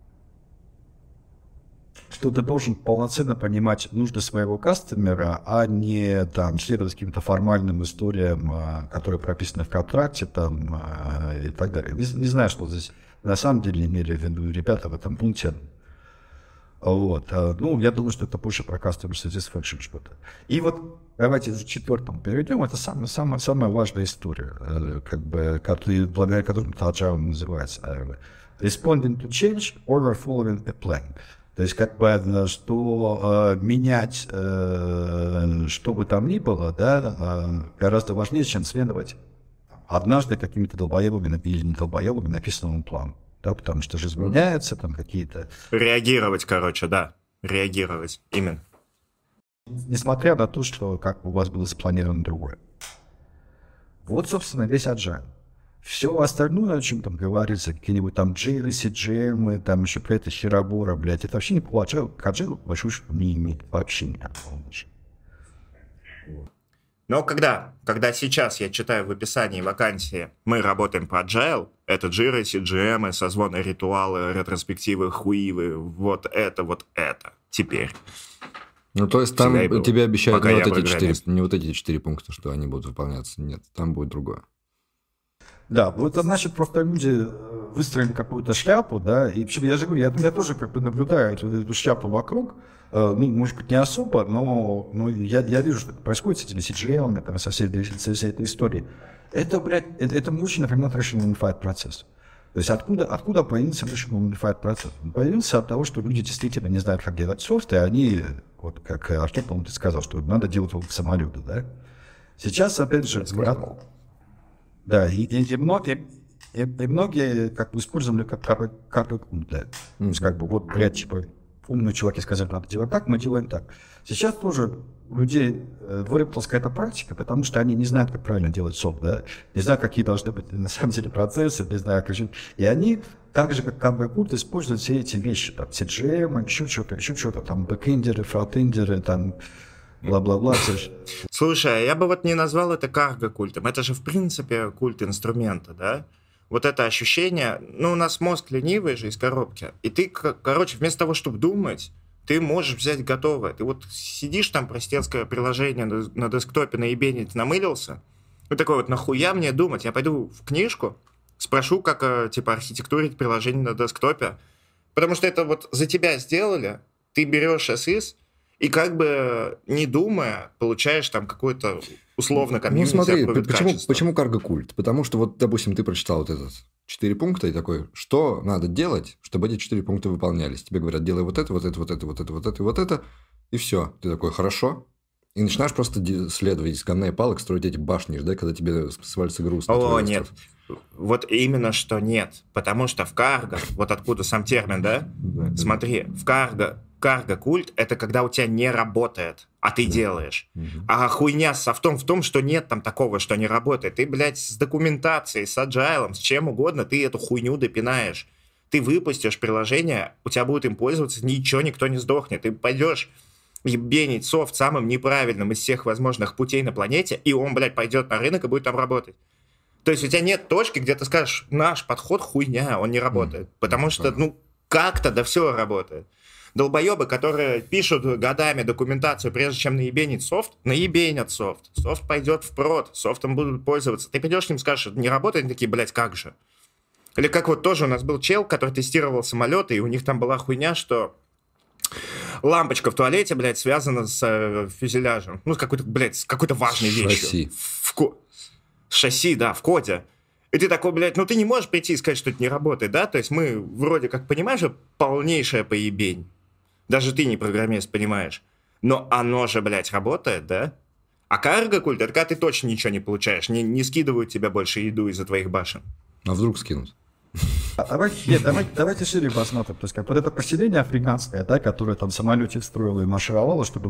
ты должен полноценно понимать нужды своего кастомера, а не там следовать каким-то формальным историям, которые прописаны в контракте там, и так далее. Не знаю, что здесь на самом деле имели в виду ребята в этом пункте. Вот. Ну, я думаю, что это больше про customer satisfaction что-то. И вот давайте за 4-м перейдем. Это самая важная история, как бы, благодаря которой Agile называется. Responding to change or following a plan. То есть, как бы, что менять, что бы там ни было, да, гораздо важнее, чем следовать однажды какими-то долбоебами или не долбоебами написанному плану. Да, потому что же изменяются там какие-то... Реагировать, короче, да. Реагировать, именно. Несмотря на то, что как у вас было запланировано другое. Вот, собственно, весь Agile. Все остальное, о чем там говорится, какие-нибудь там Jira, CGM, там еще какая-то херобора, блядь, это вообще не по Agile, к Agile большую не имеет вообще никакого. Но когда сейчас я читаю в описании вакансии «Мы работаем по Agile», это Jira, CGM, созвоны, ритуалы, ретроспективы, хуивы, вот это теперь. Ну, то есть там тебе обещают не вот эти 4 пункта, что они будут выполняться. Нет, там будет другое. Да, вот это значит, просто люди выстроили какую-то шляпу, да, и я же говорю, я тоже как бы наблюдаю эту шляпу вокруг, ну, может быть, не особо, но я вижу, что происходит с этими CGM, там, со всей этой историей. Это, блядь, это очень напоминает Rational Unified процесс. То есть откуда появился Rational Unified процесс? Он появился от того, что люди действительно не знают, как делать софт, и они, вот как Артем, по-моему, ты сказал, что надо делать его в самолете, да? Сейчас, опять же, Да, и многие как бы использовали как карго культ, да. То есть как бы вот, блядь, типа, умные чуваки сказали, надо делать так, мы делаем так. Сейчас тоже у людей выработалась какая-то практика, потому что они не знают, как правильно делать софт, да, не знают, какие должны быть на самом деле процессы, не знают, как... И они так же, как карго-культ, используют все эти вещи, там, CGM, еще что-то, там, бэкэндеры, фронтендеры, там, бла-бла-бла. Слушай, я бы вот не назвал это карго-культом. Это же, в принципе, культ инструмента, да? Вот это ощущение... Ну, у нас мозг ленивый же из коробки. И ты, короче, вместо того, чтобы думать, ты можешь взять готовое. Ты вот сидишь там, простецкое приложение на десктопе, наебенить, намылился. И такой вот, нахуя мне думать? Я пойду в книжку, спрошу, как, типа, архитектурить приложение на десктопе. Потому что это вот за тебя сделали. Ты берешь SIS, и как бы не думая, получаешь там какой-то условно комьюнити. Ну смотри, почему карго-культ? Потому что вот, допустим, ты прочитал вот этот 4 пункта и такой, что надо делать, чтобы эти 4 пункта выполнялись? Тебе говорят, делай вот это, вот это, вот это, вот это, вот это, вот это, и все. Ты такой, хорошо. И начинаешь просто следовать из камня и палок, строить эти башни, ждать, когда тебе свалится груз. О, нет. Вот именно что нет. Потому что в карго, вот откуда сам термин, да? Смотри, в карго-культ — это когда у тебя не работает, а ты делаешь. А хуйня с софтом в том, что нет там такого, что не работает. Ты, блядь, с документацией, с agile, с чем угодно, ты эту хуйню допинаешь. Ты выпустишь приложение, у тебя будет им пользоваться, ничего, никто не сдохнет. Ты пойдешь ебенить софт самым неправильным из всех возможных путей на планете, и он, блядь, пойдет на рынок и будет там работать. То есть у тебя нет точки, где ты скажешь, наш подход хуйня, он не работает. Потому что, ну, как-то да все работает. Долбоебы, которые пишут годами документацию, прежде чем наебенить софт, наебенят софт. Софт пойдет в прод, софтом будут пользоваться. Ты придешь к ним, скажешь, не работает, они такие, блядь, как же? Или как вот тоже у нас был чел, который тестировал самолеты, и у них там была хуйня, что лампочка в туалете, блядь, связана с фюзеляжем. Ну, с какой-то, блядь, с какой-то важной вещью. Шасси, да, в коде. И ты такой, блядь, ну ты не можешь прийти и сказать, что это не работает, да? То есть мы вроде как понимаем, что полнейшая поебень. Даже ты не программист, понимаешь. Но оно же, блядь, работает, да? А карго-культ — это когда ты точно ничего не получаешь. Не скидывают тебя больше еду из-за твоих башен. А вдруг скинут? Давайте шире посмотрим. То есть, как вот это поселение африканское, да, которое там самолете строило и маршировало, чтобы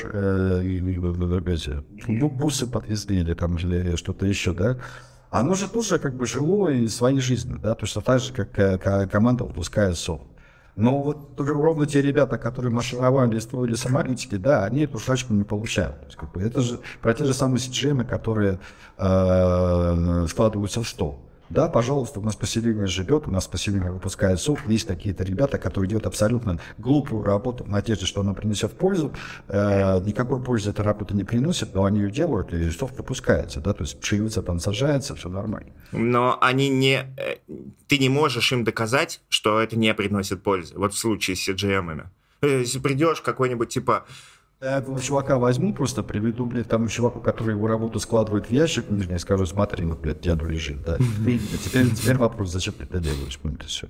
бусы подвезли или там или что-то еще, да, оно же тоже как бы жило и своей жизнью, да, точно так же, как команда выпускает софт. Но вот ровно те ребята, которые маршировали и строили самолетики, да, они эту шашку не получают. То есть, как бы, это же про те же самые CGM, которые складываются в стол. Да, пожалуйста, у нас поселение живет, у нас поселение выпускает софт, есть какие-то ребята, которые делают абсолютно глупую работу в надежде, что она принесет пользу. Никакой пользы эта работа не приносит, но они ее делают, и софт выпускается, да, то есть пшеница там сажается, все нормально. Но они не... Ты не можешь им доказать, что это не приносит пользы, вот в случае с CGM-ами. Если придешь какой-нибудь типа... Я этого чувака возьму, просто приведу, блядь, тому чуваку, который его работу складывает в ящик нижний, и скажу, смотри, вот, блядь, дяду лежит, да. Теперь вопрос, зачем ты это делаешь, это все.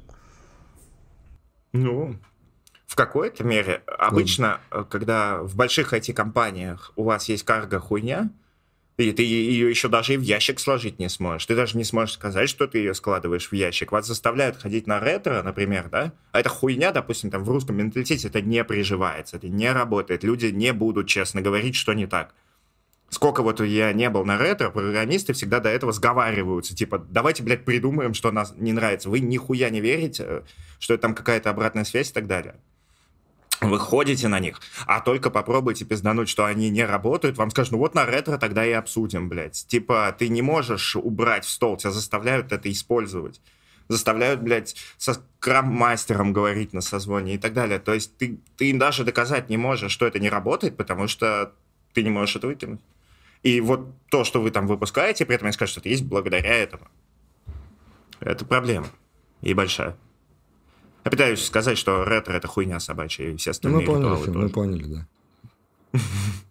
Ну, в какой-то мере. Обычно, когда в больших IT-компаниях у вас есть карго-хуйня, и ты ее еще даже и в ящик сложить не сможешь. Ты даже не сможешь сказать, что ты ее складываешь в ящик. Вас заставляют ходить на ретро, например, да? А эта хуйня, допустим, там в русском менталитете это не приживается, это не работает. Люди не будут честно говорить, что не так. Сколько вот я не был на ретро, программисты всегда до этого сговариваются. Типа, давайте, блядь, придумаем, что нам не нравится. Вы нихуя не верите, что это там какая-то обратная связь и так далее. Вы ходите на них, а только попробуйте пиздануть, что они не работают, вам скажут, ну вот на ретро тогда и обсудим, блядь. Типа, ты не можешь убрать в стол, тебя заставляют это использовать. Заставляют, блядь, со скрам-мастером говорить на созвоне и так далее. То есть ты им даже доказать не можешь, что это не работает, потому что ты не можешь это выкинуть. И вот то, что вы там выпускаете, при этом они скажут, что это есть благодаря этому. Это проблема. И большая. Я пытаюсь сказать, что ретро — это хуйня собачья, и все остальные ритуалы тоже. Мы поняли, да.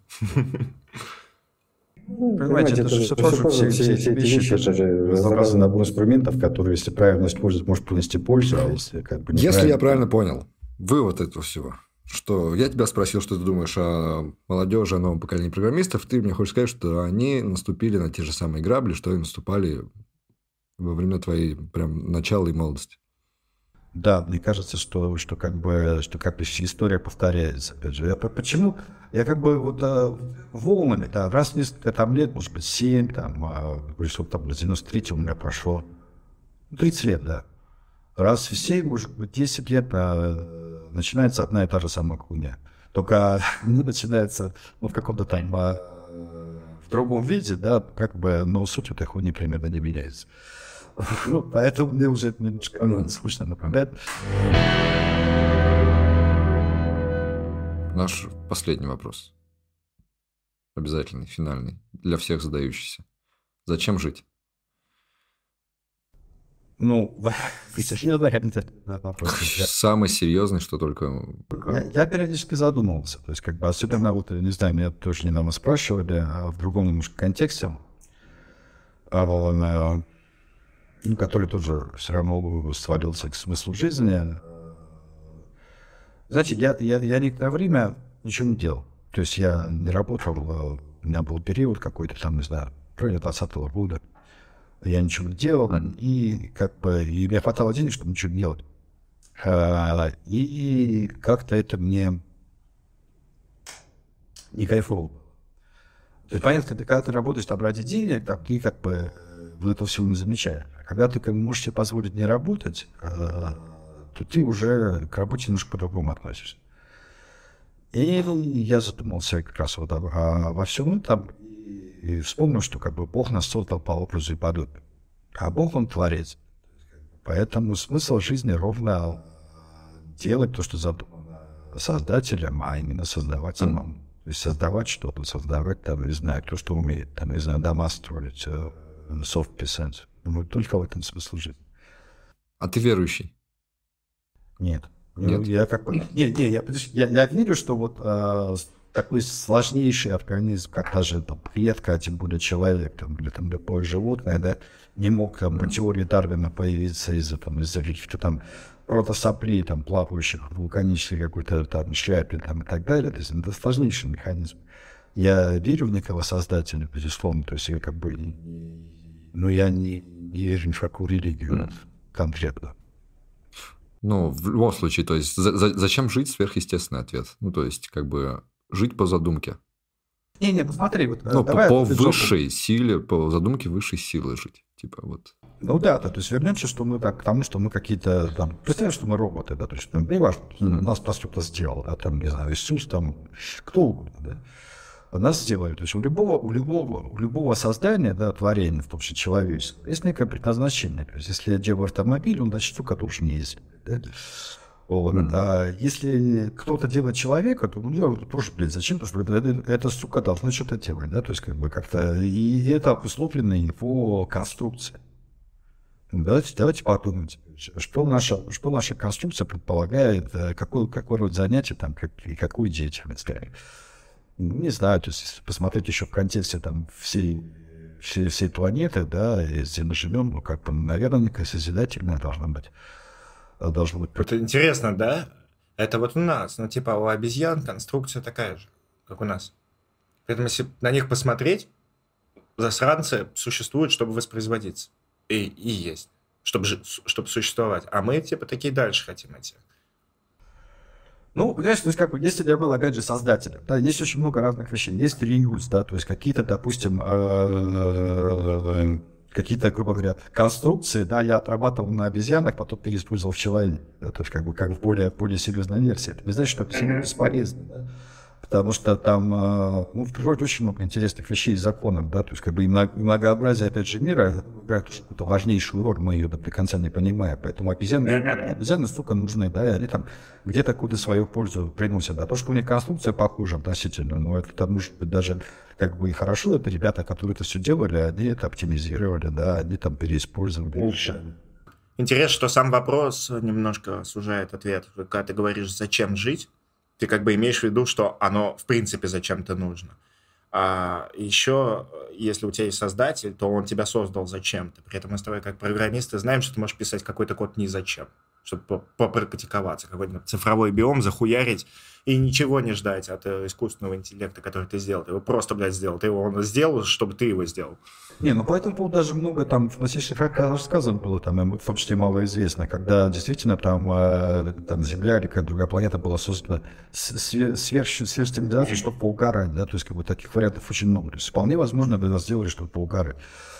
Понимаете, это же тоже все эти вещи, это же разнообразный набор инструментов, которые, если правильно использовать, может принести пользу. Если я правильно понял, вывод этого всего, что я тебя спросил, что ты думаешь о молодежи, о новом поколении программистов, ты мне хочешь сказать, что они наступили на те же самые грабли, что и наступали во время твоей прям начала и молодости. Да, мне кажется, что как бы история повторяется. Опять же, почему? Я как бы вот волнами, да, раз в несколько там лет, может быть, 7, там, сколько там, 93 у меня прошло, 30 лет, да. Раз в 7, может быть, 10 лет начинается одна и та же самая хуйня. Только начинается в каком-то там в другом виде, да, как бы, но суть этой хуйни примерно не меняется. Ну, поэтому мне уже это немножко скучно напоминает. Наш последний вопрос. Обязательный, финальный. Для всех задающийся. Зачем жить? Ну, самый серьезный, что только... Я периодически задумывался. То есть, как бы, особенно, вот, не знаю, меня тоже недавно спрашивали, в другом немножко контексте. Который тоже все равно свалился к смыслу жизни. Знаете, я некоторое время ничего не делал. То есть я не работал, у меня был период какой-то там, не знаю, в районе 2020 года. Я ничего не делал, и как бы и мне хватало денег, чтобы ничего не делать. И как-то это мне не кайфово. То есть, понятно, когда ты работаешь там ради денег, там, ты как бы вы этого всего не замечаешь. Когда ты можешь себе позволить не работать, то ты уже к работе немножко по-другому относишься. И я задумался как раз вот во всем этом и вспомнил, что как бы Бог нас создал по образу и подобию. А Бог, Он творец. Поэтому смысл жизни ровно делать то, что задумано Создателем, а именно создавать самому. То есть создавать что-то, создавать, там, не знаю, то, что умеет, там, не знаю, дома строить, софт писать. Думаю, только в этом смысл жизни. А ты верующий? Нет. Нет? Я как бы... Я верю, что вот такой сложнейший организм, как даже там, клетка, а тем более человек, там, или там любое животное, да, не мог там, по теории Дарвина появиться из-за каких-то там протосоплей, там, плавающих в вулканической какой-то там шляпе, там, и так далее. То есть это сложнейший механизм. Я верю в некого создателя, безусловно, то есть я как бы... Но я не верю ни в какую религию конкретно. Ну, в любом случае, то есть зачем жить — сверхъестественный ответ. Ну, то есть, как бы жить по задумке. Не, посмотри, вот... Ну, по высшей силе, по задумке высшей силы жить. Типа вот. Ну да, то есть вернемся, что мы так, к тому, что мы какие-то там... Представляем, что мы роботы, да, то есть не важно, нас кто-то сделал, да, там, не знаю, Иисус, там, кто угодно, да. Нас сделали. То есть у любого создания, да, творения, в том числе человечества, есть некое предназначение. То есть если я делаю автомобиль, он, значит, штука должен ездить. Да? Вот. А если кто-то делает человека, то тоже, зачем? Потому что эта сука должна что-то делать, да, то есть как бы как-то... И это обусловлено его конструкцией. Давайте подумать, что наша конструкция предполагает, какой род занятий, там, какую деятельность. Не знаю, то есть если посмотреть еще в контексте там всей планеты, да, если мы живем, ну, как бы, наверное, некая созидательная должна быть. Это интересно, да? Это вот у нас, ну, типа у обезьян конструкция такая же, как у нас. Поэтому если на них посмотреть, засранцы существуют, чтобы воспроизводиться. И есть, чтобы существовать. А мы, типа, такие дальше хотим идти. Ну, понимаешь, то есть, как бы, если я был, опять же, создателем, да, есть очень много разных вещей. Есть реюз, да, то есть какие-то, допустим, какие-то, грубо говоря, конструкции, да, я отрабатывал на обезьянах, потом переиспользовал в человеке, да, то есть как в более серьезной версии. Это не значит, что это сильно бесполезно, да? Потому что там, ну, в природе очень много интересных вещей и законов, да, то есть как бы и многообразие, опять же, мира играет какую-то важнейшую роль, мы ее до конца не понимаем, поэтому обезьяны, сука, нужны, да, и они там где-то какую-то свою пользу приносят, да, то, что у них конструкция похожа относительно, но это может быть даже как бы и хорошо, это ребята, которые это все делали, они это оптимизировали, да, они там переиспользовали. Интересно, что сам вопрос немножко сужает ответ, когда ты говоришь, зачем жить, ты как бы имеешь в виду, что оно в принципе зачем-то нужно. А еще, если у тебя есть создатель, то он тебя создал зачем-то. При этом мы с тобой как программисты знаем, что ты можешь писать какой-то код не зачем. чтобы попрактиковаться, какой-то цифровой биом захуярить и ничего не ждать от искусственного интеллекта, который ты сделал. Ты его просто, блядь, сделал. Ты его сделал, чтобы ты его сделал. Не, ну по этому поводу даже много там в классических рассказах было, там, в том числе малоизвестно, когда действительно там Земля или какая-то другая планета была создана сверхцивилизацией, чтобы поугарать, да, то есть как бы таких вариантов очень много. То есть вполне возможно, бы нас сделали, чтобы поугарать.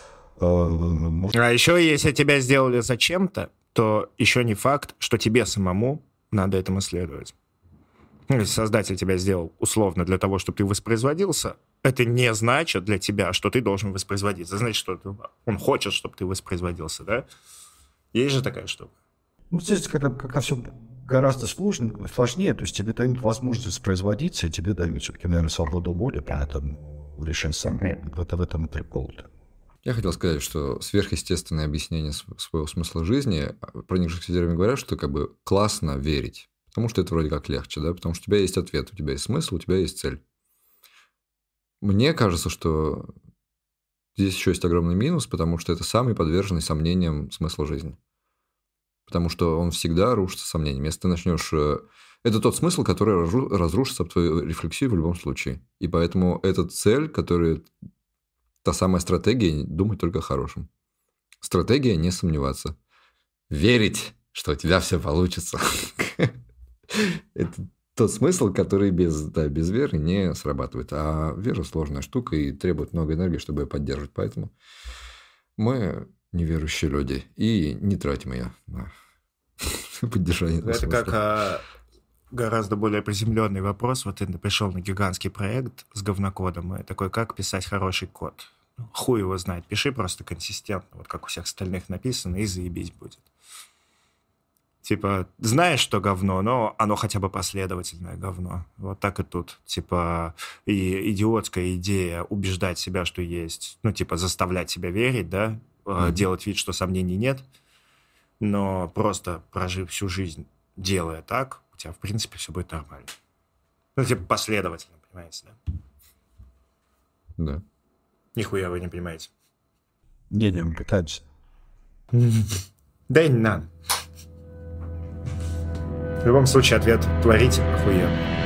А еще, если тебя сделали зачем-то, то еще не факт, что тебе самому надо этому следовать. Если создатель тебя сделал условно для того, чтобы ты воспроизводился, это не значит для тебя, что ты должен воспроизводиться. Это значит, что он хочет, чтобы ты воспроизводился, да? Есть же такая штука. Ну, здесь как-то все гораздо сложнее, то есть тебе дают возможность воспроизводиться, и тебе дают все-таки, наверное, свободу воли, поэтому решение сам. В этом и прикол-то. Я хотел сказать, что сверхъестественное объяснение своего смысла жизни, про них же все время говорят, что как бы классно верить, потому что это вроде как легче, да, потому что у тебя есть ответ, у тебя есть смысл, у тебя есть цель. Мне кажется, что здесь еще есть огромный минус, потому что это самый подверженный сомнениям смысл жизни. Потому что он всегда рушится сомнениями. Если ты начнешь... Это тот смысл, который разрушится об твою рефлексию в любом случае. И поэтому это цель, которая... Та самая стратегия думать только о хорошем. Стратегия не сомневаться. Верить, что у тебя все получится. Это тот смысл, который без веры не срабатывает. А вера сложная штука и требует много энергии, чтобы ее поддерживать. Поэтому мы неверующие люди и не тратим ее на поддержание этого смысла. Это как гораздо более приземленный вопрос. Вот ты пришел на гигантский проект с говнокодом, и такой, как писать хороший код? Хуй его знает. Пиши просто консистентно, вот как у всех остальных написано, и заебись будет. Типа, знаешь, что говно, но оно хотя бы последовательное говно. Вот так и тут. Типа, и идиотская идея убеждать себя, что есть, ну, типа, заставлять себя верить, да, делать вид, что сомнений нет, но просто прожив всю жизнь, делая так, у тебя, в принципе, все будет нормально. Ну, типа, последовательно, понимаете, да? Да. Нихуя вы не понимаете. Не, мы пытаемся. Да и не надо. В любом случае, ответ творить охуенно.